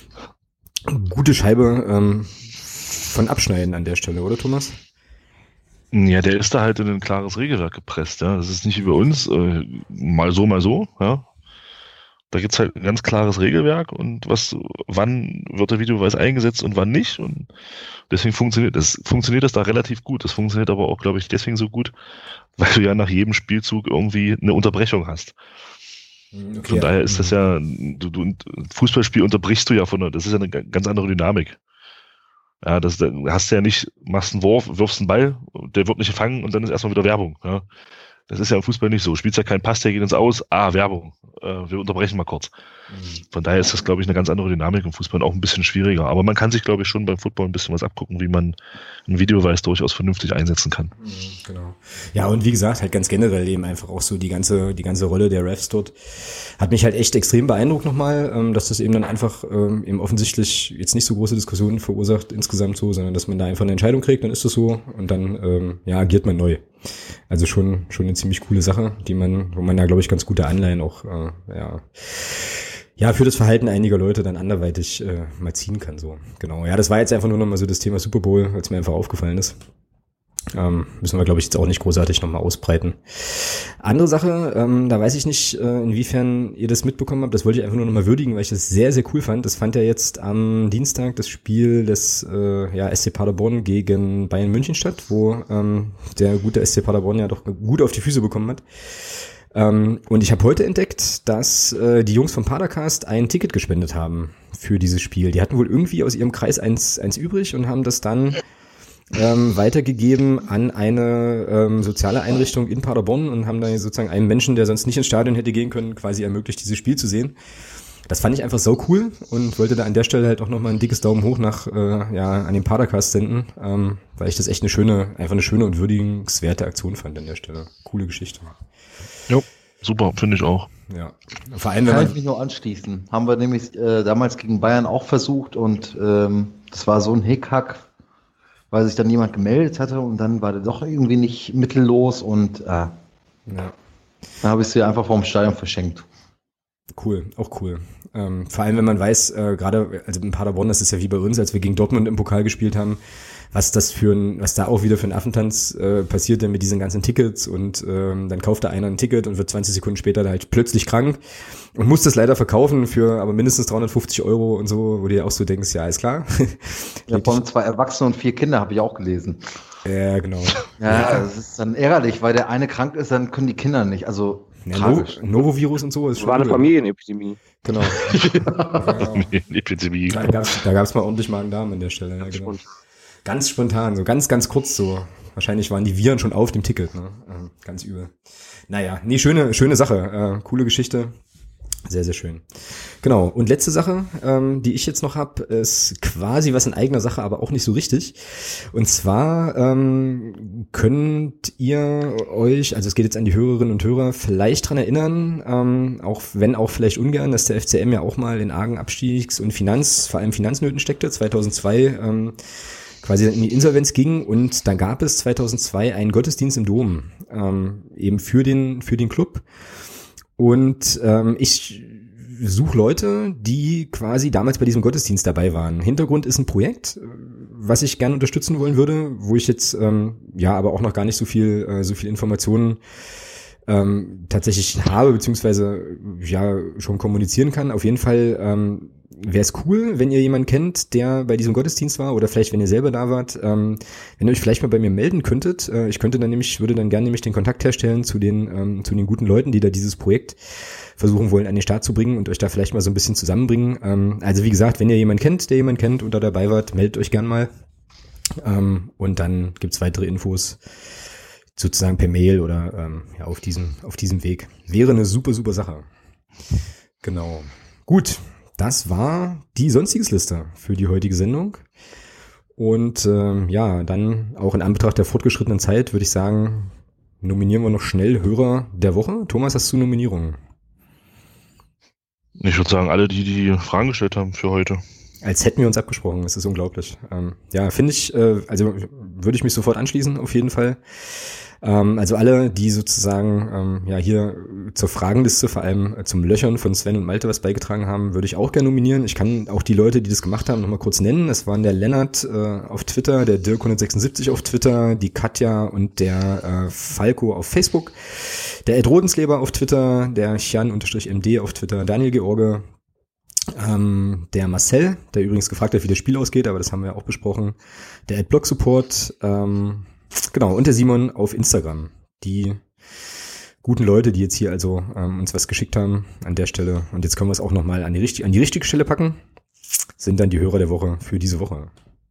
gute Scheibe ähm, von abschneiden an der Stelle, oder Thomas? Ja, der ist da halt in ein klares Regelwerk gepresst, ja. Das ist nicht wie bei uns, äh, mal so, mal so, ja. Da gibt's halt ein ganz klares Regelwerk und was, wann wird der Videobeweis eingesetzt und wann nicht. Und deswegen funktioniert das, funktioniert das da relativ gut. Das funktioniert aber auch, glaube ich, deswegen so gut, weil du ja nach jedem Spielzug irgendwie eine Unterbrechung hast. Okay, von daher ist das ja, du, du Fußballspiel unterbrichst du ja von, das ist ja eine ganz andere Dynamik. Ja, das, da hast du ja nicht, machst einen Wurf, wirfst einen Ball, der wird nicht gefangen und dann ist erstmal wieder Werbung. Ja. Das ist ja im Fußball nicht so. Spielst ja keinen Pass, der geht ins Aus. Ah, Werbung. Äh, wir unterbrechen mal kurz. Von daher ist das, glaube ich, eine ganz andere Dynamik im Fußball und auch ein bisschen schwieriger. Aber man kann sich, glaube ich, schon beim Football ein bisschen was abgucken, wie man einen Videobeweis durchaus vernünftig einsetzen kann. Genau. Ja, und wie gesagt, halt ganz generell eben einfach auch so die ganze, die ganze Rolle der Refs dort hat mich halt echt extrem beeindruckt nochmal, ähm, dass das eben dann einfach ähm, eben offensichtlich jetzt nicht so große Diskussionen verursacht insgesamt so, sondern dass man da einfach eine Entscheidung kriegt, dann ist das so und dann ähm, ja agiert man neu. Also schon schon eine ziemlich coole Sache, die man, wo man da glaube ich ganz gute Anleihen auch äh, ja ja für das Verhalten einiger Leute dann anderweitig äh, mal ziehen kann so. Genau. Ja, das war jetzt einfach nur nochmal so das Thema Super Bowl, als mir einfach aufgefallen ist. Ähm, müssen wir, glaube ich, jetzt auch nicht großartig nochmal ausbreiten. Andere Sache, ähm, da weiß ich nicht, äh, inwiefern ihr das mitbekommen habt, das wollte ich einfach nur nochmal würdigen, weil ich das sehr, sehr cool fand. Das fand ja jetzt am Dienstag das Spiel des äh, ja, S C Paderborn gegen Bayern München statt, wo ähm, der gute S C Paderborn ja doch gut auf die Füße bekommen hat. Ähm, und ich habe heute entdeckt, dass äh, die Jungs vom Padercast ein Ticket gespendet haben für dieses Spiel. Die hatten wohl irgendwie aus ihrem Kreis eins, eins übrig und haben das dann Ähm, weitergegeben an eine ähm, soziale Einrichtung in Paderborn und haben dann sozusagen einem Menschen, der sonst nicht ins Stadion hätte gehen können, quasi ermöglicht, dieses Spiel zu sehen. Das fand ich einfach so cool und wollte da an der Stelle halt auch nochmal ein dickes Daumen hoch nach äh, ja an den Padercast senden, ähm, weil ich das echt eine schöne, einfach eine schöne und würdigenswerte Aktion fand an der Stelle. Coole Geschichte. Jo, super, finde ich auch. Ja, vor allem wenn Kann man ich mich nur anschließen. Haben wir nämlich äh, damals gegen Bayern auch versucht und ähm, das war so ein Hickhack, weil sich dann jemand gemeldet hatte und dann war der doch irgendwie nicht mittellos und äh, ja. Dann habe ich sie einfach vom Stadion verschenkt. Cool, auch cool. Ähm, vor allem, wenn man weiß, äh, gerade, also in Paderborn, das ist ja wie bei uns, als wir gegen Dortmund im Pokal gespielt haben, was das für ein, was da auch wieder für ein Affentanz äh, passiert denn mit diesen ganzen Tickets und ähm, dann kauft da einer ein Ticket und wird zwanzig Sekunden später halt plötzlich krank und muss das leider verkaufen für aber mindestens dreihundertfünfzig Euro und so, wo du dir auch so denkst, ja, ist klar. Ja, vor allem zwei Erwachsene und vier Kinder habe ich auch gelesen. Ja, genau. Ja, ja, das ist dann ärgerlich, weil der eine krank ist, dann können die Kinder nicht, also ja, no, Novovirus und so ist schon war eine cool. Familienepidemie. Genau. Ja, Familienepidemie. Da gab's, da gab's mal ordentlich Magen-Darm an der Stelle. Ja, genau. Ganz spontan, so ganz, ganz kurz so. Wahrscheinlich waren die Viren schon auf dem Ticket, ne? Ähm, ganz übel. Naja, nee, schöne, schöne Sache. Äh, coole Geschichte. Sehr, sehr schön. Genau. Und letzte Sache, ähm, die ich jetzt noch habe, ist quasi was in eigener Sache, aber auch nicht so richtig. Und zwar ähm, könnt ihr euch, also es geht jetzt an die Hörerinnen und Hörer, vielleicht dran erinnern, ähm, auch wenn auch vielleicht ungern, dass der F C M ja auch mal in argen Abstiegs- und Finanz, vor allem Finanznöten steckte, zweitausendzwei ähm, quasi in die Insolvenz ging und dann gab es zweitausendzwei einen Gottesdienst im Dom, ähm, eben für den für den Club. Und ähm, ich suche Leute, die quasi damals bei diesem Gottesdienst dabei waren. Hintergrund ist ein Projekt, was ich gerne unterstützen wollen würde, wo ich jetzt ähm, ja aber auch noch gar nicht so viel äh, so viel Informationen ähm, tatsächlich habe, beziehungsweise ja schon kommunizieren kann. Auf jeden Fall ähm, wäre es cool, wenn ihr jemanden kennt, der bei diesem Gottesdienst war oder vielleicht, wenn ihr selber da wart, ähm, wenn ihr euch vielleicht mal bei mir melden könntet. Äh, ich könnte dann nämlich, würde dann gerne nämlich den Kontakt herstellen zu den, ähm, zu den guten Leuten, die da dieses Projekt versuchen wollen, an den Start zu bringen und euch da vielleicht mal so ein bisschen zusammenbringen. Ähm, also wie gesagt, wenn ihr jemanden kennt, der jemanden kennt und da dabei wart, meldet euch gern mal. Ähm, und dann gibt's weitere Infos sozusagen per Mail oder ähm, ja, auf diesem, auf diesem Weg. Wäre eine super, super Sache. Genau. Gut, das war die Sonstiges-Liste für die heutige Sendung. Und ähm, ja, dann auch in Anbetracht der fortgeschrittenen Zeit würde ich sagen, nominieren wir noch schnell Hörer der Woche. Thomas, hast du Nominierungen? Ich würde sagen, alle, die die Fragen gestellt haben für heute. Als hätten wir uns abgesprochen, das ist unglaublich. Ähm, ja, finde ich, äh, also würde ich mich sofort anschließen, auf jeden Fall. Ähm, also alle, die sozusagen ähm, ja hier zur Fragenliste, vor allem äh, zum Löchern von Sven und Malte was beigetragen haben, würde ich auch gerne nominieren. Ich kann auch die Leute, die das gemacht haben, nochmal kurz nennen. Das waren der Lennart äh, auf Twitter, der Dirk hundertsechsundsiebzig auf Twitter, die Katja und der äh, Falco auf Facebook, der Ed Rodensleber auf Twitter, der Chan-M D auf Twitter, Daniel George, Ähm, der Marcel, der übrigens gefragt hat, wie das Spiel ausgeht, aber das haben wir auch besprochen. Der Adblock Support, ähm, genau, und der Simon auf Instagram. Die guten Leute, die jetzt hier also ähm, uns was geschickt haben an der Stelle. Und jetzt können wir es auch nochmal an die, richtig, an die richtige Stelle packen. Sind dann die Hörer der Woche für diese Woche.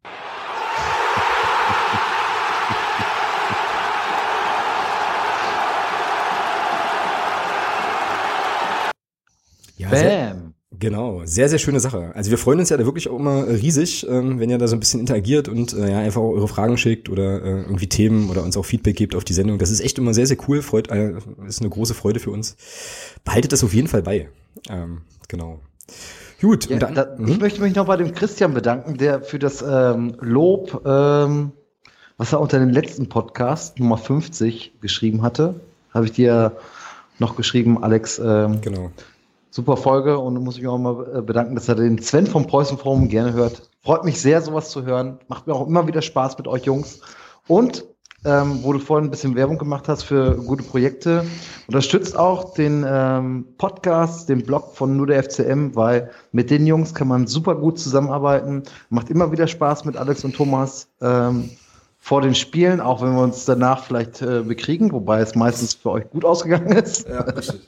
Ja, Bam! Genau, sehr, sehr schöne Sache. Also wir freuen uns ja da wirklich auch immer riesig, ähm, wenn ihr da so ein bisschen interagiert und äh, ja einfach auch eure Fragen schickt oder äh, irgendwie Themen oder uns auch Feedback gebt auf die Sendung. Das ist echt immer sehr, sehr cool, freut, äh, ist eine große Freude für uns. Behaltet das auf jeden Fall bei. Ähm, genau. Gut, Ja, und dann, da, ich möchte mich noch bei dem Christian bedanken, der für das ähm, Lob, ähm, was er unter dem letzten Podcast, Nummer fünfzig, geschrieben hatte. Habe ich dir noch geschrieben, Alex. Ähm, genau. Super Folge und muss mich auch mal bedanken, dass er den Sven vom Preußen Forum gerne hört. Freut mich sehr, sowas zu hören. Macht mir auch immer wieder Spaß mit euch Jungs. Und ähm, wo du vorhin ein bisschen Werbung gemacht hast für gute Projekte, unterstützt auch den ähm, Podcast, den Blog von nur der F C M, weil mit den Jungs kann man super gut zusammenarbeiten. Macht immer wieder Spaß mit Alex und Thomas ähm, vor den Spielen, auch wenn wir uns danach vielleicht äh, bekriegen, wobei es meistens für euch gut ausgegangen ist. Ja, richtig.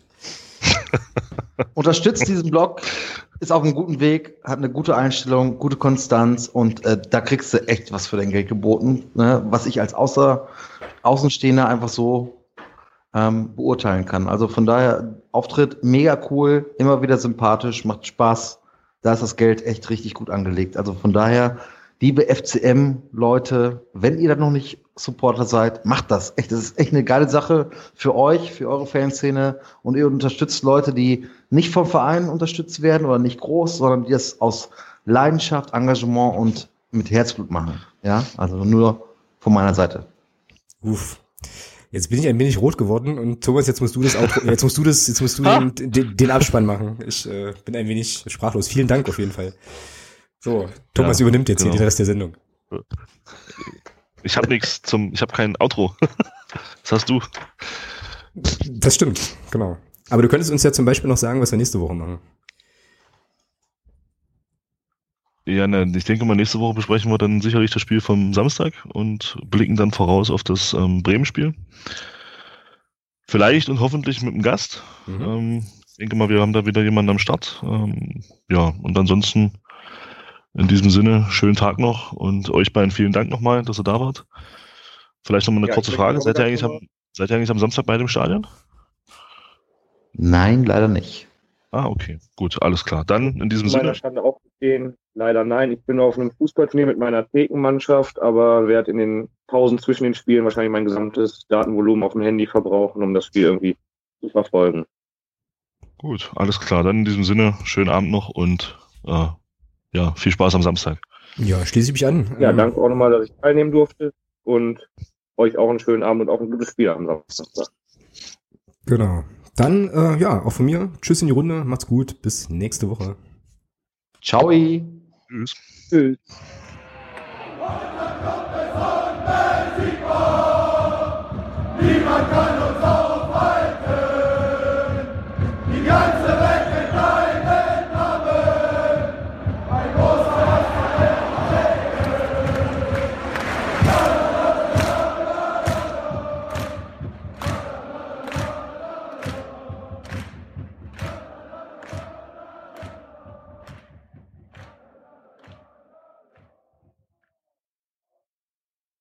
Unterstützt diesen Blog, ist auf einem guten Weg, hat eine gute Einstellung, gute Konstanz und äh, da kriegst du echt was für dein Geld geboten, ne? Was ich als Außer, Außenstehender einfach so ähm, beurteilen kann. Also von daher, Auftritt mega cool, immer wieder sympathisch, macht Spaß. Da ist das Geld echt richtig gut angelegt. Also von daher, liebe F C M-Leute, wenn ihr da noch nicht Supporter seid, macht das. Echt, das ist echt eine geile Sache für euch, für eure Fanszene und ihr unterstützt Leute, die nicht vom Verein unterstützt werden oder nicht groß, sondern die das aus Leidenschaft, Engagement und mit Herzblut machen. Ja, also nur von meiner Seite. Uff. Jetzt bin ich ein wenig rot geworden und Thomas, jetzt musst du das auch, jetzt musst du das, jetzt musst du den, den, den Abspann machen. Ich äh, bin ein wenig sprachlos. Vielen Dank auf jeden Fall. So, Thomas ja, übernimmt jetzt genau. hier den Rest der Sendung. Ich habe nichts zum, ich habe kein Outro. Das hast du. Das stimmt, genau. Aber du könntest uns ja zum Beispiel noch sagen, was wir nächste Woche machen. Ja, ne, ich denke mal, nächste Woche besprechen wir dann sicherlich das Spiel vom Samstag und blicken dann voraus auf das ähm, Bremen-Spiel. Vielleicht und hoffentlich mit einem Gast. Mhm. Ähm, ich denke mal, wir haben da wieder jemanden am Start. Ähm, ja, und ansonsten in diesem Sinne, schönen Tag noch und euch beiden vielen Dank nochmal, dass ihr da wart. Vielleicht nochmal eine ja, kurze Frage. Seid ihr, eigentlich am, seid ihr eigentlich am Samstag bei dem Stadion? Nein, leider nicht. Ah, okay. Gut, alles klar. Dann in diesem Sinne. Sinne. Stande auch stehen. Leider nein. Ich bin auf einem Fußballturnier mit meiner Thekenmannschaft, aber werde in den Pausen zwischen den Spielen wahrscheinlich mein gesamtes Datenvolumen auf dem Handy verbrauchen, um das Spiel irgendwie zu verfolgen. Gut, alles klar. Dann in diesem Sinne, schönen Abend noch und äh, ja, viel Spaß am Samstag. Ja, schließe ich mich an. Ja, danke auch nochmal, dass ich teilnehmen durfte und euch auch einen schönen Abend und auch ein gutes Spiel am Samstag. Genau. Dann, äh, ja, auch von mir. Tschüss in die Runde. Macht's gut. Bis nächste Woche. Ciao. Tschüss. Tschüss.